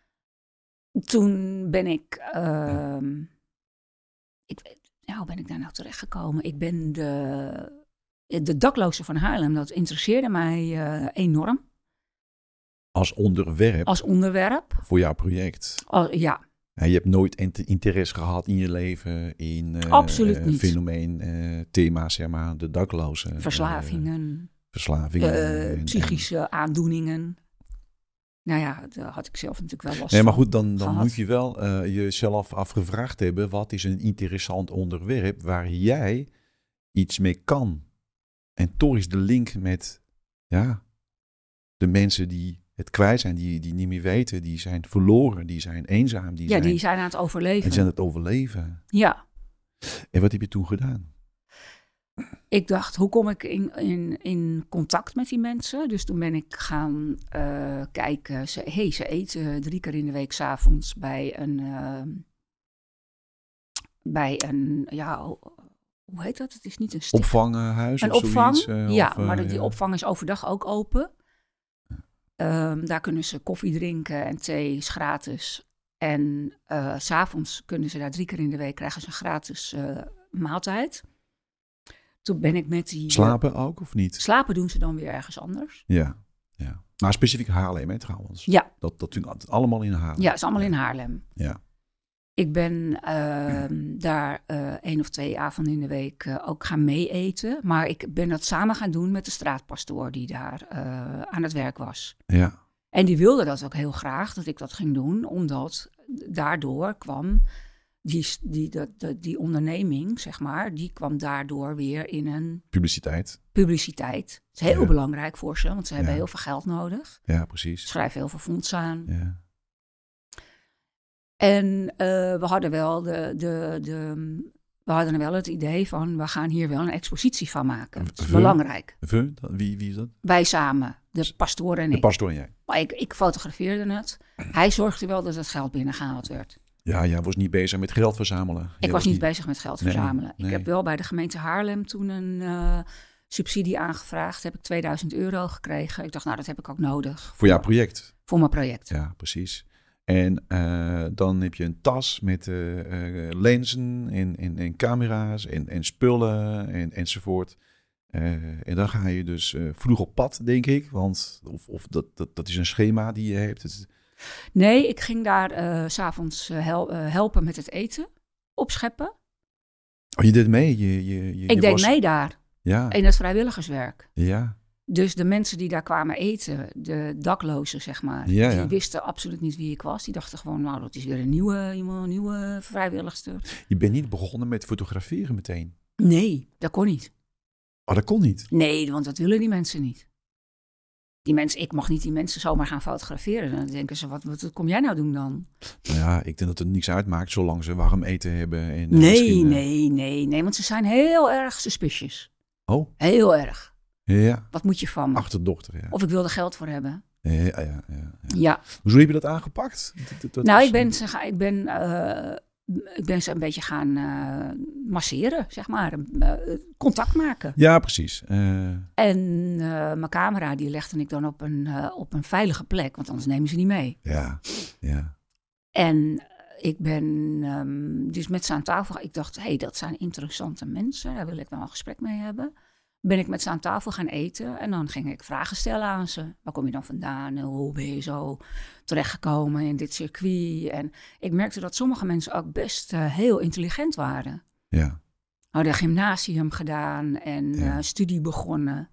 toen ben ik, uh, ik... Ja, hoe ben ik daar nou terechtgekomen? Ik ben de, de daklozen van Haarlem. Dat interesseerde mij uh, enorm. Als onderwerp? Als onderwerp. Voor jouw project? Al, ja. Ja. Je hebt nooit interesse gehad in je leven in uh, Absoluut uh, niet. fenomeen, uh, thema's, zeg maar, de daklozen. Verslavingen. Uh, verslavingen. Uh, en, psychische en... aandoeningen. Nou ja, daar had ik zelf natuurlijk wel last nee, maar van goed, dan, dan gehad. moet je wel uh, jezelf afgevraagd hebben, wat is een interessant onderwerp waar jij iets mee kan? En toch is de link met ja, de mensen die het kwijt zijn, die, die niet meer weten, die zijn verloren, die zijn eenzaam. Die ja, zijn, die zijn aan het overleven. Die zijn aan het overleven. Ja. En wat heb je toen gedaan? Ik dacht, hoe kom ik in, in, in contact met die mensen? Dus toen ben ik gaan uh, kijken. Ze, hey, ze eten drie keer in de week 's avonds bij een... Uh, bij een, ja, hoe heet dat? Het is niet een sticht. Opvanghuis een of opvang, zoiets? Uh, ja, of, uh, maar die ja. opvang is overdag ook open. Um, daar kunnen ze koffie drinken en thee is gratis. En uh, 's avonds kunnen ze daar drie keer in de week krijgen ze een gratis uh, maaltijd. Toen ben ik met die... Slapen ook of niet? Slapen doen ze dan weer ergens anders. Ja, ja. Maar specifiek Haarlem, hè, trouwens. Ja. Dat, dat doen allemaal in Haarlem. Ja, het is allemaal in Haarlem. Ja. Ik ben uh, daar uh, één of twee avonden in de week uh, ook gaan mee-eten. Maar ik ben dat samen gaan doen met de straatpastoor die daar uh, aan het werk was. Ja. En die wilde dat ook heel graag, dat ik dat ging doen. Omdat daardoor kwam die, die, die, die, die onderneming, zeg maar, die kwam daardoor weer in een... Publiciteit. Publiciteit. Dat is heel ja. belangrijk voor ze, want ze hebben ja. heel veel geld nodig. Ja, precies. Ze schrijven heel veel fondsen aan. Ja. En uh, we hadden wel de, de, de, we hadden wel het idee van, we gaan hier wel een expositie van maken. Dat is v- belangrijk. V? Wie, wie is dat? Wij samen, de pastoor en ik. De pastoor en jij. Maar ik, ik fotografeerde het. Hij zorgde wel dat het geld binnengehaald werd. Ja, jij was niet bezig met geld verzamelen. Ik Jij was niet bezig met geld nee, verzamelen. Nee. Ik heb wel bij de gemeente Haarlem toen een uh, subsidie aangevraagd. Heb ik tweeduizend euro gekregen. Ik dacht, nou, dat heb ik ook nodig. Voor, voor jouw project? Voor mijn project. Ja, precies. En uh, dan heb je een tas met uh, uh, lenzen en, en, en camera's en, en spullen en, enzovoort. Uh, en dan ga je dus uh, vroeg op pad, denk ik. Want of, of dat, dat, dat is een schema die je hebt. Het... Nee, ik ging daar uh, 's avonds uh, hel- uh, helpen met het eten, opscheppen. Oh, je deed mee? Je, je, je, ik je deed was... mee daar, ja. in het vrijwilligerswerk. Ja. Dus de mensen die daar kwamen eten, de daklozen zeg maar, ja, die ja. wisten absoluut niet wie ik was. Die dachten gewoon, nou, dat is weer een nieuwe, een nieuwe vrijwilligster. Je bent niet begonnen met fotograferen meteen? Nee, dat kon niet. Oh, dat kon niet? Nee, want dat willen die mensen niet. Die mensen, ik mag niet die mensen zomaar gaan fotograferen. Dan denken ze, wat, wat kom jij nou doen dan? Nou ja, ik denk dat het niks uitmaakt zolang ze warm eten hebben. En, nee, misschien, nee, nee, nee, want ze zijn heel erg suspicious. Oh? Heel erg. Ja. Wat moet je van me? Achterdochter, ja. Of ik wil er geld voor hebben. Ja, ja, ja, ja. ja. Hoe heb je dat aangepakt? Dat, dat, dat nou, is... ik ben, ze, ik, ben, uh, ik ben ze een beetje gaan uh, masseren, zeg maar. Uh, contact maken. Ja, precies. Uh... En uh, mijn camera, die legde ik dan op een, uh, op een veilige plek, want anders nemen ze niet mee. Ja, ja. En ik ben um, dus met ze aan tafel. Ik dacht, hé, hey, dat zijn interessante mensen. Daar wil ik wel een gesprek mee hebben. Ben ik met ze aan tafel gaan eten en dan ging ik vragen stellen aan ze. Waar kom je dan vandaan? Hoe ben je zo terechtgekomen in dit circuit? En ik merkte dat sommige mensen ook best uh, heel intelligent waren. Ja. Hadden gymnasium gedaan en ja. uh, studie begonnen.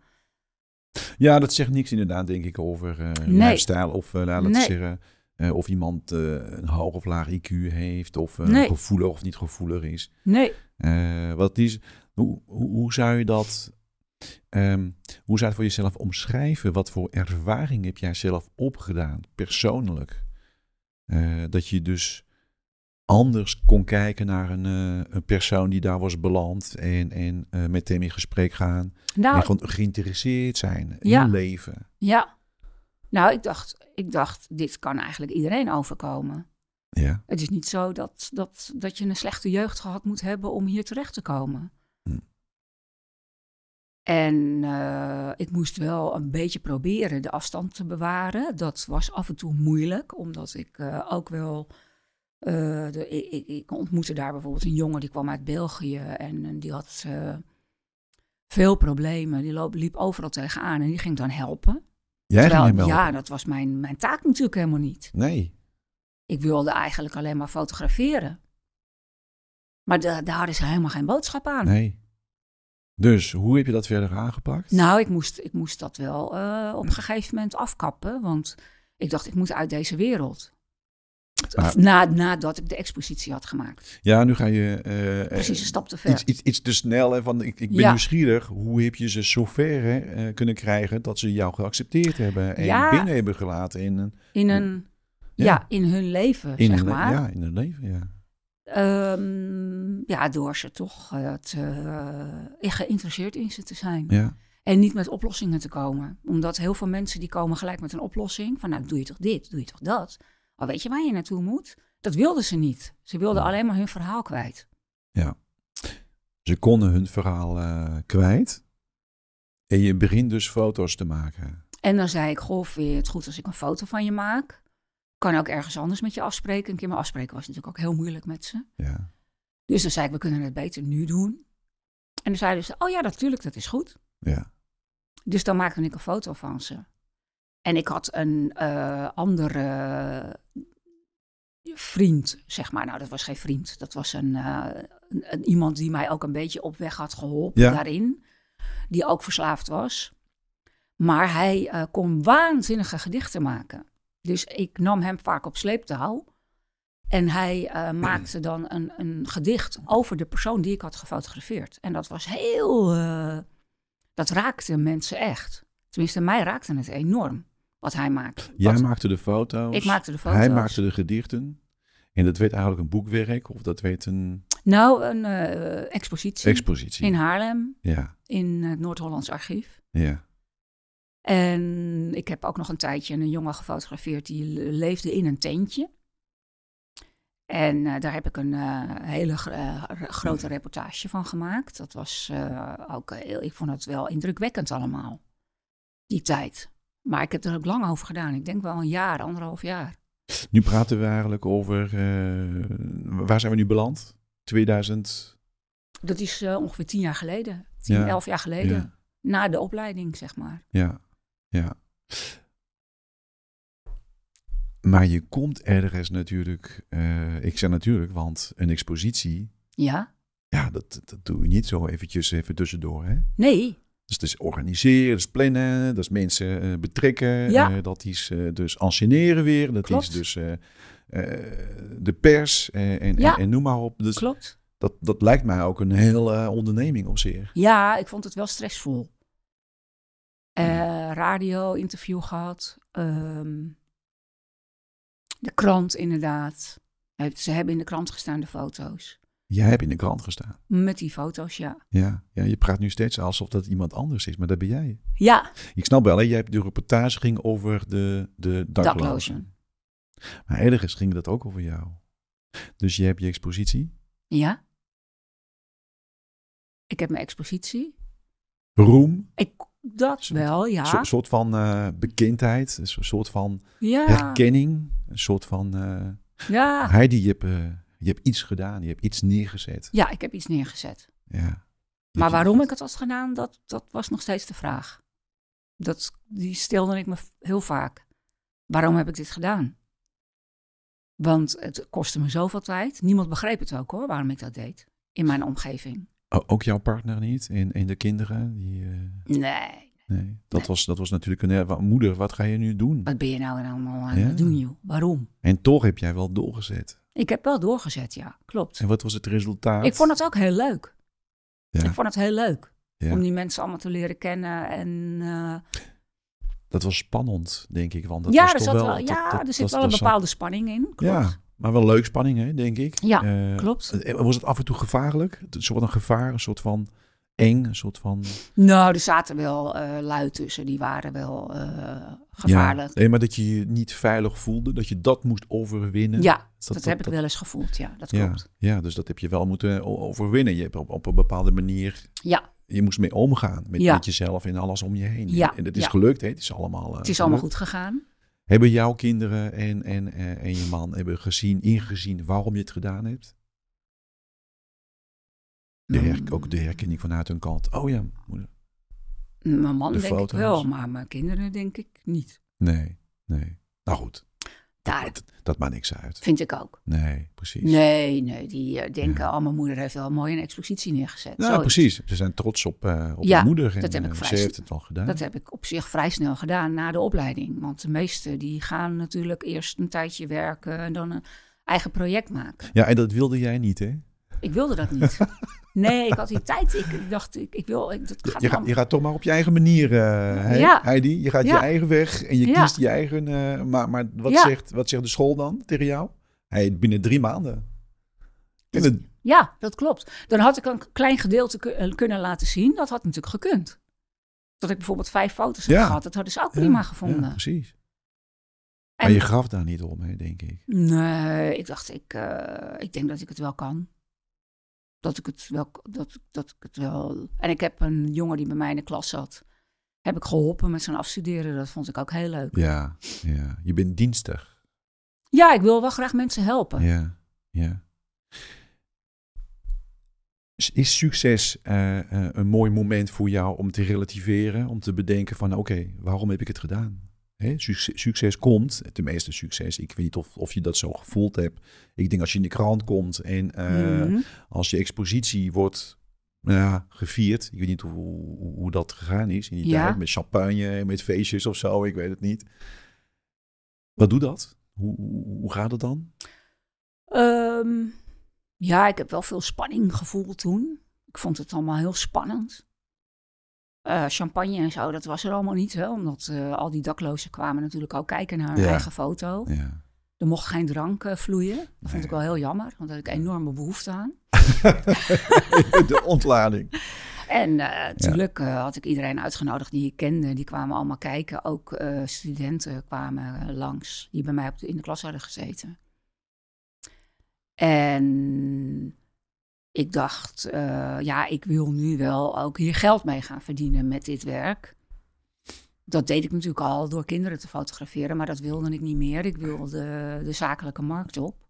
Ja, dat zegt niks inderdaad, denk ik, over uh, nee. lifestyle of uh, laten we nee. zeggen... Uh, of iemand uh, een hoog of laag I Q heeft, of uh, nee. gevoelig of niet gevoelig is. Nee. Uh, wat is hoe, hoe, hoe zou je dat... Um, hoe zou je het voor jezelf omschrijven? Wat voor ervaring heb jij zelf opgedaan, persoonlijk? Uh, dat je dus anders kon kijken naar een, uh, een persoon die daar was beland en, en uh, met hem in gesprek gaan. Nou, en gewoon geïnteresseerd zijn in ja. je leven. Ja. Nou, ik dacht, ik dacht, dit kan eigenlijk iedereen overkomen. Ja. Het is niet zo dat, dat, dat je een slechte jeugd gehad moet hebben om hier terecht te komen. Hm. En uh, ik moest wel een beetje proberen de afstand te bewaren. Dat was af en toe moeilijk, omdat ik uh, ook wel Uh, de, ik, ik ontmoette daar bijvoorbeeld een jongen die kwam uit België en, en die had uh, veel problemen. Die loop, liep overal tegenaan en die ging dan helpen. Jij Terwijl, ging hem helpen? Ja, dat was mijn, mijn taak natuurlijk helemaal niet. Nee. Ik wilde eigenlijk alleen maar fotograferen. Maar de, daar hadden ze helemaal geen boodschap aan. Nee. Dus hoe heb je dat verder aangepakt? Nou, ik moest, ik moest dat wel uh, op een gegeven moment afkappen. Want ik dacht, ik moet uit deze wereld. Maar, Na, nadat ik de expositie had gemaakt. Ja, nu ga je... Uh, Precies een stap te ver. Iets, iets, iets te snel. Hè, van, ik, ik ben ja. nieuwsgierig. Hoe heb je ze zover hè, uh, kunnen krijgen dat ze jou geaccepteerd hebben en ja. binnen hebben gelaten in een... In, een, ja. ja, in hun leven, in zeg hun, maar. Ja, in hun leven, ja. Um, ja, door ze toch uh, te, uh, geïnteresseerd in ze te zijn. Ja. En niet met oplossingen te komen. Omdat heel veel mensen die komen gelijk met een oplossing. Van nou, doe je toch dit, doe je toch dat. Maar weet je waar je naartoe moet? Dat wilden ze niet. Ze wilden alleen maar hun verhaal kwijt. Ja. Ze konden hun verhaal uh, kwijt. En je begint dus foto's te maken. En dan zei ik, goh, vind je het goed als ik een foto van je maak? Kan ook ergens anders met je afspreken. Een keer maar afspreken was natuurlijk ook heel moeilijk met ze. Ja. Dus dan zei ik, we kunnen het beter nu doen. En dan zeiden ze, oh ja, natuurlijk, dat is goed. Ja. Dus dan maakte ik een foto van ze. En ik had een uh, andere vriend, zeg maar. Nou, dat was geen vriend. Dat was een, uh, een, een iemand die mij ook een beetje op weg had geholpen ja. daarin. Die ook verslaafd was. Maar hij uh, kon waanzinnige gedichten maken. Dus ik nam hem vaak op sleeptouw. En hij uh, maakte dan een, een gedicht over de persoon die ik had gefotografeerd. En dat was heel... Uh, dat raakte mensen echt. Tenminste, mij raakte het enorm. Wat hij maakte. Jij wat, maakte de foto's. Ik maakte de foto's. Hij maakte de gedichten. En dat werd eigenlijk een boekwerk of dat werd een... Nou, een uh, expositie. Expositie. In Haarlem. Ja. In het Noord-Hollands Archief. Ja. En ik heb ook nog een tijdje een jongen gefotografeerd die leefde in een tentje. En uh, daar heb ik een uh, hele uh, grote reportage van gemaakt. Dat was uh, ook heel, ik vond het wel indrukwekkend allemaal. Die tijd. Maar ik heb er ook lang over gedaan. Ik denk wel een jaar, anderhalf jaar. Nu praten we eigenlijk over... Uh, waar zijn we nu beland? tweeduizend? Dat is uh, ongeveer tien jaar geleden. Tien, ja. elf jaar geleden. Ja. Na de opleiding, zeg maar. Ja, ja. Maar je komt ergens natuurlijk... Uh, ik zeg natuurlijk, want een expositie... Ja. Ja, dat, dat doe je niet zo eventjes even tussendoor, hè? Nee. Dus het is organiseren, dat is plannen, dat is mensen uh, betrekken. Ja. Uh, dat is uh, dus enchaîneren weer. Dat Klopt. is dus uh, uh, de pers uh, en, ja. en, en noem maar op. Dus Klopt. Dat, dat lijkt mij ook een hele uh, onderneming op zich. Ja, ik vond het wel stressvol. Uh, radio-interview gehad. Um, de krant inderdaad. Ze hebben in de krant gestaan, de foto's. Jij hebt in de krant gestaan. Met die foto's, ja. Ja, ja, je praat nu steeds alsof dat iemand anders is, maar dat ben jij. Ja. Ik snap wel, hè? Jij hebt de reportage ging over de, de daklozen. daklozen. Maar ergens ging dat ook over jou. Dus je hebt je expositie. Ja. Ik heb mijn expositie. Roem. Ik, dat soort, wel, ja. Een soort van uh, bekendheid, een soort van ja. herkenning. Een soort van... Uh, ja. Heidi, je hebt... Uh, Je hebt iets gedaan, je hebt iets neergezet. Ja, ik heb iets neergezet. Ja. Maar waarom ik het had gedaan, dat, dat was nog steeds de vraag. Dat, die stelde ik me heel vaak. Waarom heb ik dit gedaan? Want het kostte me zoveel tijd. Niemand begreep het ook hoor, waarom ik dat deed. In mijn omgeving. O, ook jouw partner niet? En, en de kinderen? Die, uh... Nee. Nee, dat, nee. Was, dat was natuurlijk een... Moeder, wat ga je nu doen? Wat ben je nou allemaal aan het doen, joh? Waarom? En toch heb jij wel doorgezet. Ik heb wel doorgezet, ja. Klopt. En wat was het resultaat? Ik vond het ook heel leuk. Ja. Ik vond het heel leuk. Ja. Om die mensen allemaal te leren kennen. En, uh... dat was spannend, denk ik. Want dat ja, was er, toch zat wel, wel, dat, ja dat, er dat, zit dat, wel een dat bepaalde zat... spanning in. Klopt. Ja, maar wel leuk spanning, hè, denk ik. Ja, uh, klopt. Was het af en toe gevaarlijk? Een soort van gevaar, een soort van eng, een soort van... Nou, er zaten wel uh, lui tussen, die waren wel uh, gevaarlijk. Ja, nee, maar dat je je niet veilig voelde, dat je dat moest overwinnen. Ja, dat, dat, dat dat heb ik dat... wel eens gevoeld, ja, dat ja, klopt. Ja, dus dat heb je wel moeten overwinnen. Je hebt op, op een bepaalde manier... Ja. Je moest mee omgaan met, ja. met jezelf en alles om je heen. Ja. En dat is ja. gelukt, hè? Het is allemaal uh, Het is gelukt. allemaal goed gegaan. Hebben jouw kinderen en, en, en je man hebben gezien, ingezien waarom je het gedaan hebt? De her, ook de herkenning vanuit hun kant. Oh ja, moeder. Mijn man De denk foto's. ik wel, maar mijn kinderen denk ik niet. Nee, nee. Nou goed, Daar dat, dat maakt niks uit. vind ik ook. Nee, precies. Nee, nee, die uh, denken, Ja. oh, mijn moeder heeft wel mooi een expositie neergezet. Nou, Zoiets. precies. Ze zijn trots op, uh, op Ja, hun moeder. En dat heb ik uh, vrij ze snel- heeft het al gedaan. Dat heb ik op zich vrij snel gedaan na de opleiding. Want de meesten die gaan natuurlijk eerst een tijdje werken en dan een eigen project maken. Ja, en dat wilde jij niet, hè? Ik wilde dat niet. Nee, ik had die tijd. Ik, ik dacht, ik, ik wil... Ik, dat gaat Je, gaat, allemaal- je gaat toch maar op je eigen manier, uh, He- Ja. Heidi. Je gaat Ja. je eigen weg en je Ja. kiest je eigen... Uh, maar maar wat, Ja. zegt, wat zegt de school dan tegen jou? Hey, binnen drie maanden. Binnen, Ja, dat klopt. Dan had ik een klein gedeelte ku- kunnen laten zien. Dat had natuurlijk gekund. Dat ik bijvoorbeeld vijf foto's heb Ja. gehad. Dat hadden ze ook ja, prima gevonden. Ja, precies. En- Maar je gaf daar niet om, hè, denk ik. Nee, ik dacht, ik, uh, ik denk dat ik het wel kan. Dat ik het wel, dat, dat ik het wel... En ik heb een jongen die bij mij in de klas zat. Heb ik geholpen met zijn afstuderen. Dat vond ik ook heel leuk. Ja, ja. Je bent dienstig. Ja, ik wil wel graag mensen helpen. Ja, ja. Is succes uh, uh, een mooi moment voor jou om te relativeren? Om te bedenken van, oké, okay, waarom heb ik het gedaan? Hè? Succes, succes komt, tenminste succes. Ik weet niet of, of je dat zo gevoeld hebt. Ik denk als je in de krant komt en uh, mm-hmm. als je expositie wordt uh, gevierd. Ik weet niet hoe, hoe, hoe dat gegaan is in die ja. tijd. Met champagne en met feestjes of zo, ik weet het niet. Wat doet dat? Hoe, hoe, hoe gaat het dan? Um, ja, ik heb wel veel spanning gevoeld toen. Ik vond het allemaal heel spannend. Uh, champagne en zo, dat was er allemaal niet. Hè? Omdat uh, al die daklozen kwamen natuurlijk ook kijken naar hun ja. eigen foto. Ja. Er mocht geen drank uh, vloeien. Dat nee. vond ik wel heel jammer, want daar had ik enorme behoefte aan. De ontlading. En natuurlijk uh, uh, had ik iedereen uitgenodigd die ik kende. Die kwamen allemaal kijken. Ook uh, studenten kwamen uh, langs die bij mij op de, in de klas hadden gezeten. En ik dacht, uh, ja, ik wil nu wel ook hier geld mee gaan verdienen met dit werk. Dat deed ik natuurlijk al door kinderen te fotograferen, maar dat wilde ik niet meer. Ik wilde de zakelijke markt op.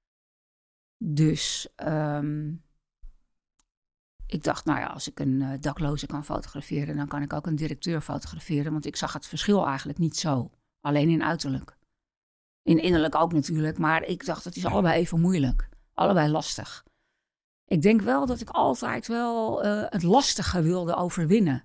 Dus um, ik dacht, nou ja, als ik een uh, dakloze kan fotograferen, dan kan ik ook een directeur fotograferen. Want ik zag het verschil eigenlijk niet zo. Alleen in uiterlijk. In innerlijk ook natuurlijk, maar ik dacht, het is allebei even moeilijk. Allebei lastig. Ik denk wel dat ik altijd wel uh, het lastige wilde overwinnen.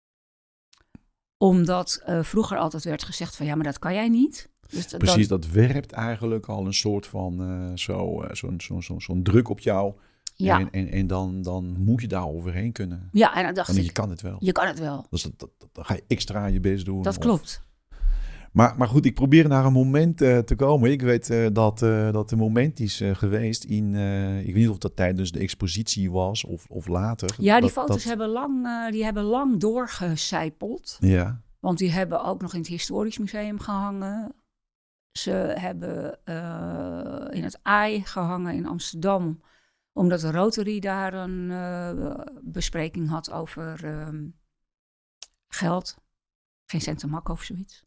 Omdat uh, vroeger altijd werd gezegd van, ja, maar dat kan jij niet. Dus dat, Precies, dat werpt eigenlijk al een soort van uh, zo, uh, zo'n zo, zo, zo'n druk op jou. Ja. En, en, en dan, dan moet je daar overheen kunnen. Ja, en dan dacht en ik... je kan het wel. Je kan het wel. Dus dat, dat, dat, dan ga je extra je best doen. Dat of... klopt. Maar, maar goed, ik probeer naar een moment uh, te komen. Ik weet uh, dat, uh, dat een moment is uh, geweest in... Uh, ik weet niet of dat tijdens de expositie was of, of later. Ja, die dat, foto's dat... Hebben, lang, uh, die hebben lang doorgecijpeld. Ja. Want die hebben ook nog in het Historisch Museum gehangen. Ze hebben uh, in het A I gehangen in Amsterdam. Omdat de Rotary daar een uh, bespreking had over uh, geld. Geen cent te mak of zoiets.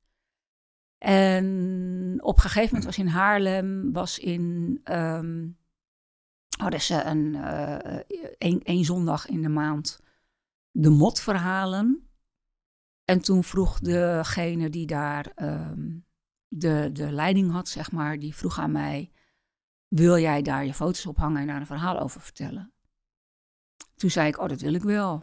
En op een gegeven moment was in Haarlem, was in, um, hadden ze een, uh, een, een zondag in de maand de motverhalen. En toen vroeg degene die daar um, de, de leiding had, zeg maar, die vroeg aan mij, wil jij daar je foto's ophangen en daar een verhaal over vertellen? Toen zei ik, oh, dat wil ik wel.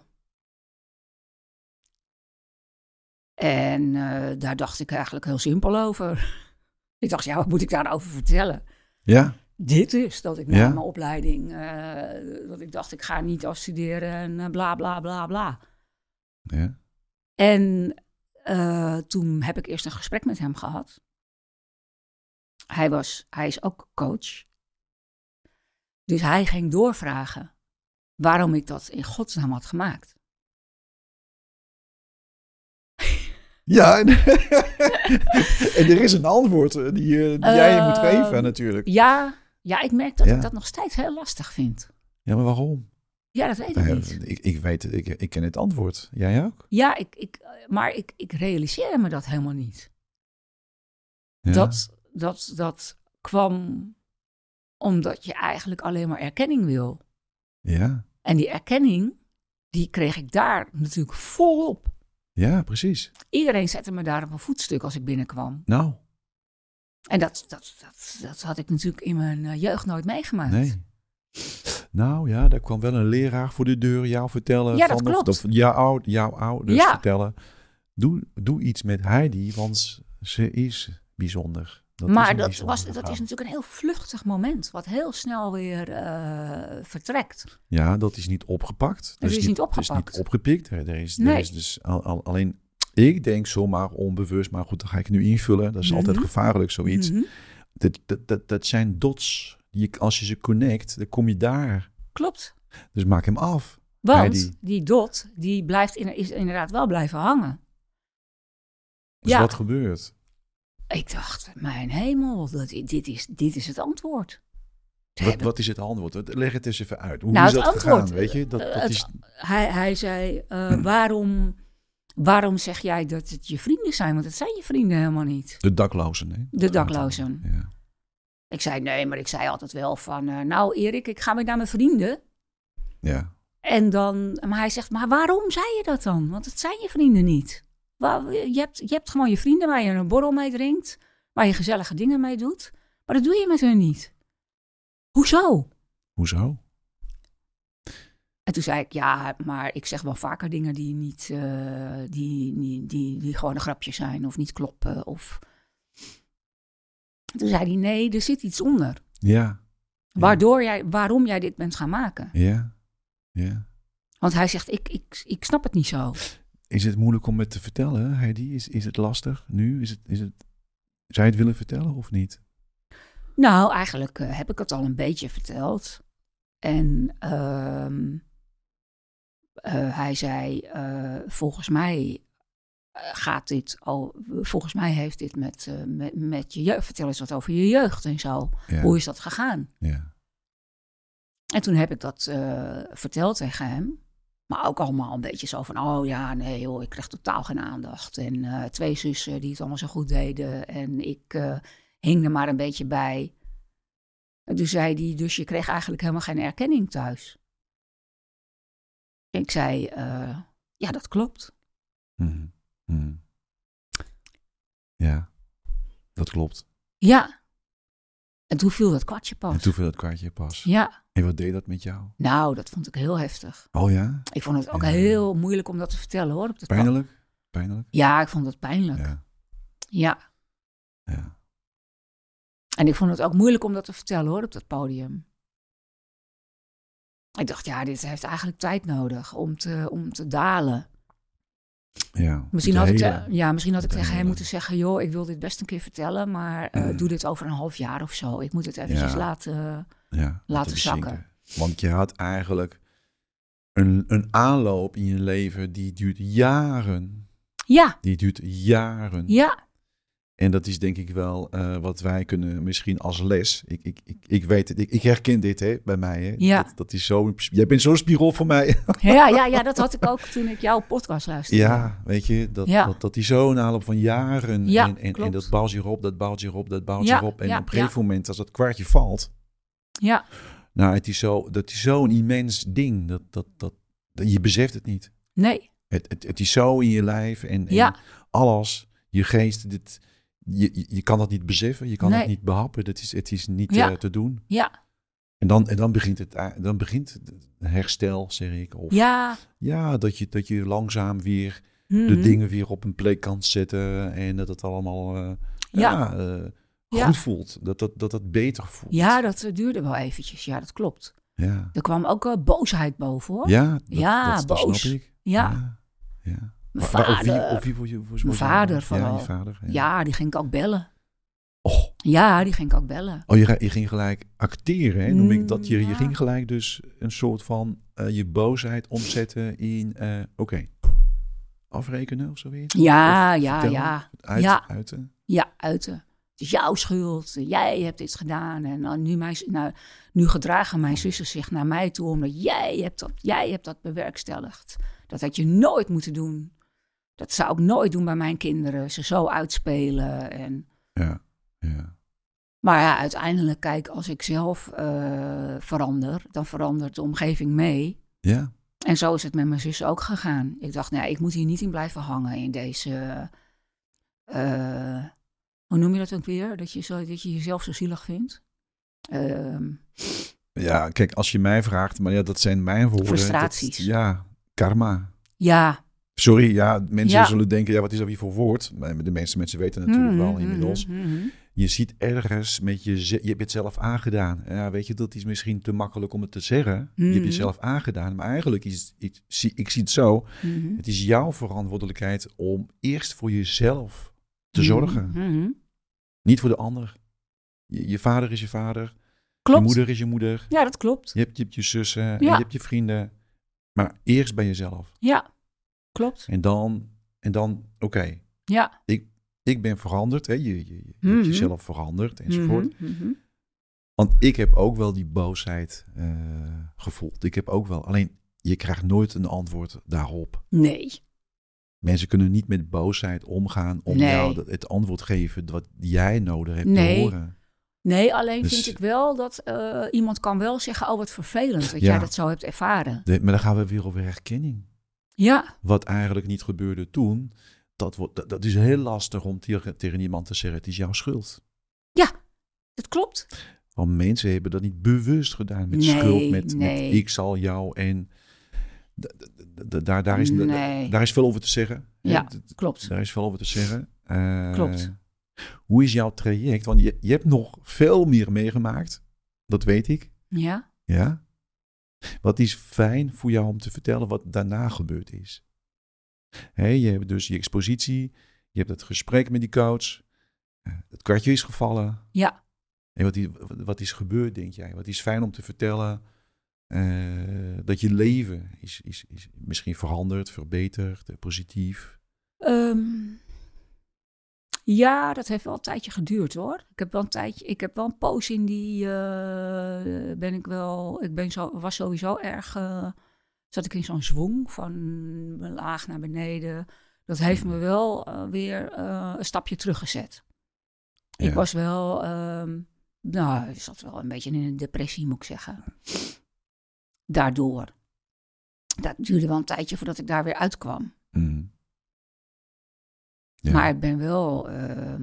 En uh, daar dacht ik eigenlijk heel simpel over. Ik dacht, ja, wat moet ik daarover vertellen? Ja. Dit is dat ik na ja. mijn opleiding, uh, dat ik dacht, ik ga niet afstuderen en uh, bla, bla, bla, bla. Ja. En uh, toen heb ik eerst een gesprek met hem gehad. Hij, was, hij is ook coach. Dus hij ging doorvragen waarom ik dat in godsnaam had gemaakt. Ja, en, en er is een antwoord die, die uh, jij uh, moet geven natuurlijk. Ja, ja ik merk dat ja. ik dat nog steeds heel lastig vind. Ja, maar waarom? Ja, dat weet ik nou, niet. Ik, ik weet, ik, ik ken het antwoord. Jij ook? Ja, ik, ik, maar ik, ik realiseer me dat helemaal niet. Ja. Dat, dat, dat kwam omdat je eigenlijk alleen maar erkenning wil. Ja. En die erkenning, die kreeg ik daar natuurlijk volop. Ja, precies. Iedereen zette me daar op een voetstuk als ik binnenkwam. Nou. En dat, dat, dat, dat had ik natuurlijk in mijn uh, jeugd nooit meegemaakt. Nee. Nou ja, daar kwam wel een leraar voor de deur jou vertellen. Ja, dat van, klopt. Of, of jouw, oud, jouw ouders Ja. vertellen. Doe, doe iets met Heidi, want ze is bijzonder. Dat is maar een dat, bijzondere was, dat vrouw. is natuurlijk een heel vluchtig moment. Wat heel snel weer uh, vertrekt. Ja, dat is niet opgepakt. Het is, is niet opgepakt. Het is niet opgepikt. Er is, nee. er is dus al, al, alleen... Ik denk zomaar onbewust, maar goed, dan ga ik nu invullen. Dat is mm-hmm. altijd gevaarlijk, zoiets. Mm-hmm. Dat, dat, dat, dat zijn dots. Die, als je ze connect, dan kom je daar. Klopt. Dus maak hem af. Want Heidi. die dot, die blijft in, is inderdaad wel blijven hangen. Dus ja. wat gebeurt? Ik dacht, mijn hemel, dat, dit, is, dit is het antwoord. Wat, wat is het antwoord? Leg het eens even uit. Hoe nou, is dat het antwoord, gegaan? Weet je? Dat, dat het, is... hij, hij zei, uh, waarom, waarom zeg jij dat het je vrienden zijn? Want het zijn je vrienden helemaal niet. De daklozen, hè? De daklozen. Ja. Ik zei, nee, maar ik zei altijd wel van... Uh, nou, Erik, ik ga mee naar mijn vrienden. Ja. En dan... Maar hij zegt, maar waarom zei je dat dan? Want het zijn je vrienden niet. Je hebt, je hebt gewoon je vrienden waar je een borrel mee drinkt. Waar je gezellige dingen mee doet. Maar dat doe je met hun niet. Hoezo? Hoezo? En toen zei ik, ja, maar ik zeg wel vaker dingen die niet... Uh, die, die, die, die gewoon een grapje zijn of niet kloppen. Of... Toen zei hij, nee, er zit iets onder. Ja. Waardoor jij, waarom jij dit bent gaan maken. Ja. Ja. Want hij zegt, ik, ik, ik snap het niet zo. Is het moeilijk om het te vertellen, Heidi? Is, is het lastig nu? Is het, is het... Zou je het willen vertellen of niet? Nou, eigenlijk uh, heb ik het al een beetje verteld. En uh, uh, hij zei, uh, volgens mij gaat dit al, volgens mij heeft dit met, uh, met, met je jeugd, vertel eens wat over je jeugd en zo. Ja. Hoe is dat gegaan? Ja. En toen heb ik dat uh, verteld tegen hem. Maar ook allemaal een beetje zo van, oh ja, nee joh, ik kreeg totaal geen aandacht. En uh, twee zussen die het allemaal zo goed deden. En ik uh, hing er maar een beetje bij. En toen zei hij, dus je kreeg eigenlijk helemaal geen erkenning thuis. En ik zei, uh, ja, dat klopt. Mm-hmm. Mm-hmm. Ja, dat klopt. Ja. En toen viel dat kwartje pas. En toen viel dat kwartje pas. Ja. En wat deed dat met jou? Nou, dat vond ik heel heftig. Oh ja? Ik vond het ook ja. heel moeilijk om dat te vertellen, hoor. Op pijnlijk? Pad. Pijnlijk? Ja, ik vond het pijnlijk. Ja. Ja. Ja. En ik vond het ook moeilijk om dat te vertellen, hoor, op dat podium. Ik dacht, ja, dit heeft eigenlijk tijd nodig om te, om te dalen. Ja, misschien had hele, ik, ja, misschien had ik tegen hem moeten zeggen, joh, ik wil dit best een keer vertellen, maar uh, mm. doe dit over een half jaar of zo. Ik moet het eventjes ja. laten, ja, laten zakken. Zinken. Want je had eigenlijk een, een aanloop in je leven die duurt jaren. Ja. Die duurt jaren. Ja. En dat is denk ik wel uh, wat wij kunnen misschien als les. Ik, ik, ik, ik weet het, ik, ik herken dit hè, bij mij. Hè. Ja. Dat, dat is zo, jij bent zo'n spiegel voor mij. Ja, ja, ja, dat had ik ook toen ik jouw podcast luisterde. Ja, weet je, dat, ja. dat, dat is zo'n aanloop van jaren. Ja, en, en, klopt. en dat bouwt zich op, dat bouwt zich op, dat bouwt ja, zich op. En ja, op een gegeven ja. moment, als dat kwartje valt. Ja. Nou, het is zo, dat is zo'n immens ding. Dat, dat, dat, dat, je beseft het niet. Nee. Het, het, het is zo in je lijf en, en ja. alles, je geest, dit, je, je, je kan dat niet beseffen, je kan nee. het niet behappen. Dat is, het is niet ja. uh, te doen. Ja. En dan, en dan begint het, dan begint het herstel, zeg ik. Of, ja. Ja, dat je, dat je langzaam weer mm-hmm. de dingen weer op een plek kan zetten. En dat het allemaal uh, ja. Ja, uh, goed ja. voelt. Dat dat, dat dat beter voelt. Ja, dat uh, duurde wel eventjes. Ja, dat klopt. Ja. Er kwam ook uh, boosheid boven, hoor. Ja, dat, ja dat, boos. Dat snap ik. Ja. ja. ja. Mijn maar, vader. Of wie, of wie, of wie, of wie, Mijn vader vooral. Ja, je vader. Ja. ja, die ging ik ook bellen. Oh. Ja, die ging ik ook bellen. Oh, je, je ging gelijk acteren, hè? Noem ik dat? Je, ja. je ging gelijk dus een soort van uh, je boosheid omzetten in, uh, oké, okay. afrekenen of zoiets? Ja, of ja, vertellen, ja. Uit, ja. Uiten? Ja, uiten. Het is jouw schuld. Jij hebt dit gedaan. En nou, nu, mijn, nou, nu gedragen mijn zussen zich naar mij toe, omdat jij hebt dat, jij hebt dat bewerkstelligd. Dat had je nooit moeten doen. Dat zou ik nooit doen bij mijn kinderen. Ze zo uitspelen. En ja. Ja. Maar ja, uiteindelijk, kijk, als ik zelf uh, verander, dan verandert de omgeving mee. Ja. En zo is het met mijn zus ook gegaan. Ik dacht, nou, ik moet hier niet in blijven hangen in deze... Uh, hoe noem je dat ook weer? Dat je, zo, dat je jezelf zo zielig vindt. Uh, ja, kijk, als je mij vraagt, maar ja, dat zijn mijn woorden. Frustraties. Dat, ja, karma. Ja. Sorry, ja, mensen ja. zullen denken, ja, wat is dat weer voor woord? Maar de meeste mensen weten natuurlijk mm-hmm, wel inmiddels. Mm-hmm. Je ziet ergens met je, je hebt het zelf aangedaan. Ja, weet je, dat is misschien te makkelijk om het te zeggen. Mm-hmm. Je hebt het zelf aangedaan, maar eigenlijk is ik, zie, ik zie het zo. Mm-hmm. Het is jouw verantwoordelijkheid om eerst voor jezelf te zorgen. Mm-hmm. Niet voor de ander. Je, je vader is je vader. Klopt. Je moeder is je moeder. Ja, dat klopt. Je hebt je, hebt je zussen, ja. en je hebt je vrienden. Maar eerst bij jezelf. Ja, klopt. En dan, en dan oké. Okay, ja. ik, ik ben veranderd. Hè? Je, je, je mm-hmm. hebt jezelf veranderd enzovoort. Mm-hmm. Want ik heb ook wel die boosheid uh, gevoeld. Ik heb ook wel. Alleen, je krijgt nooit een antwoord daarop. Nee. Mensen kunnen niet met boosheid omgaan om nee. jou het antwoord te geven wat jij nodig hebt nee. te horen. Nee, alleen dus, vind ik wel dat uh, iemand kan wel zeggen, oh wat vervelend dat ja, jij dat zo hebt ervaren. De, maar dan gaan we weer over herkenning. Ja. Wat eigenlijk niet gebeurde toen, dat, wordt, dat, dat is heel lastig om tegen, tegen iemand te zeggen, het is jouw schuld. Ja, dat klopt. Want mensen hebben dat niet bewust gedaan met nee, schuld, met, nee. met ik zal jou en d- d- d- daar, daar, is, nee. daar is veel over te zeggen. Ja, d- d- klopt. Daar is veel over te zeggen. Uh, klopt. Hoe is jouw traject? Want je, je hebt nog veel meer meegemaakt. Dat weet ik. Ja. Ja. Wat is fijn voor jou om te vertellen wat daarna gebeurd is? Hey, je hebt dus je expositie. Je hebt het gesprek met die coach. Het kwartje is gevallen. Ja. En wat is, wat is gebeurd, denk jij? Wat is fijn om te vertellen? Uh, dat je leven is, is, is misschien veranderd, verbeterd, positief? Um... Ja, dat heeft wel een tijdje geduurd hoor. Ik heb wel een tijdje, ik heb wel een poos in die uh, ben ik wel, ik ben zo, was sowieso erg, uh, zat ik in zo'n zwang van laag naar beneden. Dat heeft me wel uh, weer uh, een stapje teruggezet. Ja. Ik was wel, uh, nou, ik zat wel een beetje in een depressie moet ik zeggen. Daardoor. Dat duurde wel een tijdje voordat ik daar weer uitkwam. Mm. Ja. Maar ik ben wel uh,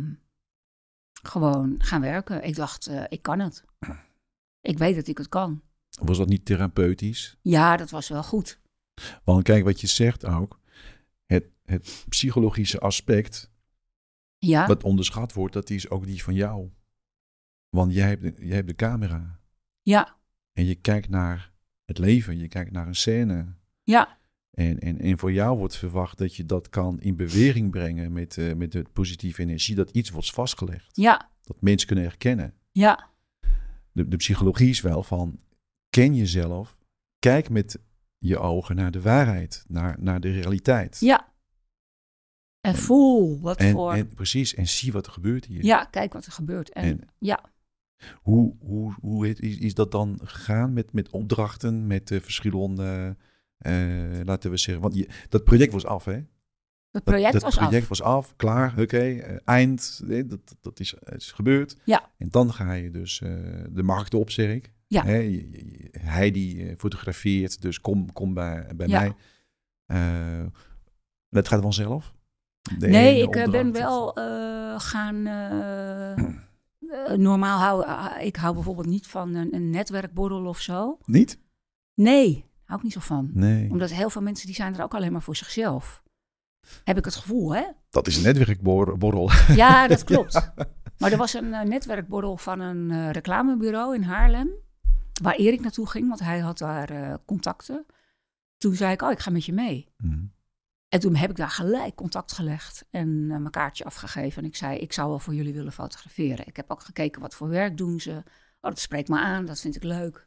gewoon gaan werken. Ik dacht, uh, ik kan het. Ik weet dat ik het kan. Was dat niet therapeutisch? Ja, dat was wel goed. Want kijk wat je zegt ook. Het, het psychologische aspect ja. wat onderschat wordt, dat is ook die van jou. Want jij hebt de, jij hebt de camera. Ja. En je kijkt naar het leven. Je kijkt naar een scène. Ja. En, en, en voor jou wordt verwacht dat je dat kan in beweging brengen met, uh, met de positieve energie. Dat iets wordt vastgelegd. Ja. Dat mensen kunnen herkennen. Ja. De, de psychologie is wel van, ken jezelf. Kijk met je ogen naar de waarheid. Naar, naar de realiteit. Ja. En, en voel wat en, voor... En, precies. En zie wat er gebeurt hier. Ja, kijk wat er gebeurt. En, en ja. Hoe, hoe, hoe is, is dat dan gegaan met, met opdrachten, met uh, verschillende... Uh, laten we zeggen, want je, dat project was af, hè? Het project, dat, was, dat project af. was af, klaar, oké, okay, uh, eind, nee, dat, dat is, is gebeurd. Ja. En dan ga je dus uh, de markt op, zeg ik. Ja. Hè? Je, je, hij die uh, fotografeert, dus kom, kom bij, bij ja. mij. Uh, dat gaat vanzelf? De nee, ik ben wel uh, gaan... Uh, uh, normaal hou uh, ik hou bijvoorbeeld niet van een, een netwerkborrel of zo. Niet? Nee. Hou ik niet zo van. Nee. Omdat heel veel mensen die zijn er ook alleen maar voor zichzelf. Heb ik het gevoel, hè? Dat is een netwerkborrel. Ja, dat klopt. Ja. Maar er was een uh, netwerkborrel van een uh, reclamebureau in Haarlem. Waar Erik naartoe ging, want hij had daar uh, contacten. Toen zei ik, oh, ik ga met je mee. Mm. En toen heb ik daar gelijk contact gelegd en uh, mijn kaartje afgegeven. En ik zei, ik zou wel voor jullie willen fotograferen. Ik heb ook gekeken wat voor werk doen ze. Oh, dat spreekt me aan, dat vind ik leuk.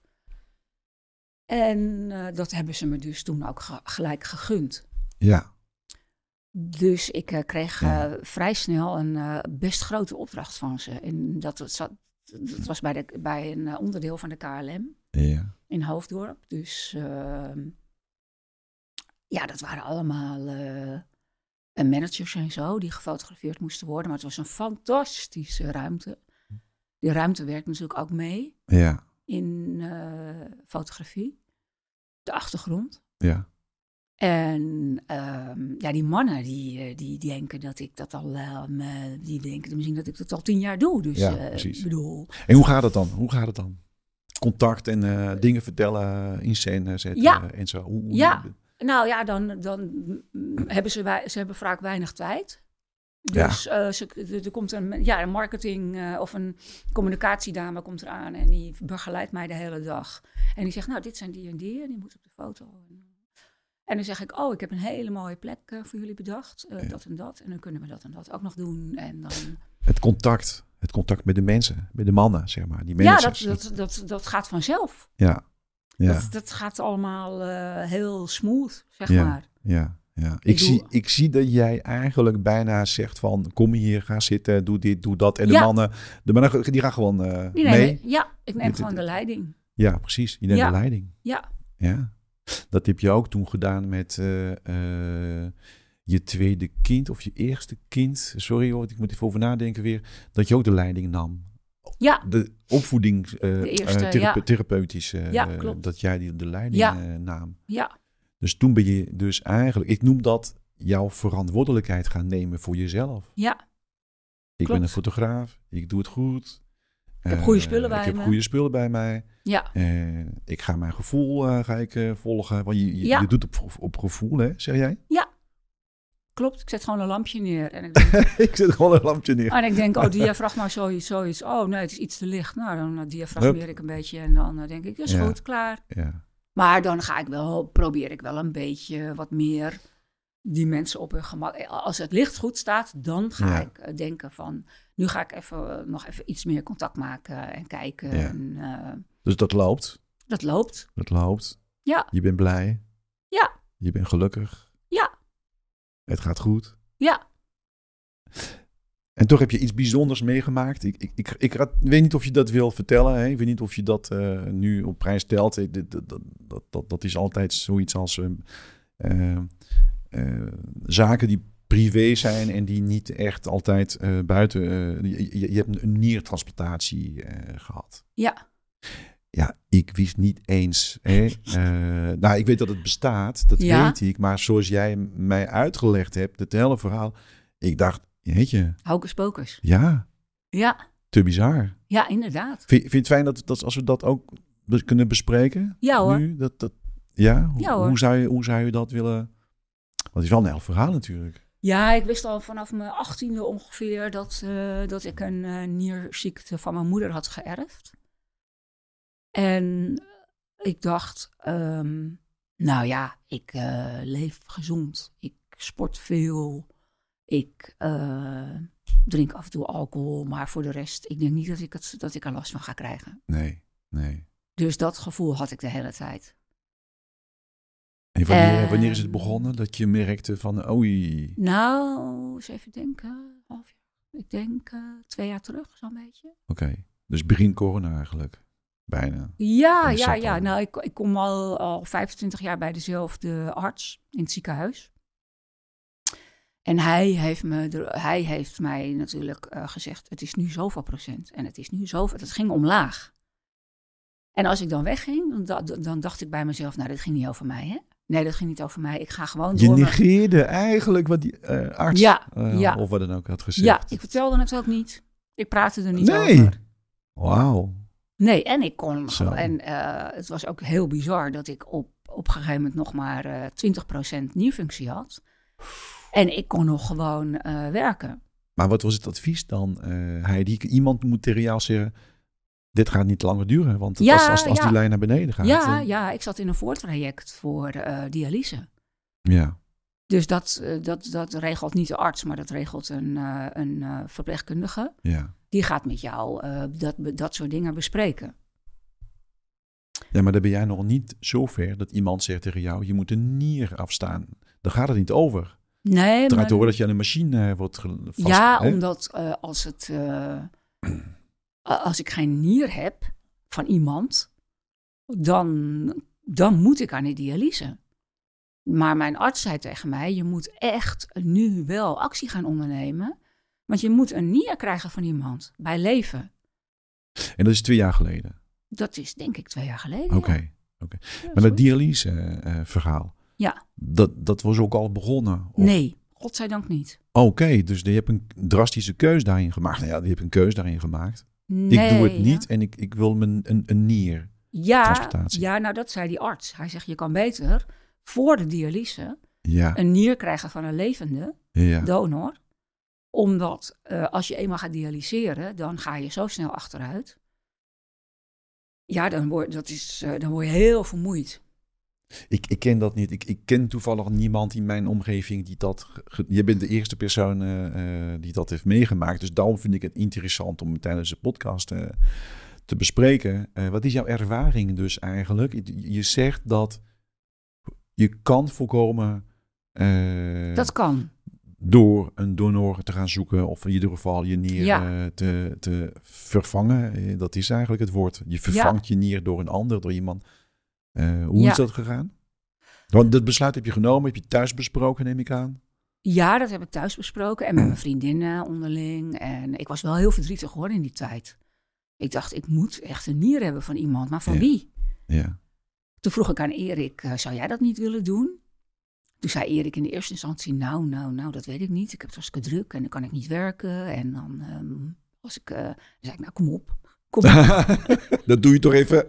En uh, dat hebben ze me dus toen ook ge- gelijk gegund. Ja. Dus ik uh, kreeg uh, ja. vrij snel een uh, best grote opdracht van ze. En dat, zat, dat was bij, de, bij een uh, onderdeel van de K L M ja. in Hoofddorp. Dus uh, ja, dat waren allemaal uh, managers en zo die gefotografeerd moesten worden. Maar het was een fantastische ruimte. Die ruimte werkt natuurlijk ook mee Ja, in uh, fotografie. De achtergrond. ja. En um, ja, die mannen die, die denken dat ik dat al, um, die denken misschien dat ik dat al tien jaar doe. Dus Ja, uh, precies. bedoel. En hoe gaat het dan? Hoe gaat het dan? Contact en uh, dingen vertellen, in scène zetten Ja. en zo. Hoe, hoe, Ja, nou ja, dan, dan hebben ze, wij, ze hebben vaak weinig tijd. Dus ja. uh, ze, er komt een, ja, een marketing uh, of een communicatiedame komt eraan en die begeleidt mij de hele dag. En die zegt, nou, dit zijn die en die en die moet op de foto. En dan zeg ik, oh, ik heb een hele mooie plek uh, voor jullie bedacht. Uh, ja. Dat en dat. En dan kunnen we dat en dat ook nog doen. En dan... Het contact. Het contact met de mensen. Met de mannen, zeg maar. Die mensen. Ja, dat, dat, dat, dat gaat vanzelf. Ja. ja. Dat, dat gaat allemaal uh, heel smooth, zeg ja. maar. Ja, ja. Ik, Ik zie, doe- ik zie dat jij eigenlijk bijna zegt van... Kom hier, ga zitten, doe dit, doe dat. En de Ja. mannen, de mannen die gaan gewoon uh, Die mee. nemen, ja, ik neem Dit- gewoon dit- de leiding. Ja, precies. Je neemt Ja. de leiding. Ja, Ja. Dat heb je ook toen gedaan met uh, uh, je tweede kind of je eerste kind. Sorry hoor, ik moet even over nadenken weer. Dat je ook de leiding nam. ja, De opvoeding, uh, De eerste, uh, therape- ja. therapeutisch, uh, Ja, klopt. dat jij die de leiding Ja. uh, nam. ja, Dus toen ben je dus eigenlijk, ik noem dat jouw verantwoordelijkheid gaan nemen voor jezelf. ja, Ik Klopt. ben een fotograaf, ik doe het goed. Ik heb Uh, goede spullen bij Ik heb me. goede spullen bij mij. ja, Uh, ik ga mijn gevoel uh, ga ik, uh, volgen. Want je, je, Ja. je doet op, op gevoel, hè, zeg jij? klopt. Ik zet gewoon een lampje neer. En ik denk, Ik zet gewoon een lampje neer. en ik denk oh, diafragma, zoiets, zoiets. Oh, nee, het is iets te licht. Nou, dan uh, diafragmeer ik een beetje en dan uh, denk ik, dat is Ja. goed, klaar. Ja. Maar dan ga ik wel, probeer ik wel een beetje wat meer die mensen op hun gemak. Als het licht goed staat, dan ga Ja. ik uh, denken van, nu ga ik even, uh, nog even iets meer contact maken en kijken. Ja. En, uh, Dus dat loopt. dat loopt. Dat loopt. Ja, Je bent blij. Ja. Je bent gelukkig. Ja. Het gaat goed. ja. En toch heb je iets bijzonders meegemaakt. Ik, ik, ik, ik raad- weet niet of je dat wil vertellen. Hè? Ik weet niet of je dat uh, nu op prijs stelt. Eh, Dat, dat, dat, dat, dat is altijd zoiets als uh, uh, uh, zaken die privé zijn en die niet echt altijd uh, buiten... Uh, je, je hebt een niertransplantatie uh, gehad. Ja. Ja, ik wist niet eens. Hè? Uh, nou, ik weet dat het bestaat, dat Ja. weet ik. Maar zoals jij mij uitgelegd hebt, het hele verhaal... Ik dacht, jeetje, Hocus pocus. ja, Ja, te bizar. ja, inderdaad. Vind, vind je het fijn dat, dat als we dat ook be- kunnen bespreken? Ja hoor. Nu? Dat, dat, ja? Hoe, Ja, hoor. hoe, zou je, hoe zou je dat willen... Want het is wel een heel verhaal natuurlijk. Ja, ik wist al vanaf mijn achttiende ongeveer dat, uh, dat ik een uh, nierziekte van mijn moeder had geërfd. En ik dacht, um, nou ja, ik uh, leef gezond. Ik sport veel. Ik uh, drink af en toe alcohol. Maar voor de rest, ik denk niet dat ik, het, dat ik er last van ga krijgen. Nee, nee. Dus dat gevoel had ik de hele tijd. En wanneer, En- wanneer is het begonnen dat je merkte van... Oei, Nou, eens even denken. Half jaar. Ik denk uh, twee jaar terug, zo'n beetje. oké. Dus begin corona eigenlijk. Bijna. Ja, En de ja, zat ja. al. Nou, ik, ik kom al, al vijfentwintig jaar bij dezelfde arts in het ziekenhuis. En hij heeft, me, er- hij heeft mij natuurlijk uh, gezegd, het is nu zoveel procent. En het is nu zoveel, het ging omlaag. En als ik dan wegging, dan, da- dan dacht ik bij mezelf, nou, dit ging niet over mij, hè? Nee, dat ging niet over mij. Ik ga gewoon Je door. mijn- negeerde eigenlijk wat die uh, arts Ja, uh, ja. of wat dan ook had gezegd. Ja, ik vertelde het ook niet. Ik praatte er niet Nee. over. Wauw. Nee, en ik kon Zo. gewoon. En uh, het was ook heel bizar dat ik op, op een gegeven moment nog maar uh, twintig procent nierfunctie had. En ik kon nog gewoon uh, werken. Maar wat was het advies dan? Uh, Heidi, iemand moet tegen jou zeggen... Dit gaat niet langer duren, want Ja, als, als, als ja. die lijn naar beneden gaat... Ja, uh, ja, ik zat in een voortraject voor uh, dialyse. ja. Dus dat, uh, dat, dat regelt niet de arts, maar dat regelt een, uh, een uh, verpleegkundige. Ja. Die gaat met jou uh, dat, dat soort dingen bespreken. Ja, maar dan ben jij nog niet zo ver dat iemand zegt tegen jou... je moet een nier afstaan. Daar gaat het niet over. Nee, Het gaat maar... over dat je aan een machine uh, wordt ge- vast... Ja, hè? omdat uh, als, het, uh, als ik geen nier heb van iemand, dan, dan moet ik aan de dialyse. Maar mijn arts zei tegen mij, je moet echt nu wel actie gaan ondernemen. Want je moet een nier krijgen van iemand bij leven. En dat is twee jaar geleden? Dat is denk ik twee jaar geleden. Oké. Ja. Okay. Ja, maar dat dialyse uh, verhaal, ja. dat, dat was ook al begonnen? Of? Nee, godzijdank niet. Oké, okay, dus je hebt een drastische keus daarin gemaakt. Nou ja, je hebt een keus daarin gemaakt. Nee, ik doe het niet ja. en ik, ik wil mijn, een, een nier. Ja, ja, nou dat zei die arts. Hij zegt, je kan beter voor de dialyse ja. een nier krijgen van een levende ja. donor. Omdat uh, als je eenmaal gaat dialyseren, dan ga je zo snel achteruit. Ja, dan word, dat is, uh, dan word je heel vermoeid. Ik, ik ken dat niet. Ik, ik ken toevallig niemand in mijn omgeving die dat... Je bent de eerste persoon uh, die dat heeft meegemaakt. Dus daarom vind ik het interessant om tijdens de podcast uh, te bespreken. Uh, wat is jouw ervaring dus eigenlijk? Je, je zegt dat je kan voorkomen... Uh, dat kan. Door een donor te gaan zoeken of in ieder geval je nier ja. uh, te, te vervangen. Dat is eigenlijk het woord. Je vervangt ja. je nier door een ander, door iemand... Uh, hoe ja. is dat gegaan? Want dat besluit heb je genomen, heb je thuis besproken, neem ik aan? Ja, dat heb ik thuis besproken en met mijn vriendinnen onderling. En ik was wel heel verdrietig hoor in die tijd. Ik dacht, ik moet echt een nier hebben van iemand, maar van ja. wie? Ja. Toen vroeg ik aan Erik, uh, zou jij dat niet willen doen? Toen zei Erik in de eerste instantie, nou, nou, nou, dat weet ik niet. Ik heb het hartstikke druk en dan kan ik niet werken. En dan um, was ik, uh, dan zei ik, nou, kom op. Kom op. Dat doe je toch even...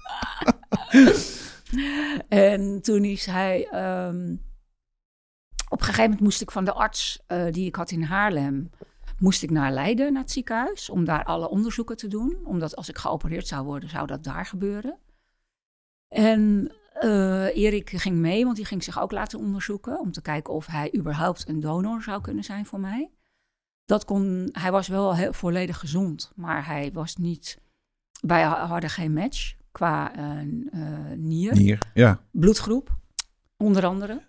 En toen is hij... Um, op een gegeven moment moest ik van de arts uh, die ik had in Haarlem... moest ik naar Leiden, naar het ziekenhuis... om daar alle onderzoeken te doen. Omdat als ik geopereerd zou worden, zou dat daar gebeuren. En uh, Erik ging mee, want die ging zich ook laten onderzoeken... om te kijken of hij überhaupt een donor zou kunnen zijn voor mij. Dat kon, hij was wel heel volledig gezond, maar hij was niet... Wij hadden geen match... Qua uh, uh, nier, nier ja. bloedgroep, onder andere.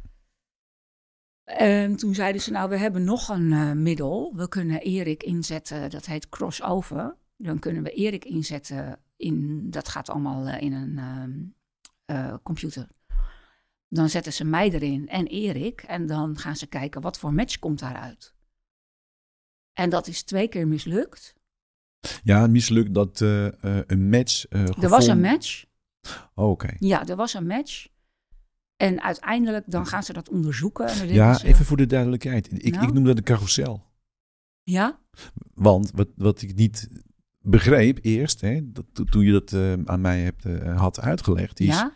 En toen zeiden ze, nou, we hebben nog een uh, middel. We kunnen Erik inzetten, dat heet crossover. Dan kunnen we Erik inzetten, in, dat gaat allemaal uh, in een uh, uh, computer. Dan zetten ze mij erin en Erik. En dan gaan ze kijken, wat voor match komt daaruit. En dat is twee keer mislukt. Ja, mislukt dat uh, uh, een match... Uh, er was een match. Oh, oké. Okay. Ja, er was een match. En uiteindelijk dan gaan ze dat onderzoeken. En dan ja, ze... even voor de duidelijkheid. Ik, nou? ik noem dat een carousel. Ja? Want wat, wat ik niet begreep eerst, hè, dat, toen je dat uh, aan mij hebt, uh, had uitgelegd, is... Ja?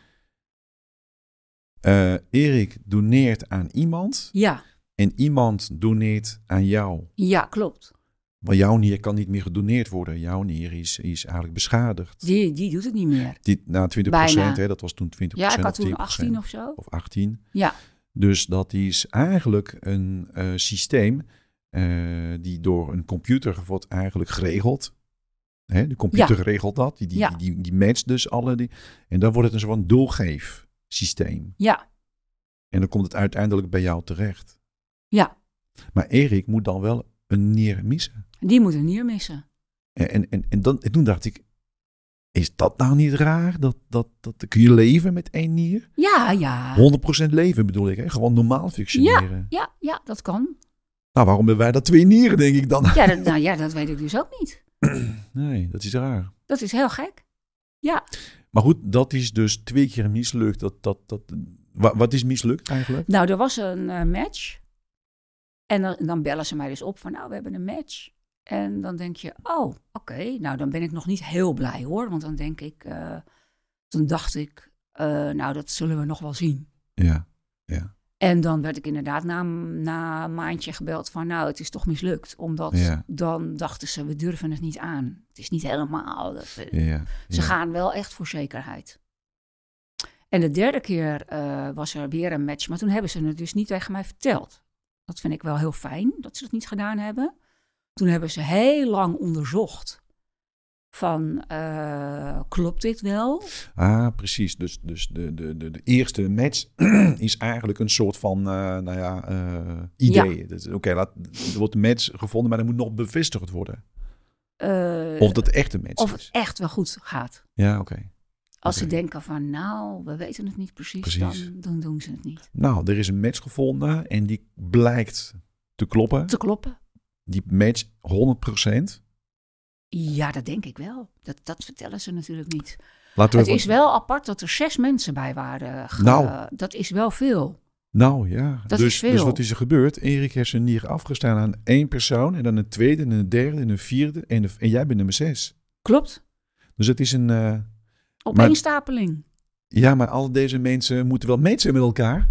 Uh, Erik doneert aan iemand. Ja. En iemand doneert aan jou. Ja, klopt. Maar jouw nier kan niet meer gedoneerd worden. Jouw nier is, is eigenlijk beschadigd. Die, die doet het niet meer. Die, nou, twintig procent, hè, dat was toen twintig procent. Ja, ik had of toen achttien of zo. Of achttien. Ja. Dus dat is eigenlijk een uh, systeem uh, die door een computer wordt eigenlijk geregeld. Hè, de computer ja. regelt dat. Die, die, ja. die, die, die matcht dus alle. Die, en dan wordt het een soort doorgeefsysteem. Ja. En dan komt het uiteindelijk bij jou terecht. Ja. Maar Erik moet dan wel een nier missen. Die moet een nier missen. En, en, en, en, dan, en toen dacht ik, is dat nou niet raar? Dat, dat, dat, kun je leven met één nier? Ja, ja. honderd procent leven bedoel ik, hè? Gewoon normaal functioneren. Ja, ja, ja, dat kan. Nou, waarom hebben wij dat twee nieren, denk ik dan? Ja, dat, nou, ja, dat weet ik dus ook niet. Nee, dat is raar. Dat is heel gek. Ja. Maar goed, dat is dus twee keer mislukt. Dat, dat, dat, wat is mislukt eigenlijk? Nou, er was een uh, match. En dan, dan bellen ze mij dus op van, nou, we hebben een match. En dan denk je, oh, oké. Okay. Nou, dan ben ik nog niet heel blij, hoor. Want dan denk ik, uh, toen dacht ik, uh, nou, dat zullen we nog wel zien. Ja, ja. En dan werd ik inderdaad na, na een maandje gebeld van, nou, het is toch mislukt. Omdat ja. dan dachten ze, we durven het niet aan. Het is niet helemaal. Dat we, ja, ja. Ze gaan wel echt voor zekerheid. En de derde keer uh, was er weer een match. Maar toen hebben ze het dus niet tegen mij verteld. Dat vind ik wel heel fijn, dat ze het niet gedaan hebben. Toen hebben ze heel lang onderzocht van, uh, klopt dit wel? Ah, precies. Dus, dus de, de, de, de eerste match is eigenlijk een soort van, uh, nou ja, uh, idee. Ja. Oké, okay, er wordt een match gevonden, maar dat moet nog bevestigd worden. Uh, of dat echt een match of is. Of het echt wel goed gaat. Ja, oké. Okay. Als okay. ze denken van, nou, we weten het niet precies, precies. Dan, dan doen ze het niet. Nou, er is een match gevonden en die blijkt te kloppen. Te kloppen. Die match honderd procent. Ja, dat denk ik wel. Dat, dat vertellen ze natuurlijk niet. Laten we Het is wel apart dat er zes mensen bij waren. Ge- Nou. Dat is wel veel. Nou ja, Dat dus, is veel. dus wat is er gebeurd? Erik heeft zijn nier afgestaan aan één persoon en dan een tweede en een derde en een vierde en, de, en jij bent nummer zes. Klopt. Dus het is een... Uh, Opeenstapeling. Ja, maar al deze mensen moeten wel matchen met elkaar.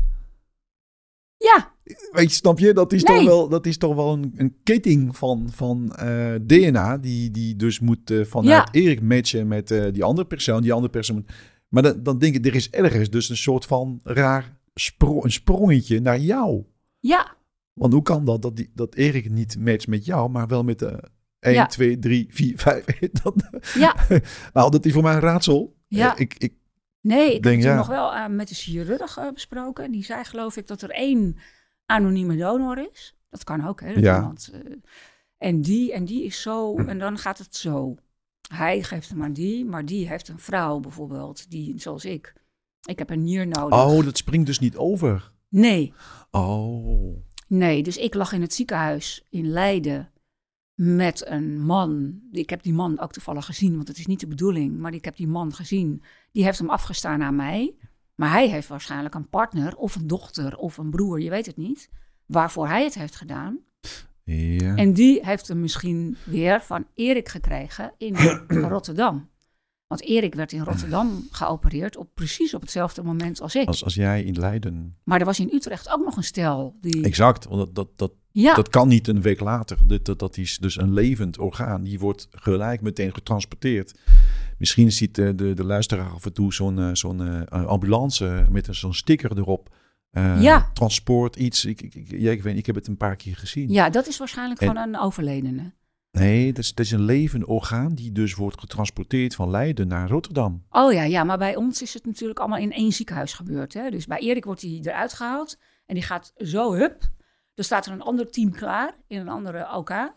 Ja. Weet je, snap je? Dat is Nee. toch wel, dat is toch wel een, een ketting van, van uh, D N A die, die dus moet uh, vanuit ja. Erik matchen met uh, die andere persoon. Die andere persoon moet... Maar dan, dan denk ik, er is ergens dus een soort van raar spro- een sprongetje naar jou. Ja. Want hoe kan dat, dat, die, dat Erik niet matcht met jou, maar wel met uh, één, ja. twee, drie, vier, vijf. Dat, ja. Nou, dat is voor mij een raadsel. Ja. Uh, ik, ik nee, ik denk, heb het ja. nog wel uh, met de chirurg uh, besproken. En die zei geloof ik dat er één anonieme donor is. Dat kan ook, hè? Dat ja. iemand, uh, en, die, en die is zo, en dan gaat het zo. Hij geeft hem aan die, maar die heeft een vrouw bijvoorbeeld, die, zoals ik. Ik heb een nier nodig. Oh, dat springt dus niet over? Nee. Oh. Nee, dus ik lag in het ziekenhuis in Leiden met een man. Ik heb die man ook toevallig gezien, want het is niet de bedoeling. Maar ik heb die man gezien. Die heeft hem afgestaan aan mij. Maar hij heeft waarschijnlijk een partner of een dochter of een broer, je weet het niet. Waarvoor hij het heeft gedaan. Ja. En die heeft hem misschien weer van Erik gekregen in Rotterdam. Want Erik werd in Rotterdam geopereerd op precies op hetzelfde moment als ik. Als, als jij in Leiden. Maar er was in Utrecht ook nog een stel. Die... Exact, want dat, dat, dat, ja. dat kan niet een week later. Dat, dat, dat is dus een levend orgaan. Die wordt gelijk meteen getransporteerd. Misschien ziet de, de, de luisteraar af en toe zo'n, uh, zo'n uh, ambulance met een, zo'n sticker erop. Uh, ja. Transport, iets. Ik, ik, ik, ja, ik, weet, ik heb het een paar keer gezien. Ja, dat is waarschijnlijk en, van een overledene. Nee, dat is, dat is een levend orgaan die dus wordt getransporteerd van Leiden naar Rotterdam. Oh ja, ja, maar bij ons is het natuurlijk allemaal in één ziekenhuis gebeurd. Hè? Dus bij Erik wordt hij eruit gehaald en die gaat zo, hup. Er staat er een ander team klaar in een andere O K.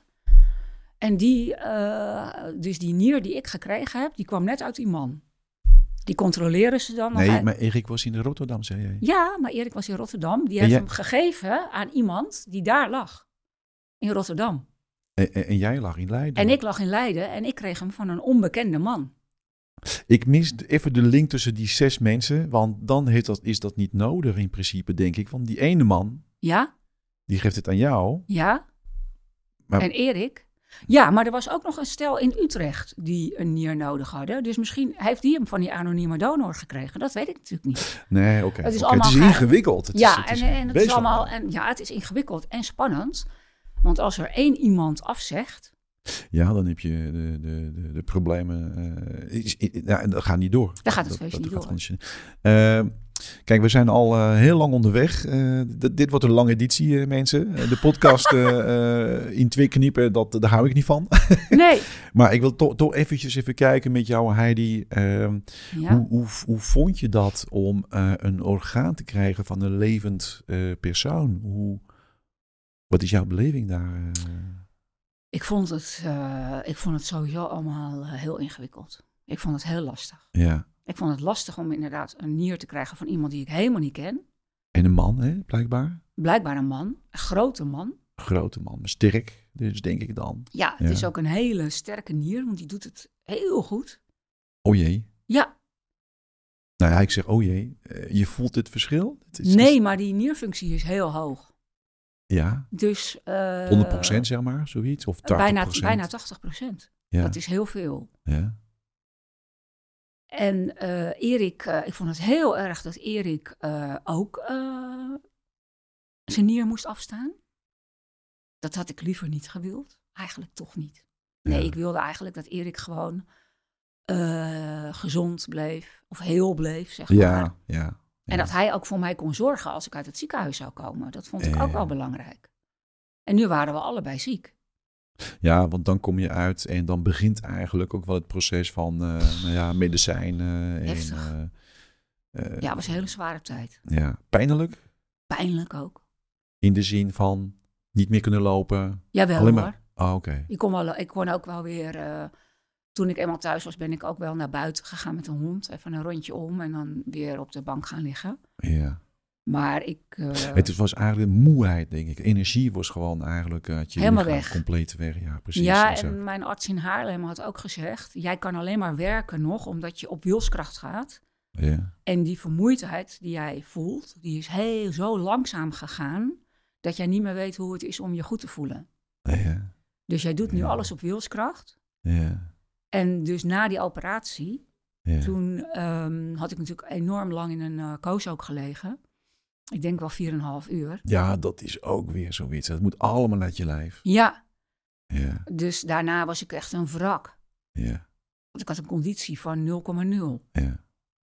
En die, uh, dus die nier die ik gekregen heb, die kwam net uit die man. Die controleren ze dan. Nee, hij... maar Erik was in Rotterdam, zei jij. Ja, maar Erik was in Rotterdam. Die heeft jij... hem gegeven aan iemand die daar lag. In Rotterdam. En, en, en jij lag in Leiden. En ik lag in Leiden en ik kreeg hem van een onbekende man. Ik mis even de link tussen die zes mensen, want dan heeft dat, is dat niet nodig in principe, denk ik. Want die ene man, ja? die geeft het aan jou. Ja, maar... en Erik. Ja, maar er was ook nog een stel in Utrecht die een nier nodig hadden. Dus misschien heeft die hem van die anonieme donor gekregen. Dat weet ik natuurlijk niet. Nee, oké. Okay. Het is, okay. Het is ingewikkeld. Het ja, is, het is en, en het is allemaal. En ja, het is ingewikkeld en spannend. Want als er één iemand afzegt. Ja, dan heb je de, de, de, de problemen. Uh, is, ja, dat gaat niet door. Dan gaat het dat, feestje dat niet door. Uh, kijk, we zijn al uh, heel lang onderweg. Uh, d- dit wordt een lange editie, uh, mensen. Uh, de podcast uh, uh, in twee kniepen, dat, daar hou ik niet van. Nee. Maar ik wil toch to- eventjes even kijken met jou, Heidi. Uh, ja. hoe, hoe, hoe vond je dat om uh, een orgaan te krijgen van een levend uh, persoon? Hoe, wat is jouw beleving daar? Uh? Ik vond het, uh, ik vond het sowieso allemaal uh, heel ingewikkeld. Ik vond het heel lastig. Ja. Ik vond het lastig om inderdaad een nier te krijgen van iemand die ik helemaal niet ken. En een man, hè, blijkbaar? Blijkbaar een man, een grote man. Een grote man, maar sterk, dus denk ik dan. Ja, het ja. is ook een hele sterke nier, want die doet het heel goed. O jee. Ja. Nou ja, ik zeg o jee. Uh, je voelt het verschil? Het is, nee, is... maar die nierfunctie is heel hoog. Ja. Dus... Uh, honderd procent zeg maar, zoiets? Of tachtig procent? Bijna, bijna tachtig procent. Ja. Dat is heel veel. Ja. En uh, Erik, uh, ik vond het heel erg dat Erik uh, ook uh, zijn nier moest afstaan. Dat had ik liever niet gewild. Eigenlijk toch niet. Nee, ja. Ik wilde eigenlijk dat Erik gewoon uh, gezond bleef. Of heel bleef, zeg maar. Ja, ja. Ja. En dat hij ook voor mij kon zorgen als ik uit het ziekenhuis zou komen. Dat vond ik ja. ook wel belangrijk. En nu waren we allebei ziek. Ja, want dan kom je uit en dan begint eigenlijk ook wel het proces van uh, nou ja, medicijnen. Heftig. En, uh, uh, ja, het was een hele zware tijd. Ja, pijnlijk? Pijnlijk ook. In de zin van niet meer kunnen lopen? Jawel Alleen hoor. Maar... Oh, oké. Okay. Ik, kon wel, ik kon ook wel weer... Uh, toen ik eenmaal thuis was, ben ik ook wel naar buiten gegaan met een hond. Even een rondje om en dan weer op de bank gaan liggen. Ja. Maar ik... Uh, het was eigenlijk moeheid, denk ik. Energie was gewoon eigenlijk... Uh, je helemaal weg. Compleet weg, ja, precies. Ja, en zo. Mijn arts in Haarlem had ook gezegd... jij kan alleen maar werken nog omdat je op wilskracht gaat. Ja. En die vermoeidheid die jij voelt... die is heel zo langzaam gegaan... dat jij niet meer weet hoe het is om je goed te voelen. Ja. Dus jij doet nu ja. alles op wilskracht. Ja. En dus na die operatie... Ja. toen um, had ik natuurlijk enorm lang in een uh, koos ook gelegen... Ik denk wel vier en een half uur. Ja, dat is ook weer zoiets. Dat moet allemaal uit je lijf. Ja. ja. Dus daarna was ik echt een wrak. Ja. Want ik had een conditie van nul komma nul. Ja.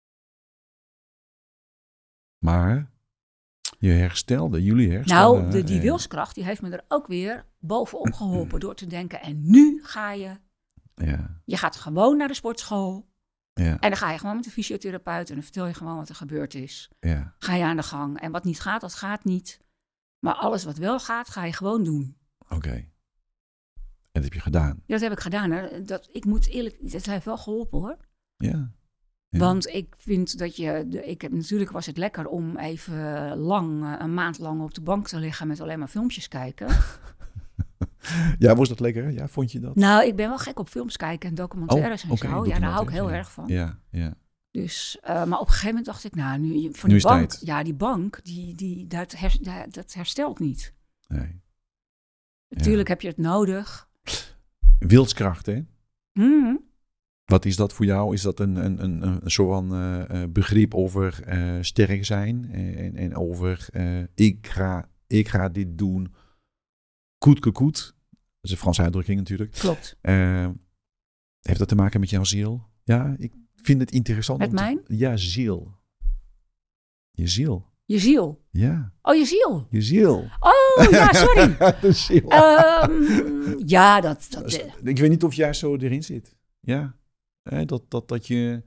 Maar je herstelde, jullie herstelden. Nou, de, die wilskracht die heeft me er ook weer bovenop geholpen door te denken... en nu ga je... Ja. Je gaat gewoon naar de sportschool... Ja. En dan ga je gewoon met de fysiotherapeut en dan vertel je gewoon wat er gebeurd is. Ja. Ga je aan de gang. En wat niet gaat, dat gaat niet. Maar alles wat wel gaat, ga je gewoon doen. Oké. Okay. En dat heb je gedaan? Ja, dat heb ik gedaan. Hè. Dat, ik moet eerlijk, dat heeft wel geholpen hoor. Ja. ja. Want ik vind dat je, ik heb, natuurlijk was het lekker om even lang, een maand lang op de bank te liggen met alleen maar filmpjes kijken. Ja, was dat lekker? Ja, vond je dat? Nou, ik ben wel gek op films kijken en documentaires oh, en okay, zo. Ja, daar hou ik heel ja. erg van. Ja, ja. Dus, uh, maar op een gegeven moment dacht ik, nou, nu van nu die bank, tijd. ja, die bank, die, die, dat, her, dat herstelt niet. Nee. Natuurlijk ja. heb je het nodig. Wilskracht, hè? Mm-hmm. Wat is dat voor jou? Is dat een, een, een, een soort van uh, begrip over uh, sterk zijn en, en over uh, ik, ga, ik ga dit doen, koet ke koet. Dat is een Franse uitdrukking natuurlijk. Klopt. Uh, heeft dat te maken met jouw ziel? Ja, ik vind het interessant. Met mijn? Te, ja, ziel. Je ziel. Je ziel? Ja. Oh, je ziel? Je ziel. Oh, ja, sorry. De ziel. Um, ja, dat... dat uh, ik weet niet of jij zo erin zit. Ja. Eh, dat, dat, dat je...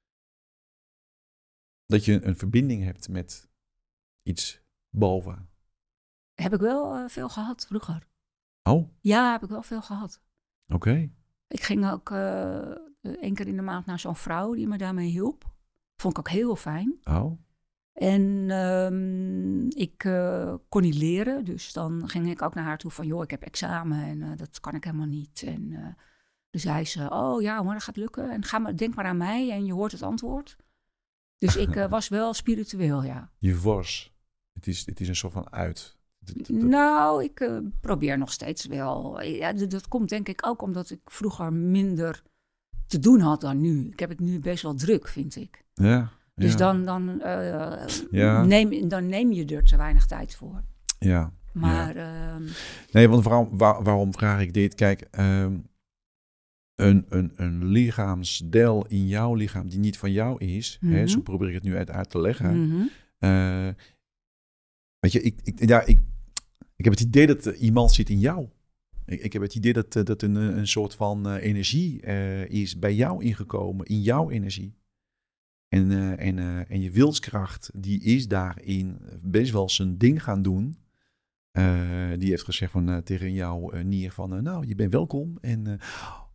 Dat je een verbinding hebt met iets boven. Heb ik wel uh, veel gehad vroeger. Oh? Ja, heb ik wel veel gehad. Oké. Okay. Ik ging ook uh, één keer in de maand naar zo'n vrouw die me daarmee hielp. Vond ik ook heel fijn. Oh. En um, ik uh, kon niet leren, dus dan ging ik ook naar haar toe van... joh, ik heb examen en uh, dat kan ik helemaal niet. En uh, toen zei ze, oh ja, maar dat gaat lukken. En ga maar, denk maar aan mij en je hoort het antwoord. Dus ik uh, was wel spiritueel, ja. Je was. Het is, het is een soort van uit. Dat, dat... Nou, ik uh, probeer nog steeds wel. Ja, dat, dat komt denk ik ook omdat ik vroeger minder te doen had dan nu. Ik heb het nu best wel druk, vind ik. Ja. Dus ja. dan, dan, uh, ja. neem, dan neem je er te weinig tijd voor. Ja. Maar... Ja. Uh, nee, want waarom, waar, waarom vraag ik dit? Kijk, um, een, een, een lichaamsdeel in jouw lichaam die niet van jou is... Mm-hmm. Hè, zo probeer ik het nu uit, uit te leggen. Mm-hmm. Uh, weet je, ik, ik, ja, ik, ik heb het idee dat uh, iemand zit in jou. Ik, ik heb het idee dat, uh, dat een, een soort van uh, energie uh, is bij jou ingekomen, in jouw energie. En, uh, en, uh, en je wilskracht, die is daarin best wel zijn ding gaan doen. Uh, die heeft gezegd van, uh, tegen jouw uh, nier van, uh, nou, je bent welkom. En uh,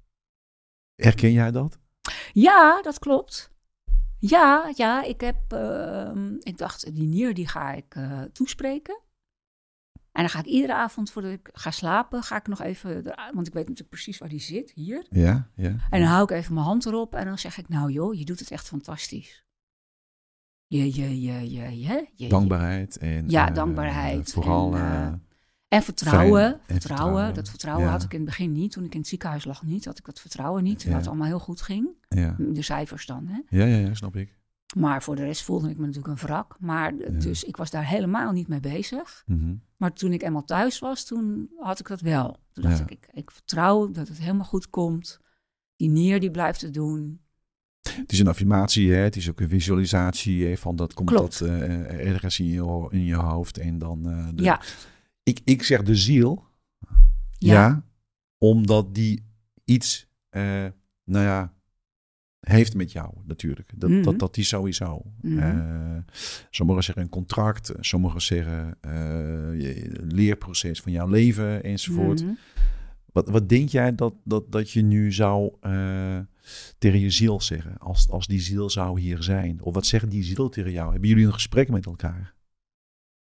herken jij dat? Ja, dat klopt. Ja, ja, ik heb, uh, ik dacht, die nier die ga ik uh, toespreken. En dan ga ik iedere avond voordat ik ga slapen, ga ik nog even, want ik weet natuurlijk precies waar die zit, hier. Ja, ja. En dan hou ik even mijn hand erop en dan zeg ik, nou joh, je doet het echt fantastisch. Je, je, je, je, je, je dankbaarheid. En, ja, uh, dankbaarheid. Vooral... En, uh, uh, en vertrouwen. En vertrouwen. vertrouwen. Dat vertrouwen ja. had ik in het begin niet. Toen ik in het ziekenhuis lag niet, had ik dat vertrouwen niet. Terwijl ja. het allemaal heel goed ging. Ja. De cijfers dan, hè. Ja, ja, ja, snap ik. Maar voor de rest voelde ik me natuurlijk een wrak. Maar ja. Dus ik was daar helemaal niet mee bezig. Mm-hmm. Maar toen ik eenmaal thuis was, toen had ik dat wel. Toen dacht ja. ik, ik, ik vertrouw dat het helemaal goed komt. Die nier die blijft het doen. Het is een affirmatie, hè? Het is ook een visualisatie hè? Van dat komt Klopt. dat uh, ergens in je, in je hoofd. En dan uh, de, ja. ik, ik zeg de ziel. Ja. ja omdat die iets, uh, nou ja, heeft met jou natuurlijk. Dat, mm-hmm. dat, dat die sowieso. Mm-hmm. Uh, sommigen zeggen een contract. Sommigen zeggen uh, je leerproces van jouw leven enzovoort. Mm-hmm. Wat, wat denk jij dat, dat, dat je nu zou uh, tegen je ziel zeggen? Als, als die ziel zou hier zijn. Of wat zegt die ziel tegen jou? Hebben jullie een gesprek met elkaar?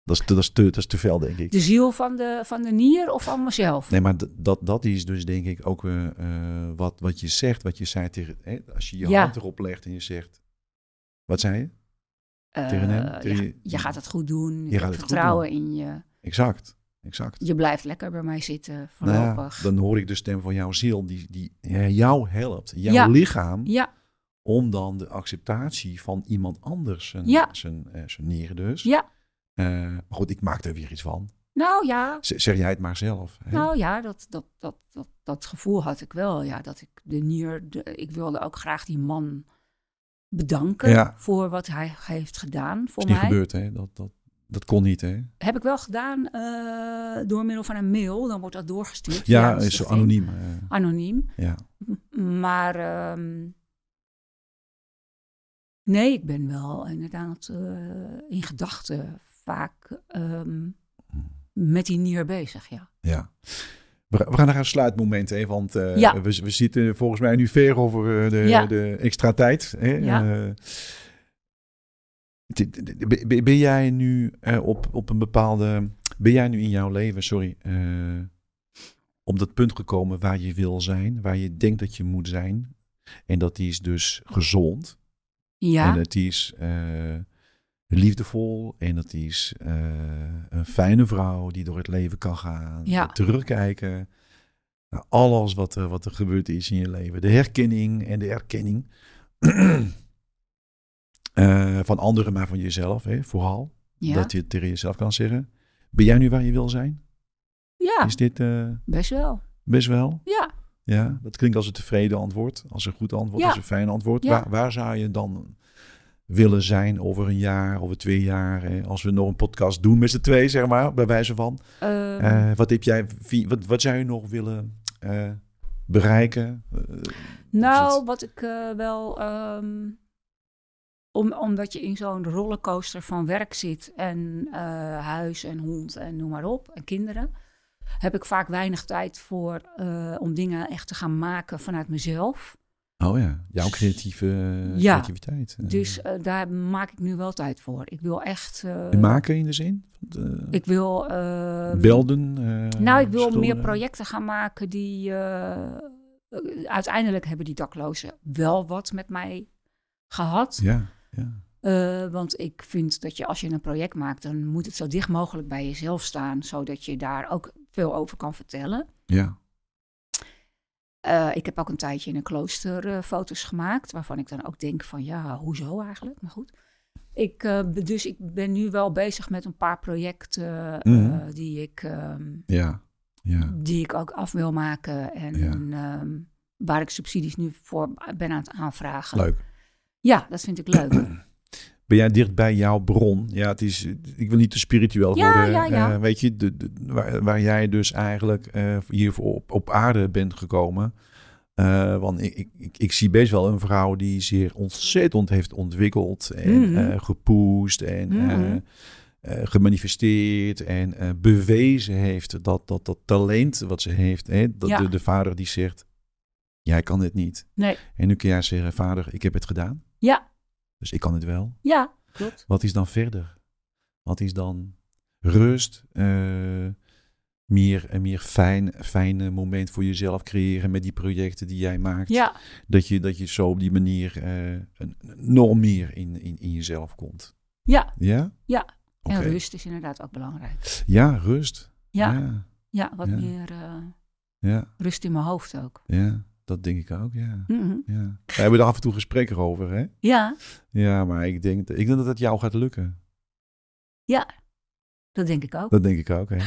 Dat is, te, dat, is te, dat is te veel, denk ik. De ziel van de, van de nier of van mezelf? Nee, maar d- dat, dat is dus denk ik ook uh, uh, wat, wat je zegt, wat je zei tegen... Hè, als je je Ja. hand erop legt en je zegt... Wat zei je? Uh, tegen hem? Tegen ja, je, je gaat het goed doen. Je Je gaat hebt het vertrouwen goed doen. in je. Exact, exact. Je blijft lekker bij mij zitten Nou voorlopig. ja, dan hoor ik de stem van jouw ziel die, die ja, jou helpt. Jouw Ja. lichaam... Ja, Om dan de acceptatie van iemand anders, zijn, Ja. zijn, uh, zijn nieren dus. ja. Uh, maar goed, ik maak er weer iets van. Nou ja. Z- zeg jij het maar zelf. Hè? Nou ja, dat, dat, dat, dat, dat gevoel had ik wel. Ja, dat ik de nier... De, ik wilde ook graag die man bedanken Ja. voor wat hij heeft gedaan voor is niet mij. gebeurd, hè? Dat, dat, dat kon niet, hè? Heb ik wel gedaan uh, door middel van een mail. Dan wordt dat doorgestuurd. Ja, is zo anoniem. Uh, anoniem. Ja. Maar... Um, nee, ik ben wel inderdaad uh, in gedachten vaak um, met die nier bezig, ja. Ja. We, we gaan naar een sluitmoment, hè, want uh, ja. we, we zitten volgens mij nu ver over uh, de, ja. de extra tijd. Hè? Ja. Uh, ben, ben jij nu uh, op, op een bepaalde... Ben jij nu in jouw leven, sorry, uh, op dat punt gekomen waar je wil zijn, waar je denkt dat je moet zijn? En dat is dus gezond. Ja. En het is uh, liefdevol. En het is uh, een fijne vrouw die door het leven kan gaan. Ja. Terugkijken naar alles wat er, wat er gebeurd is in je leven. De herkenning en de erkenning. uh, van anderen, maar van jezelf. Hè, vooral. Ja. Dat je het tegen jezelf kan zeggen. Ben jij nu waar je wil zijn? Ja. Is dit... Uh, best wel. Best wel? Ja. Ja, dat klinkt als een tevreden antwoord. Als een goed antwoord, ja. als een fijn antwoord. Ja. Waar, waar zou je dan willen zijn over een jaar, over twee jaar? Hè? Als we nog een podcast doen met z'n twee, zeg maar, bij wijze van. Um, uh, wat, heb jij, wat, wat zou je nog willen uh, bereiken? Uh, nou, wat ik uh, wel... Um, om, omdat je in zo'n rollercoaster van werk zit en uh, huis en hond en noem maar op, en kinderen... heb ik vaak weinig tijd voor uh, om dingen echt te gaan maken vanuit mezelf. Oh ja, jouw creatieve uh, ja, creativiteit. Uh. Dus uh, daar maak ik nu wel tijd voor. Ik wil echt... Uh, maken in de zin? De ik wil... Uh, belden? Uh, nou, ik wil schilderen. meer projecten gaan maken die... Uh, uiteindelijk hebben die daklozen wel wat met mij gehad. Ja, ja. Uh, want ik vind dat je als je een project maakt, dan moet het zo dicht mogelijk bij jezelf staan, zodat je daar ook veel over kan vertellen. Ja. Uh, ik heb ook een tijdje in een klooster uh, foto's gemaakt, waarvan ik dan ook denk van ja, hoezo eigenlijk? Maar goed. Ik, uh, dus ik ben nu wel bezig met een paar projecten mm. uh, die, ik, um, ja. Ja. die ik ook af wil maken en ja. um, waar ik subsidies nu voor ben aan het aanvragen. Leuk. Ja, dat vind ik leuk. Ben jij dicht bij jouw bron? Ja, het is, ik wil niet te spiritueel ja, worden. Ja, ja. Uh, weet je, de, de, waar, waar jij dus eigenlijk uh, hier op, op aarde bent gekomen. Uh, want ik, ik, ik zie best wel een vrouw die zich ontzettend heeft ontwikkeld en mm-hmm. uh, gepusht en mm-hmm. uh, uh, gemanifesteerd en uh, bewezen heeft dat, dat dat talent wat ze heeft, hè, dat ja. de, de vader die zegt, jij kan het niet. Nee. En nu kun jij zeggen, vader, ik heb het gedaan. Ja. Dus ik kan het wel. Ja, klopt. Wat is dan verder? Wat is dan rust? Uh, meer een meer fijn, fijne moment voor jezelf creëren met die projecten die jij maakt. Ja. Dat je, dat je zo op die manier uh, een, nog meer in, in, in jezelf komt. Ja. Ja? Ja. En okay. rust is inderdaad ook belangrijk. Ja, rust. Ja. Ja, ja wat ja. meer uh, ja. rust in mijn hoofd ook. Ja. Dat denk ik ook, ja. Mm-hmm. ja. We hebben er af en toe gesprekken over, hè? Ja. Ja, maar ik denk, ik denk dat het jou gaat lukken. Ja, dat denk ik ook. Dat denk ik ook, hè?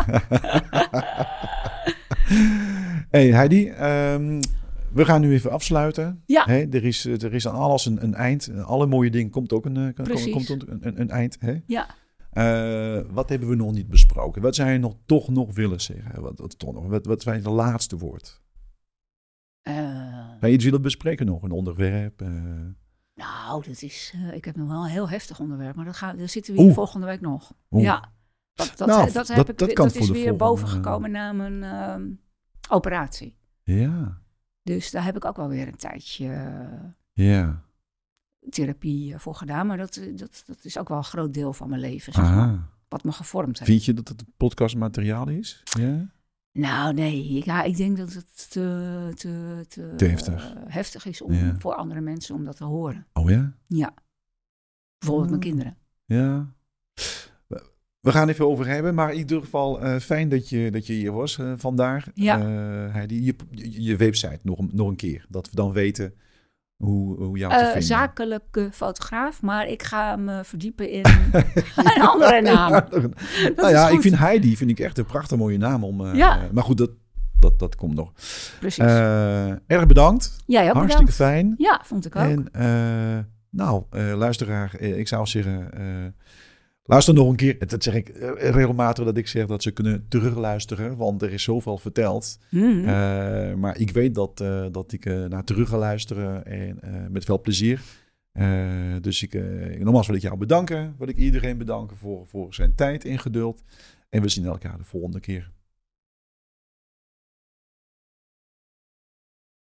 Hey Heidi, um, we gaan nu even afsluiten. Ja. Hey, er, is, er is aan alles een, een eind. Alle mooie dingen komt ook een, een, komt een, een, een eind. Hè? Ja. Uh, wat hebben we nog niet besproken? Wat zou je nog, toch nog willen zeggen? Wat, wat, toch nog, wat, wat zijn je laatste woord? Uh, Ga je iets willen bespreken nog? Een onderwerp? Uh... Nou, dat is, uh, ik heb nog wel een heel heftig onderwerp, maar dat, gaan, daar zitten we hier volgende week nog. Oeh. Ja, dat, dat, nou, dat, heb dat, ik, dat, dat, kan dat is weer volgende, bovengekomen uh... na mijn uh, operatie. Ja. Dus daar heb ik ook wel weer een tijdje uh, ja. therapie uh, voor gedaan, maar dat, dat, dat is ook wel een groot deel van mijn leven. Zeg maar. wat me gevormd heeft. Vind je dat het podcastmateriaal is? Ja? Nou, nee. Ik, ja, ik denk dat het te, te, te, Te heftig. uh, heftig is om, Ja. voor andere mensen om dat te horen. Oh ja? Ja. Bijvoorbeeld Oh. mijn kinderen. Ja. We gaan even over hebben, maar in ieder geval uh, fijn dat je, dat je hier was uh, vandaag. Ja. Uh, Heidi, je, je, je website nog, nog een keer, dat we dan weten hoe, hoe jou te Uh, vinden. zakelijke fotograaf, maar ik ga me verdiepen in een andere naam. Nou ja, ik vind Heidi vind ik echt een prachtig mooie naam om. Uh, Ja. uh, maar goed, dat, dat, dat komt nog. Precies. Uh, erg bedankt. Jij ook Hartstikke bedankt. fijn. Ja, vond ik ook. En uh, nou, uh, luisteraar, uh, ik zou zeggen, uh, luister nog een keer. Dat zeg ik uh, regelmatig dat ik zeg dat ze kunnen terugluisteren, want er is zoveel verteld. Mm-hmm. Uh, maar ik weet dat, uh, dat ik uh, naar terug ga luisteren en uh, met veel plezier. Uh, dus ik, uh, nogmaals wil ik jou bedanken. Wil ik iedereen bedanken voor, voor zijn tijd en geduld. En we zien elkaar de volgende keer.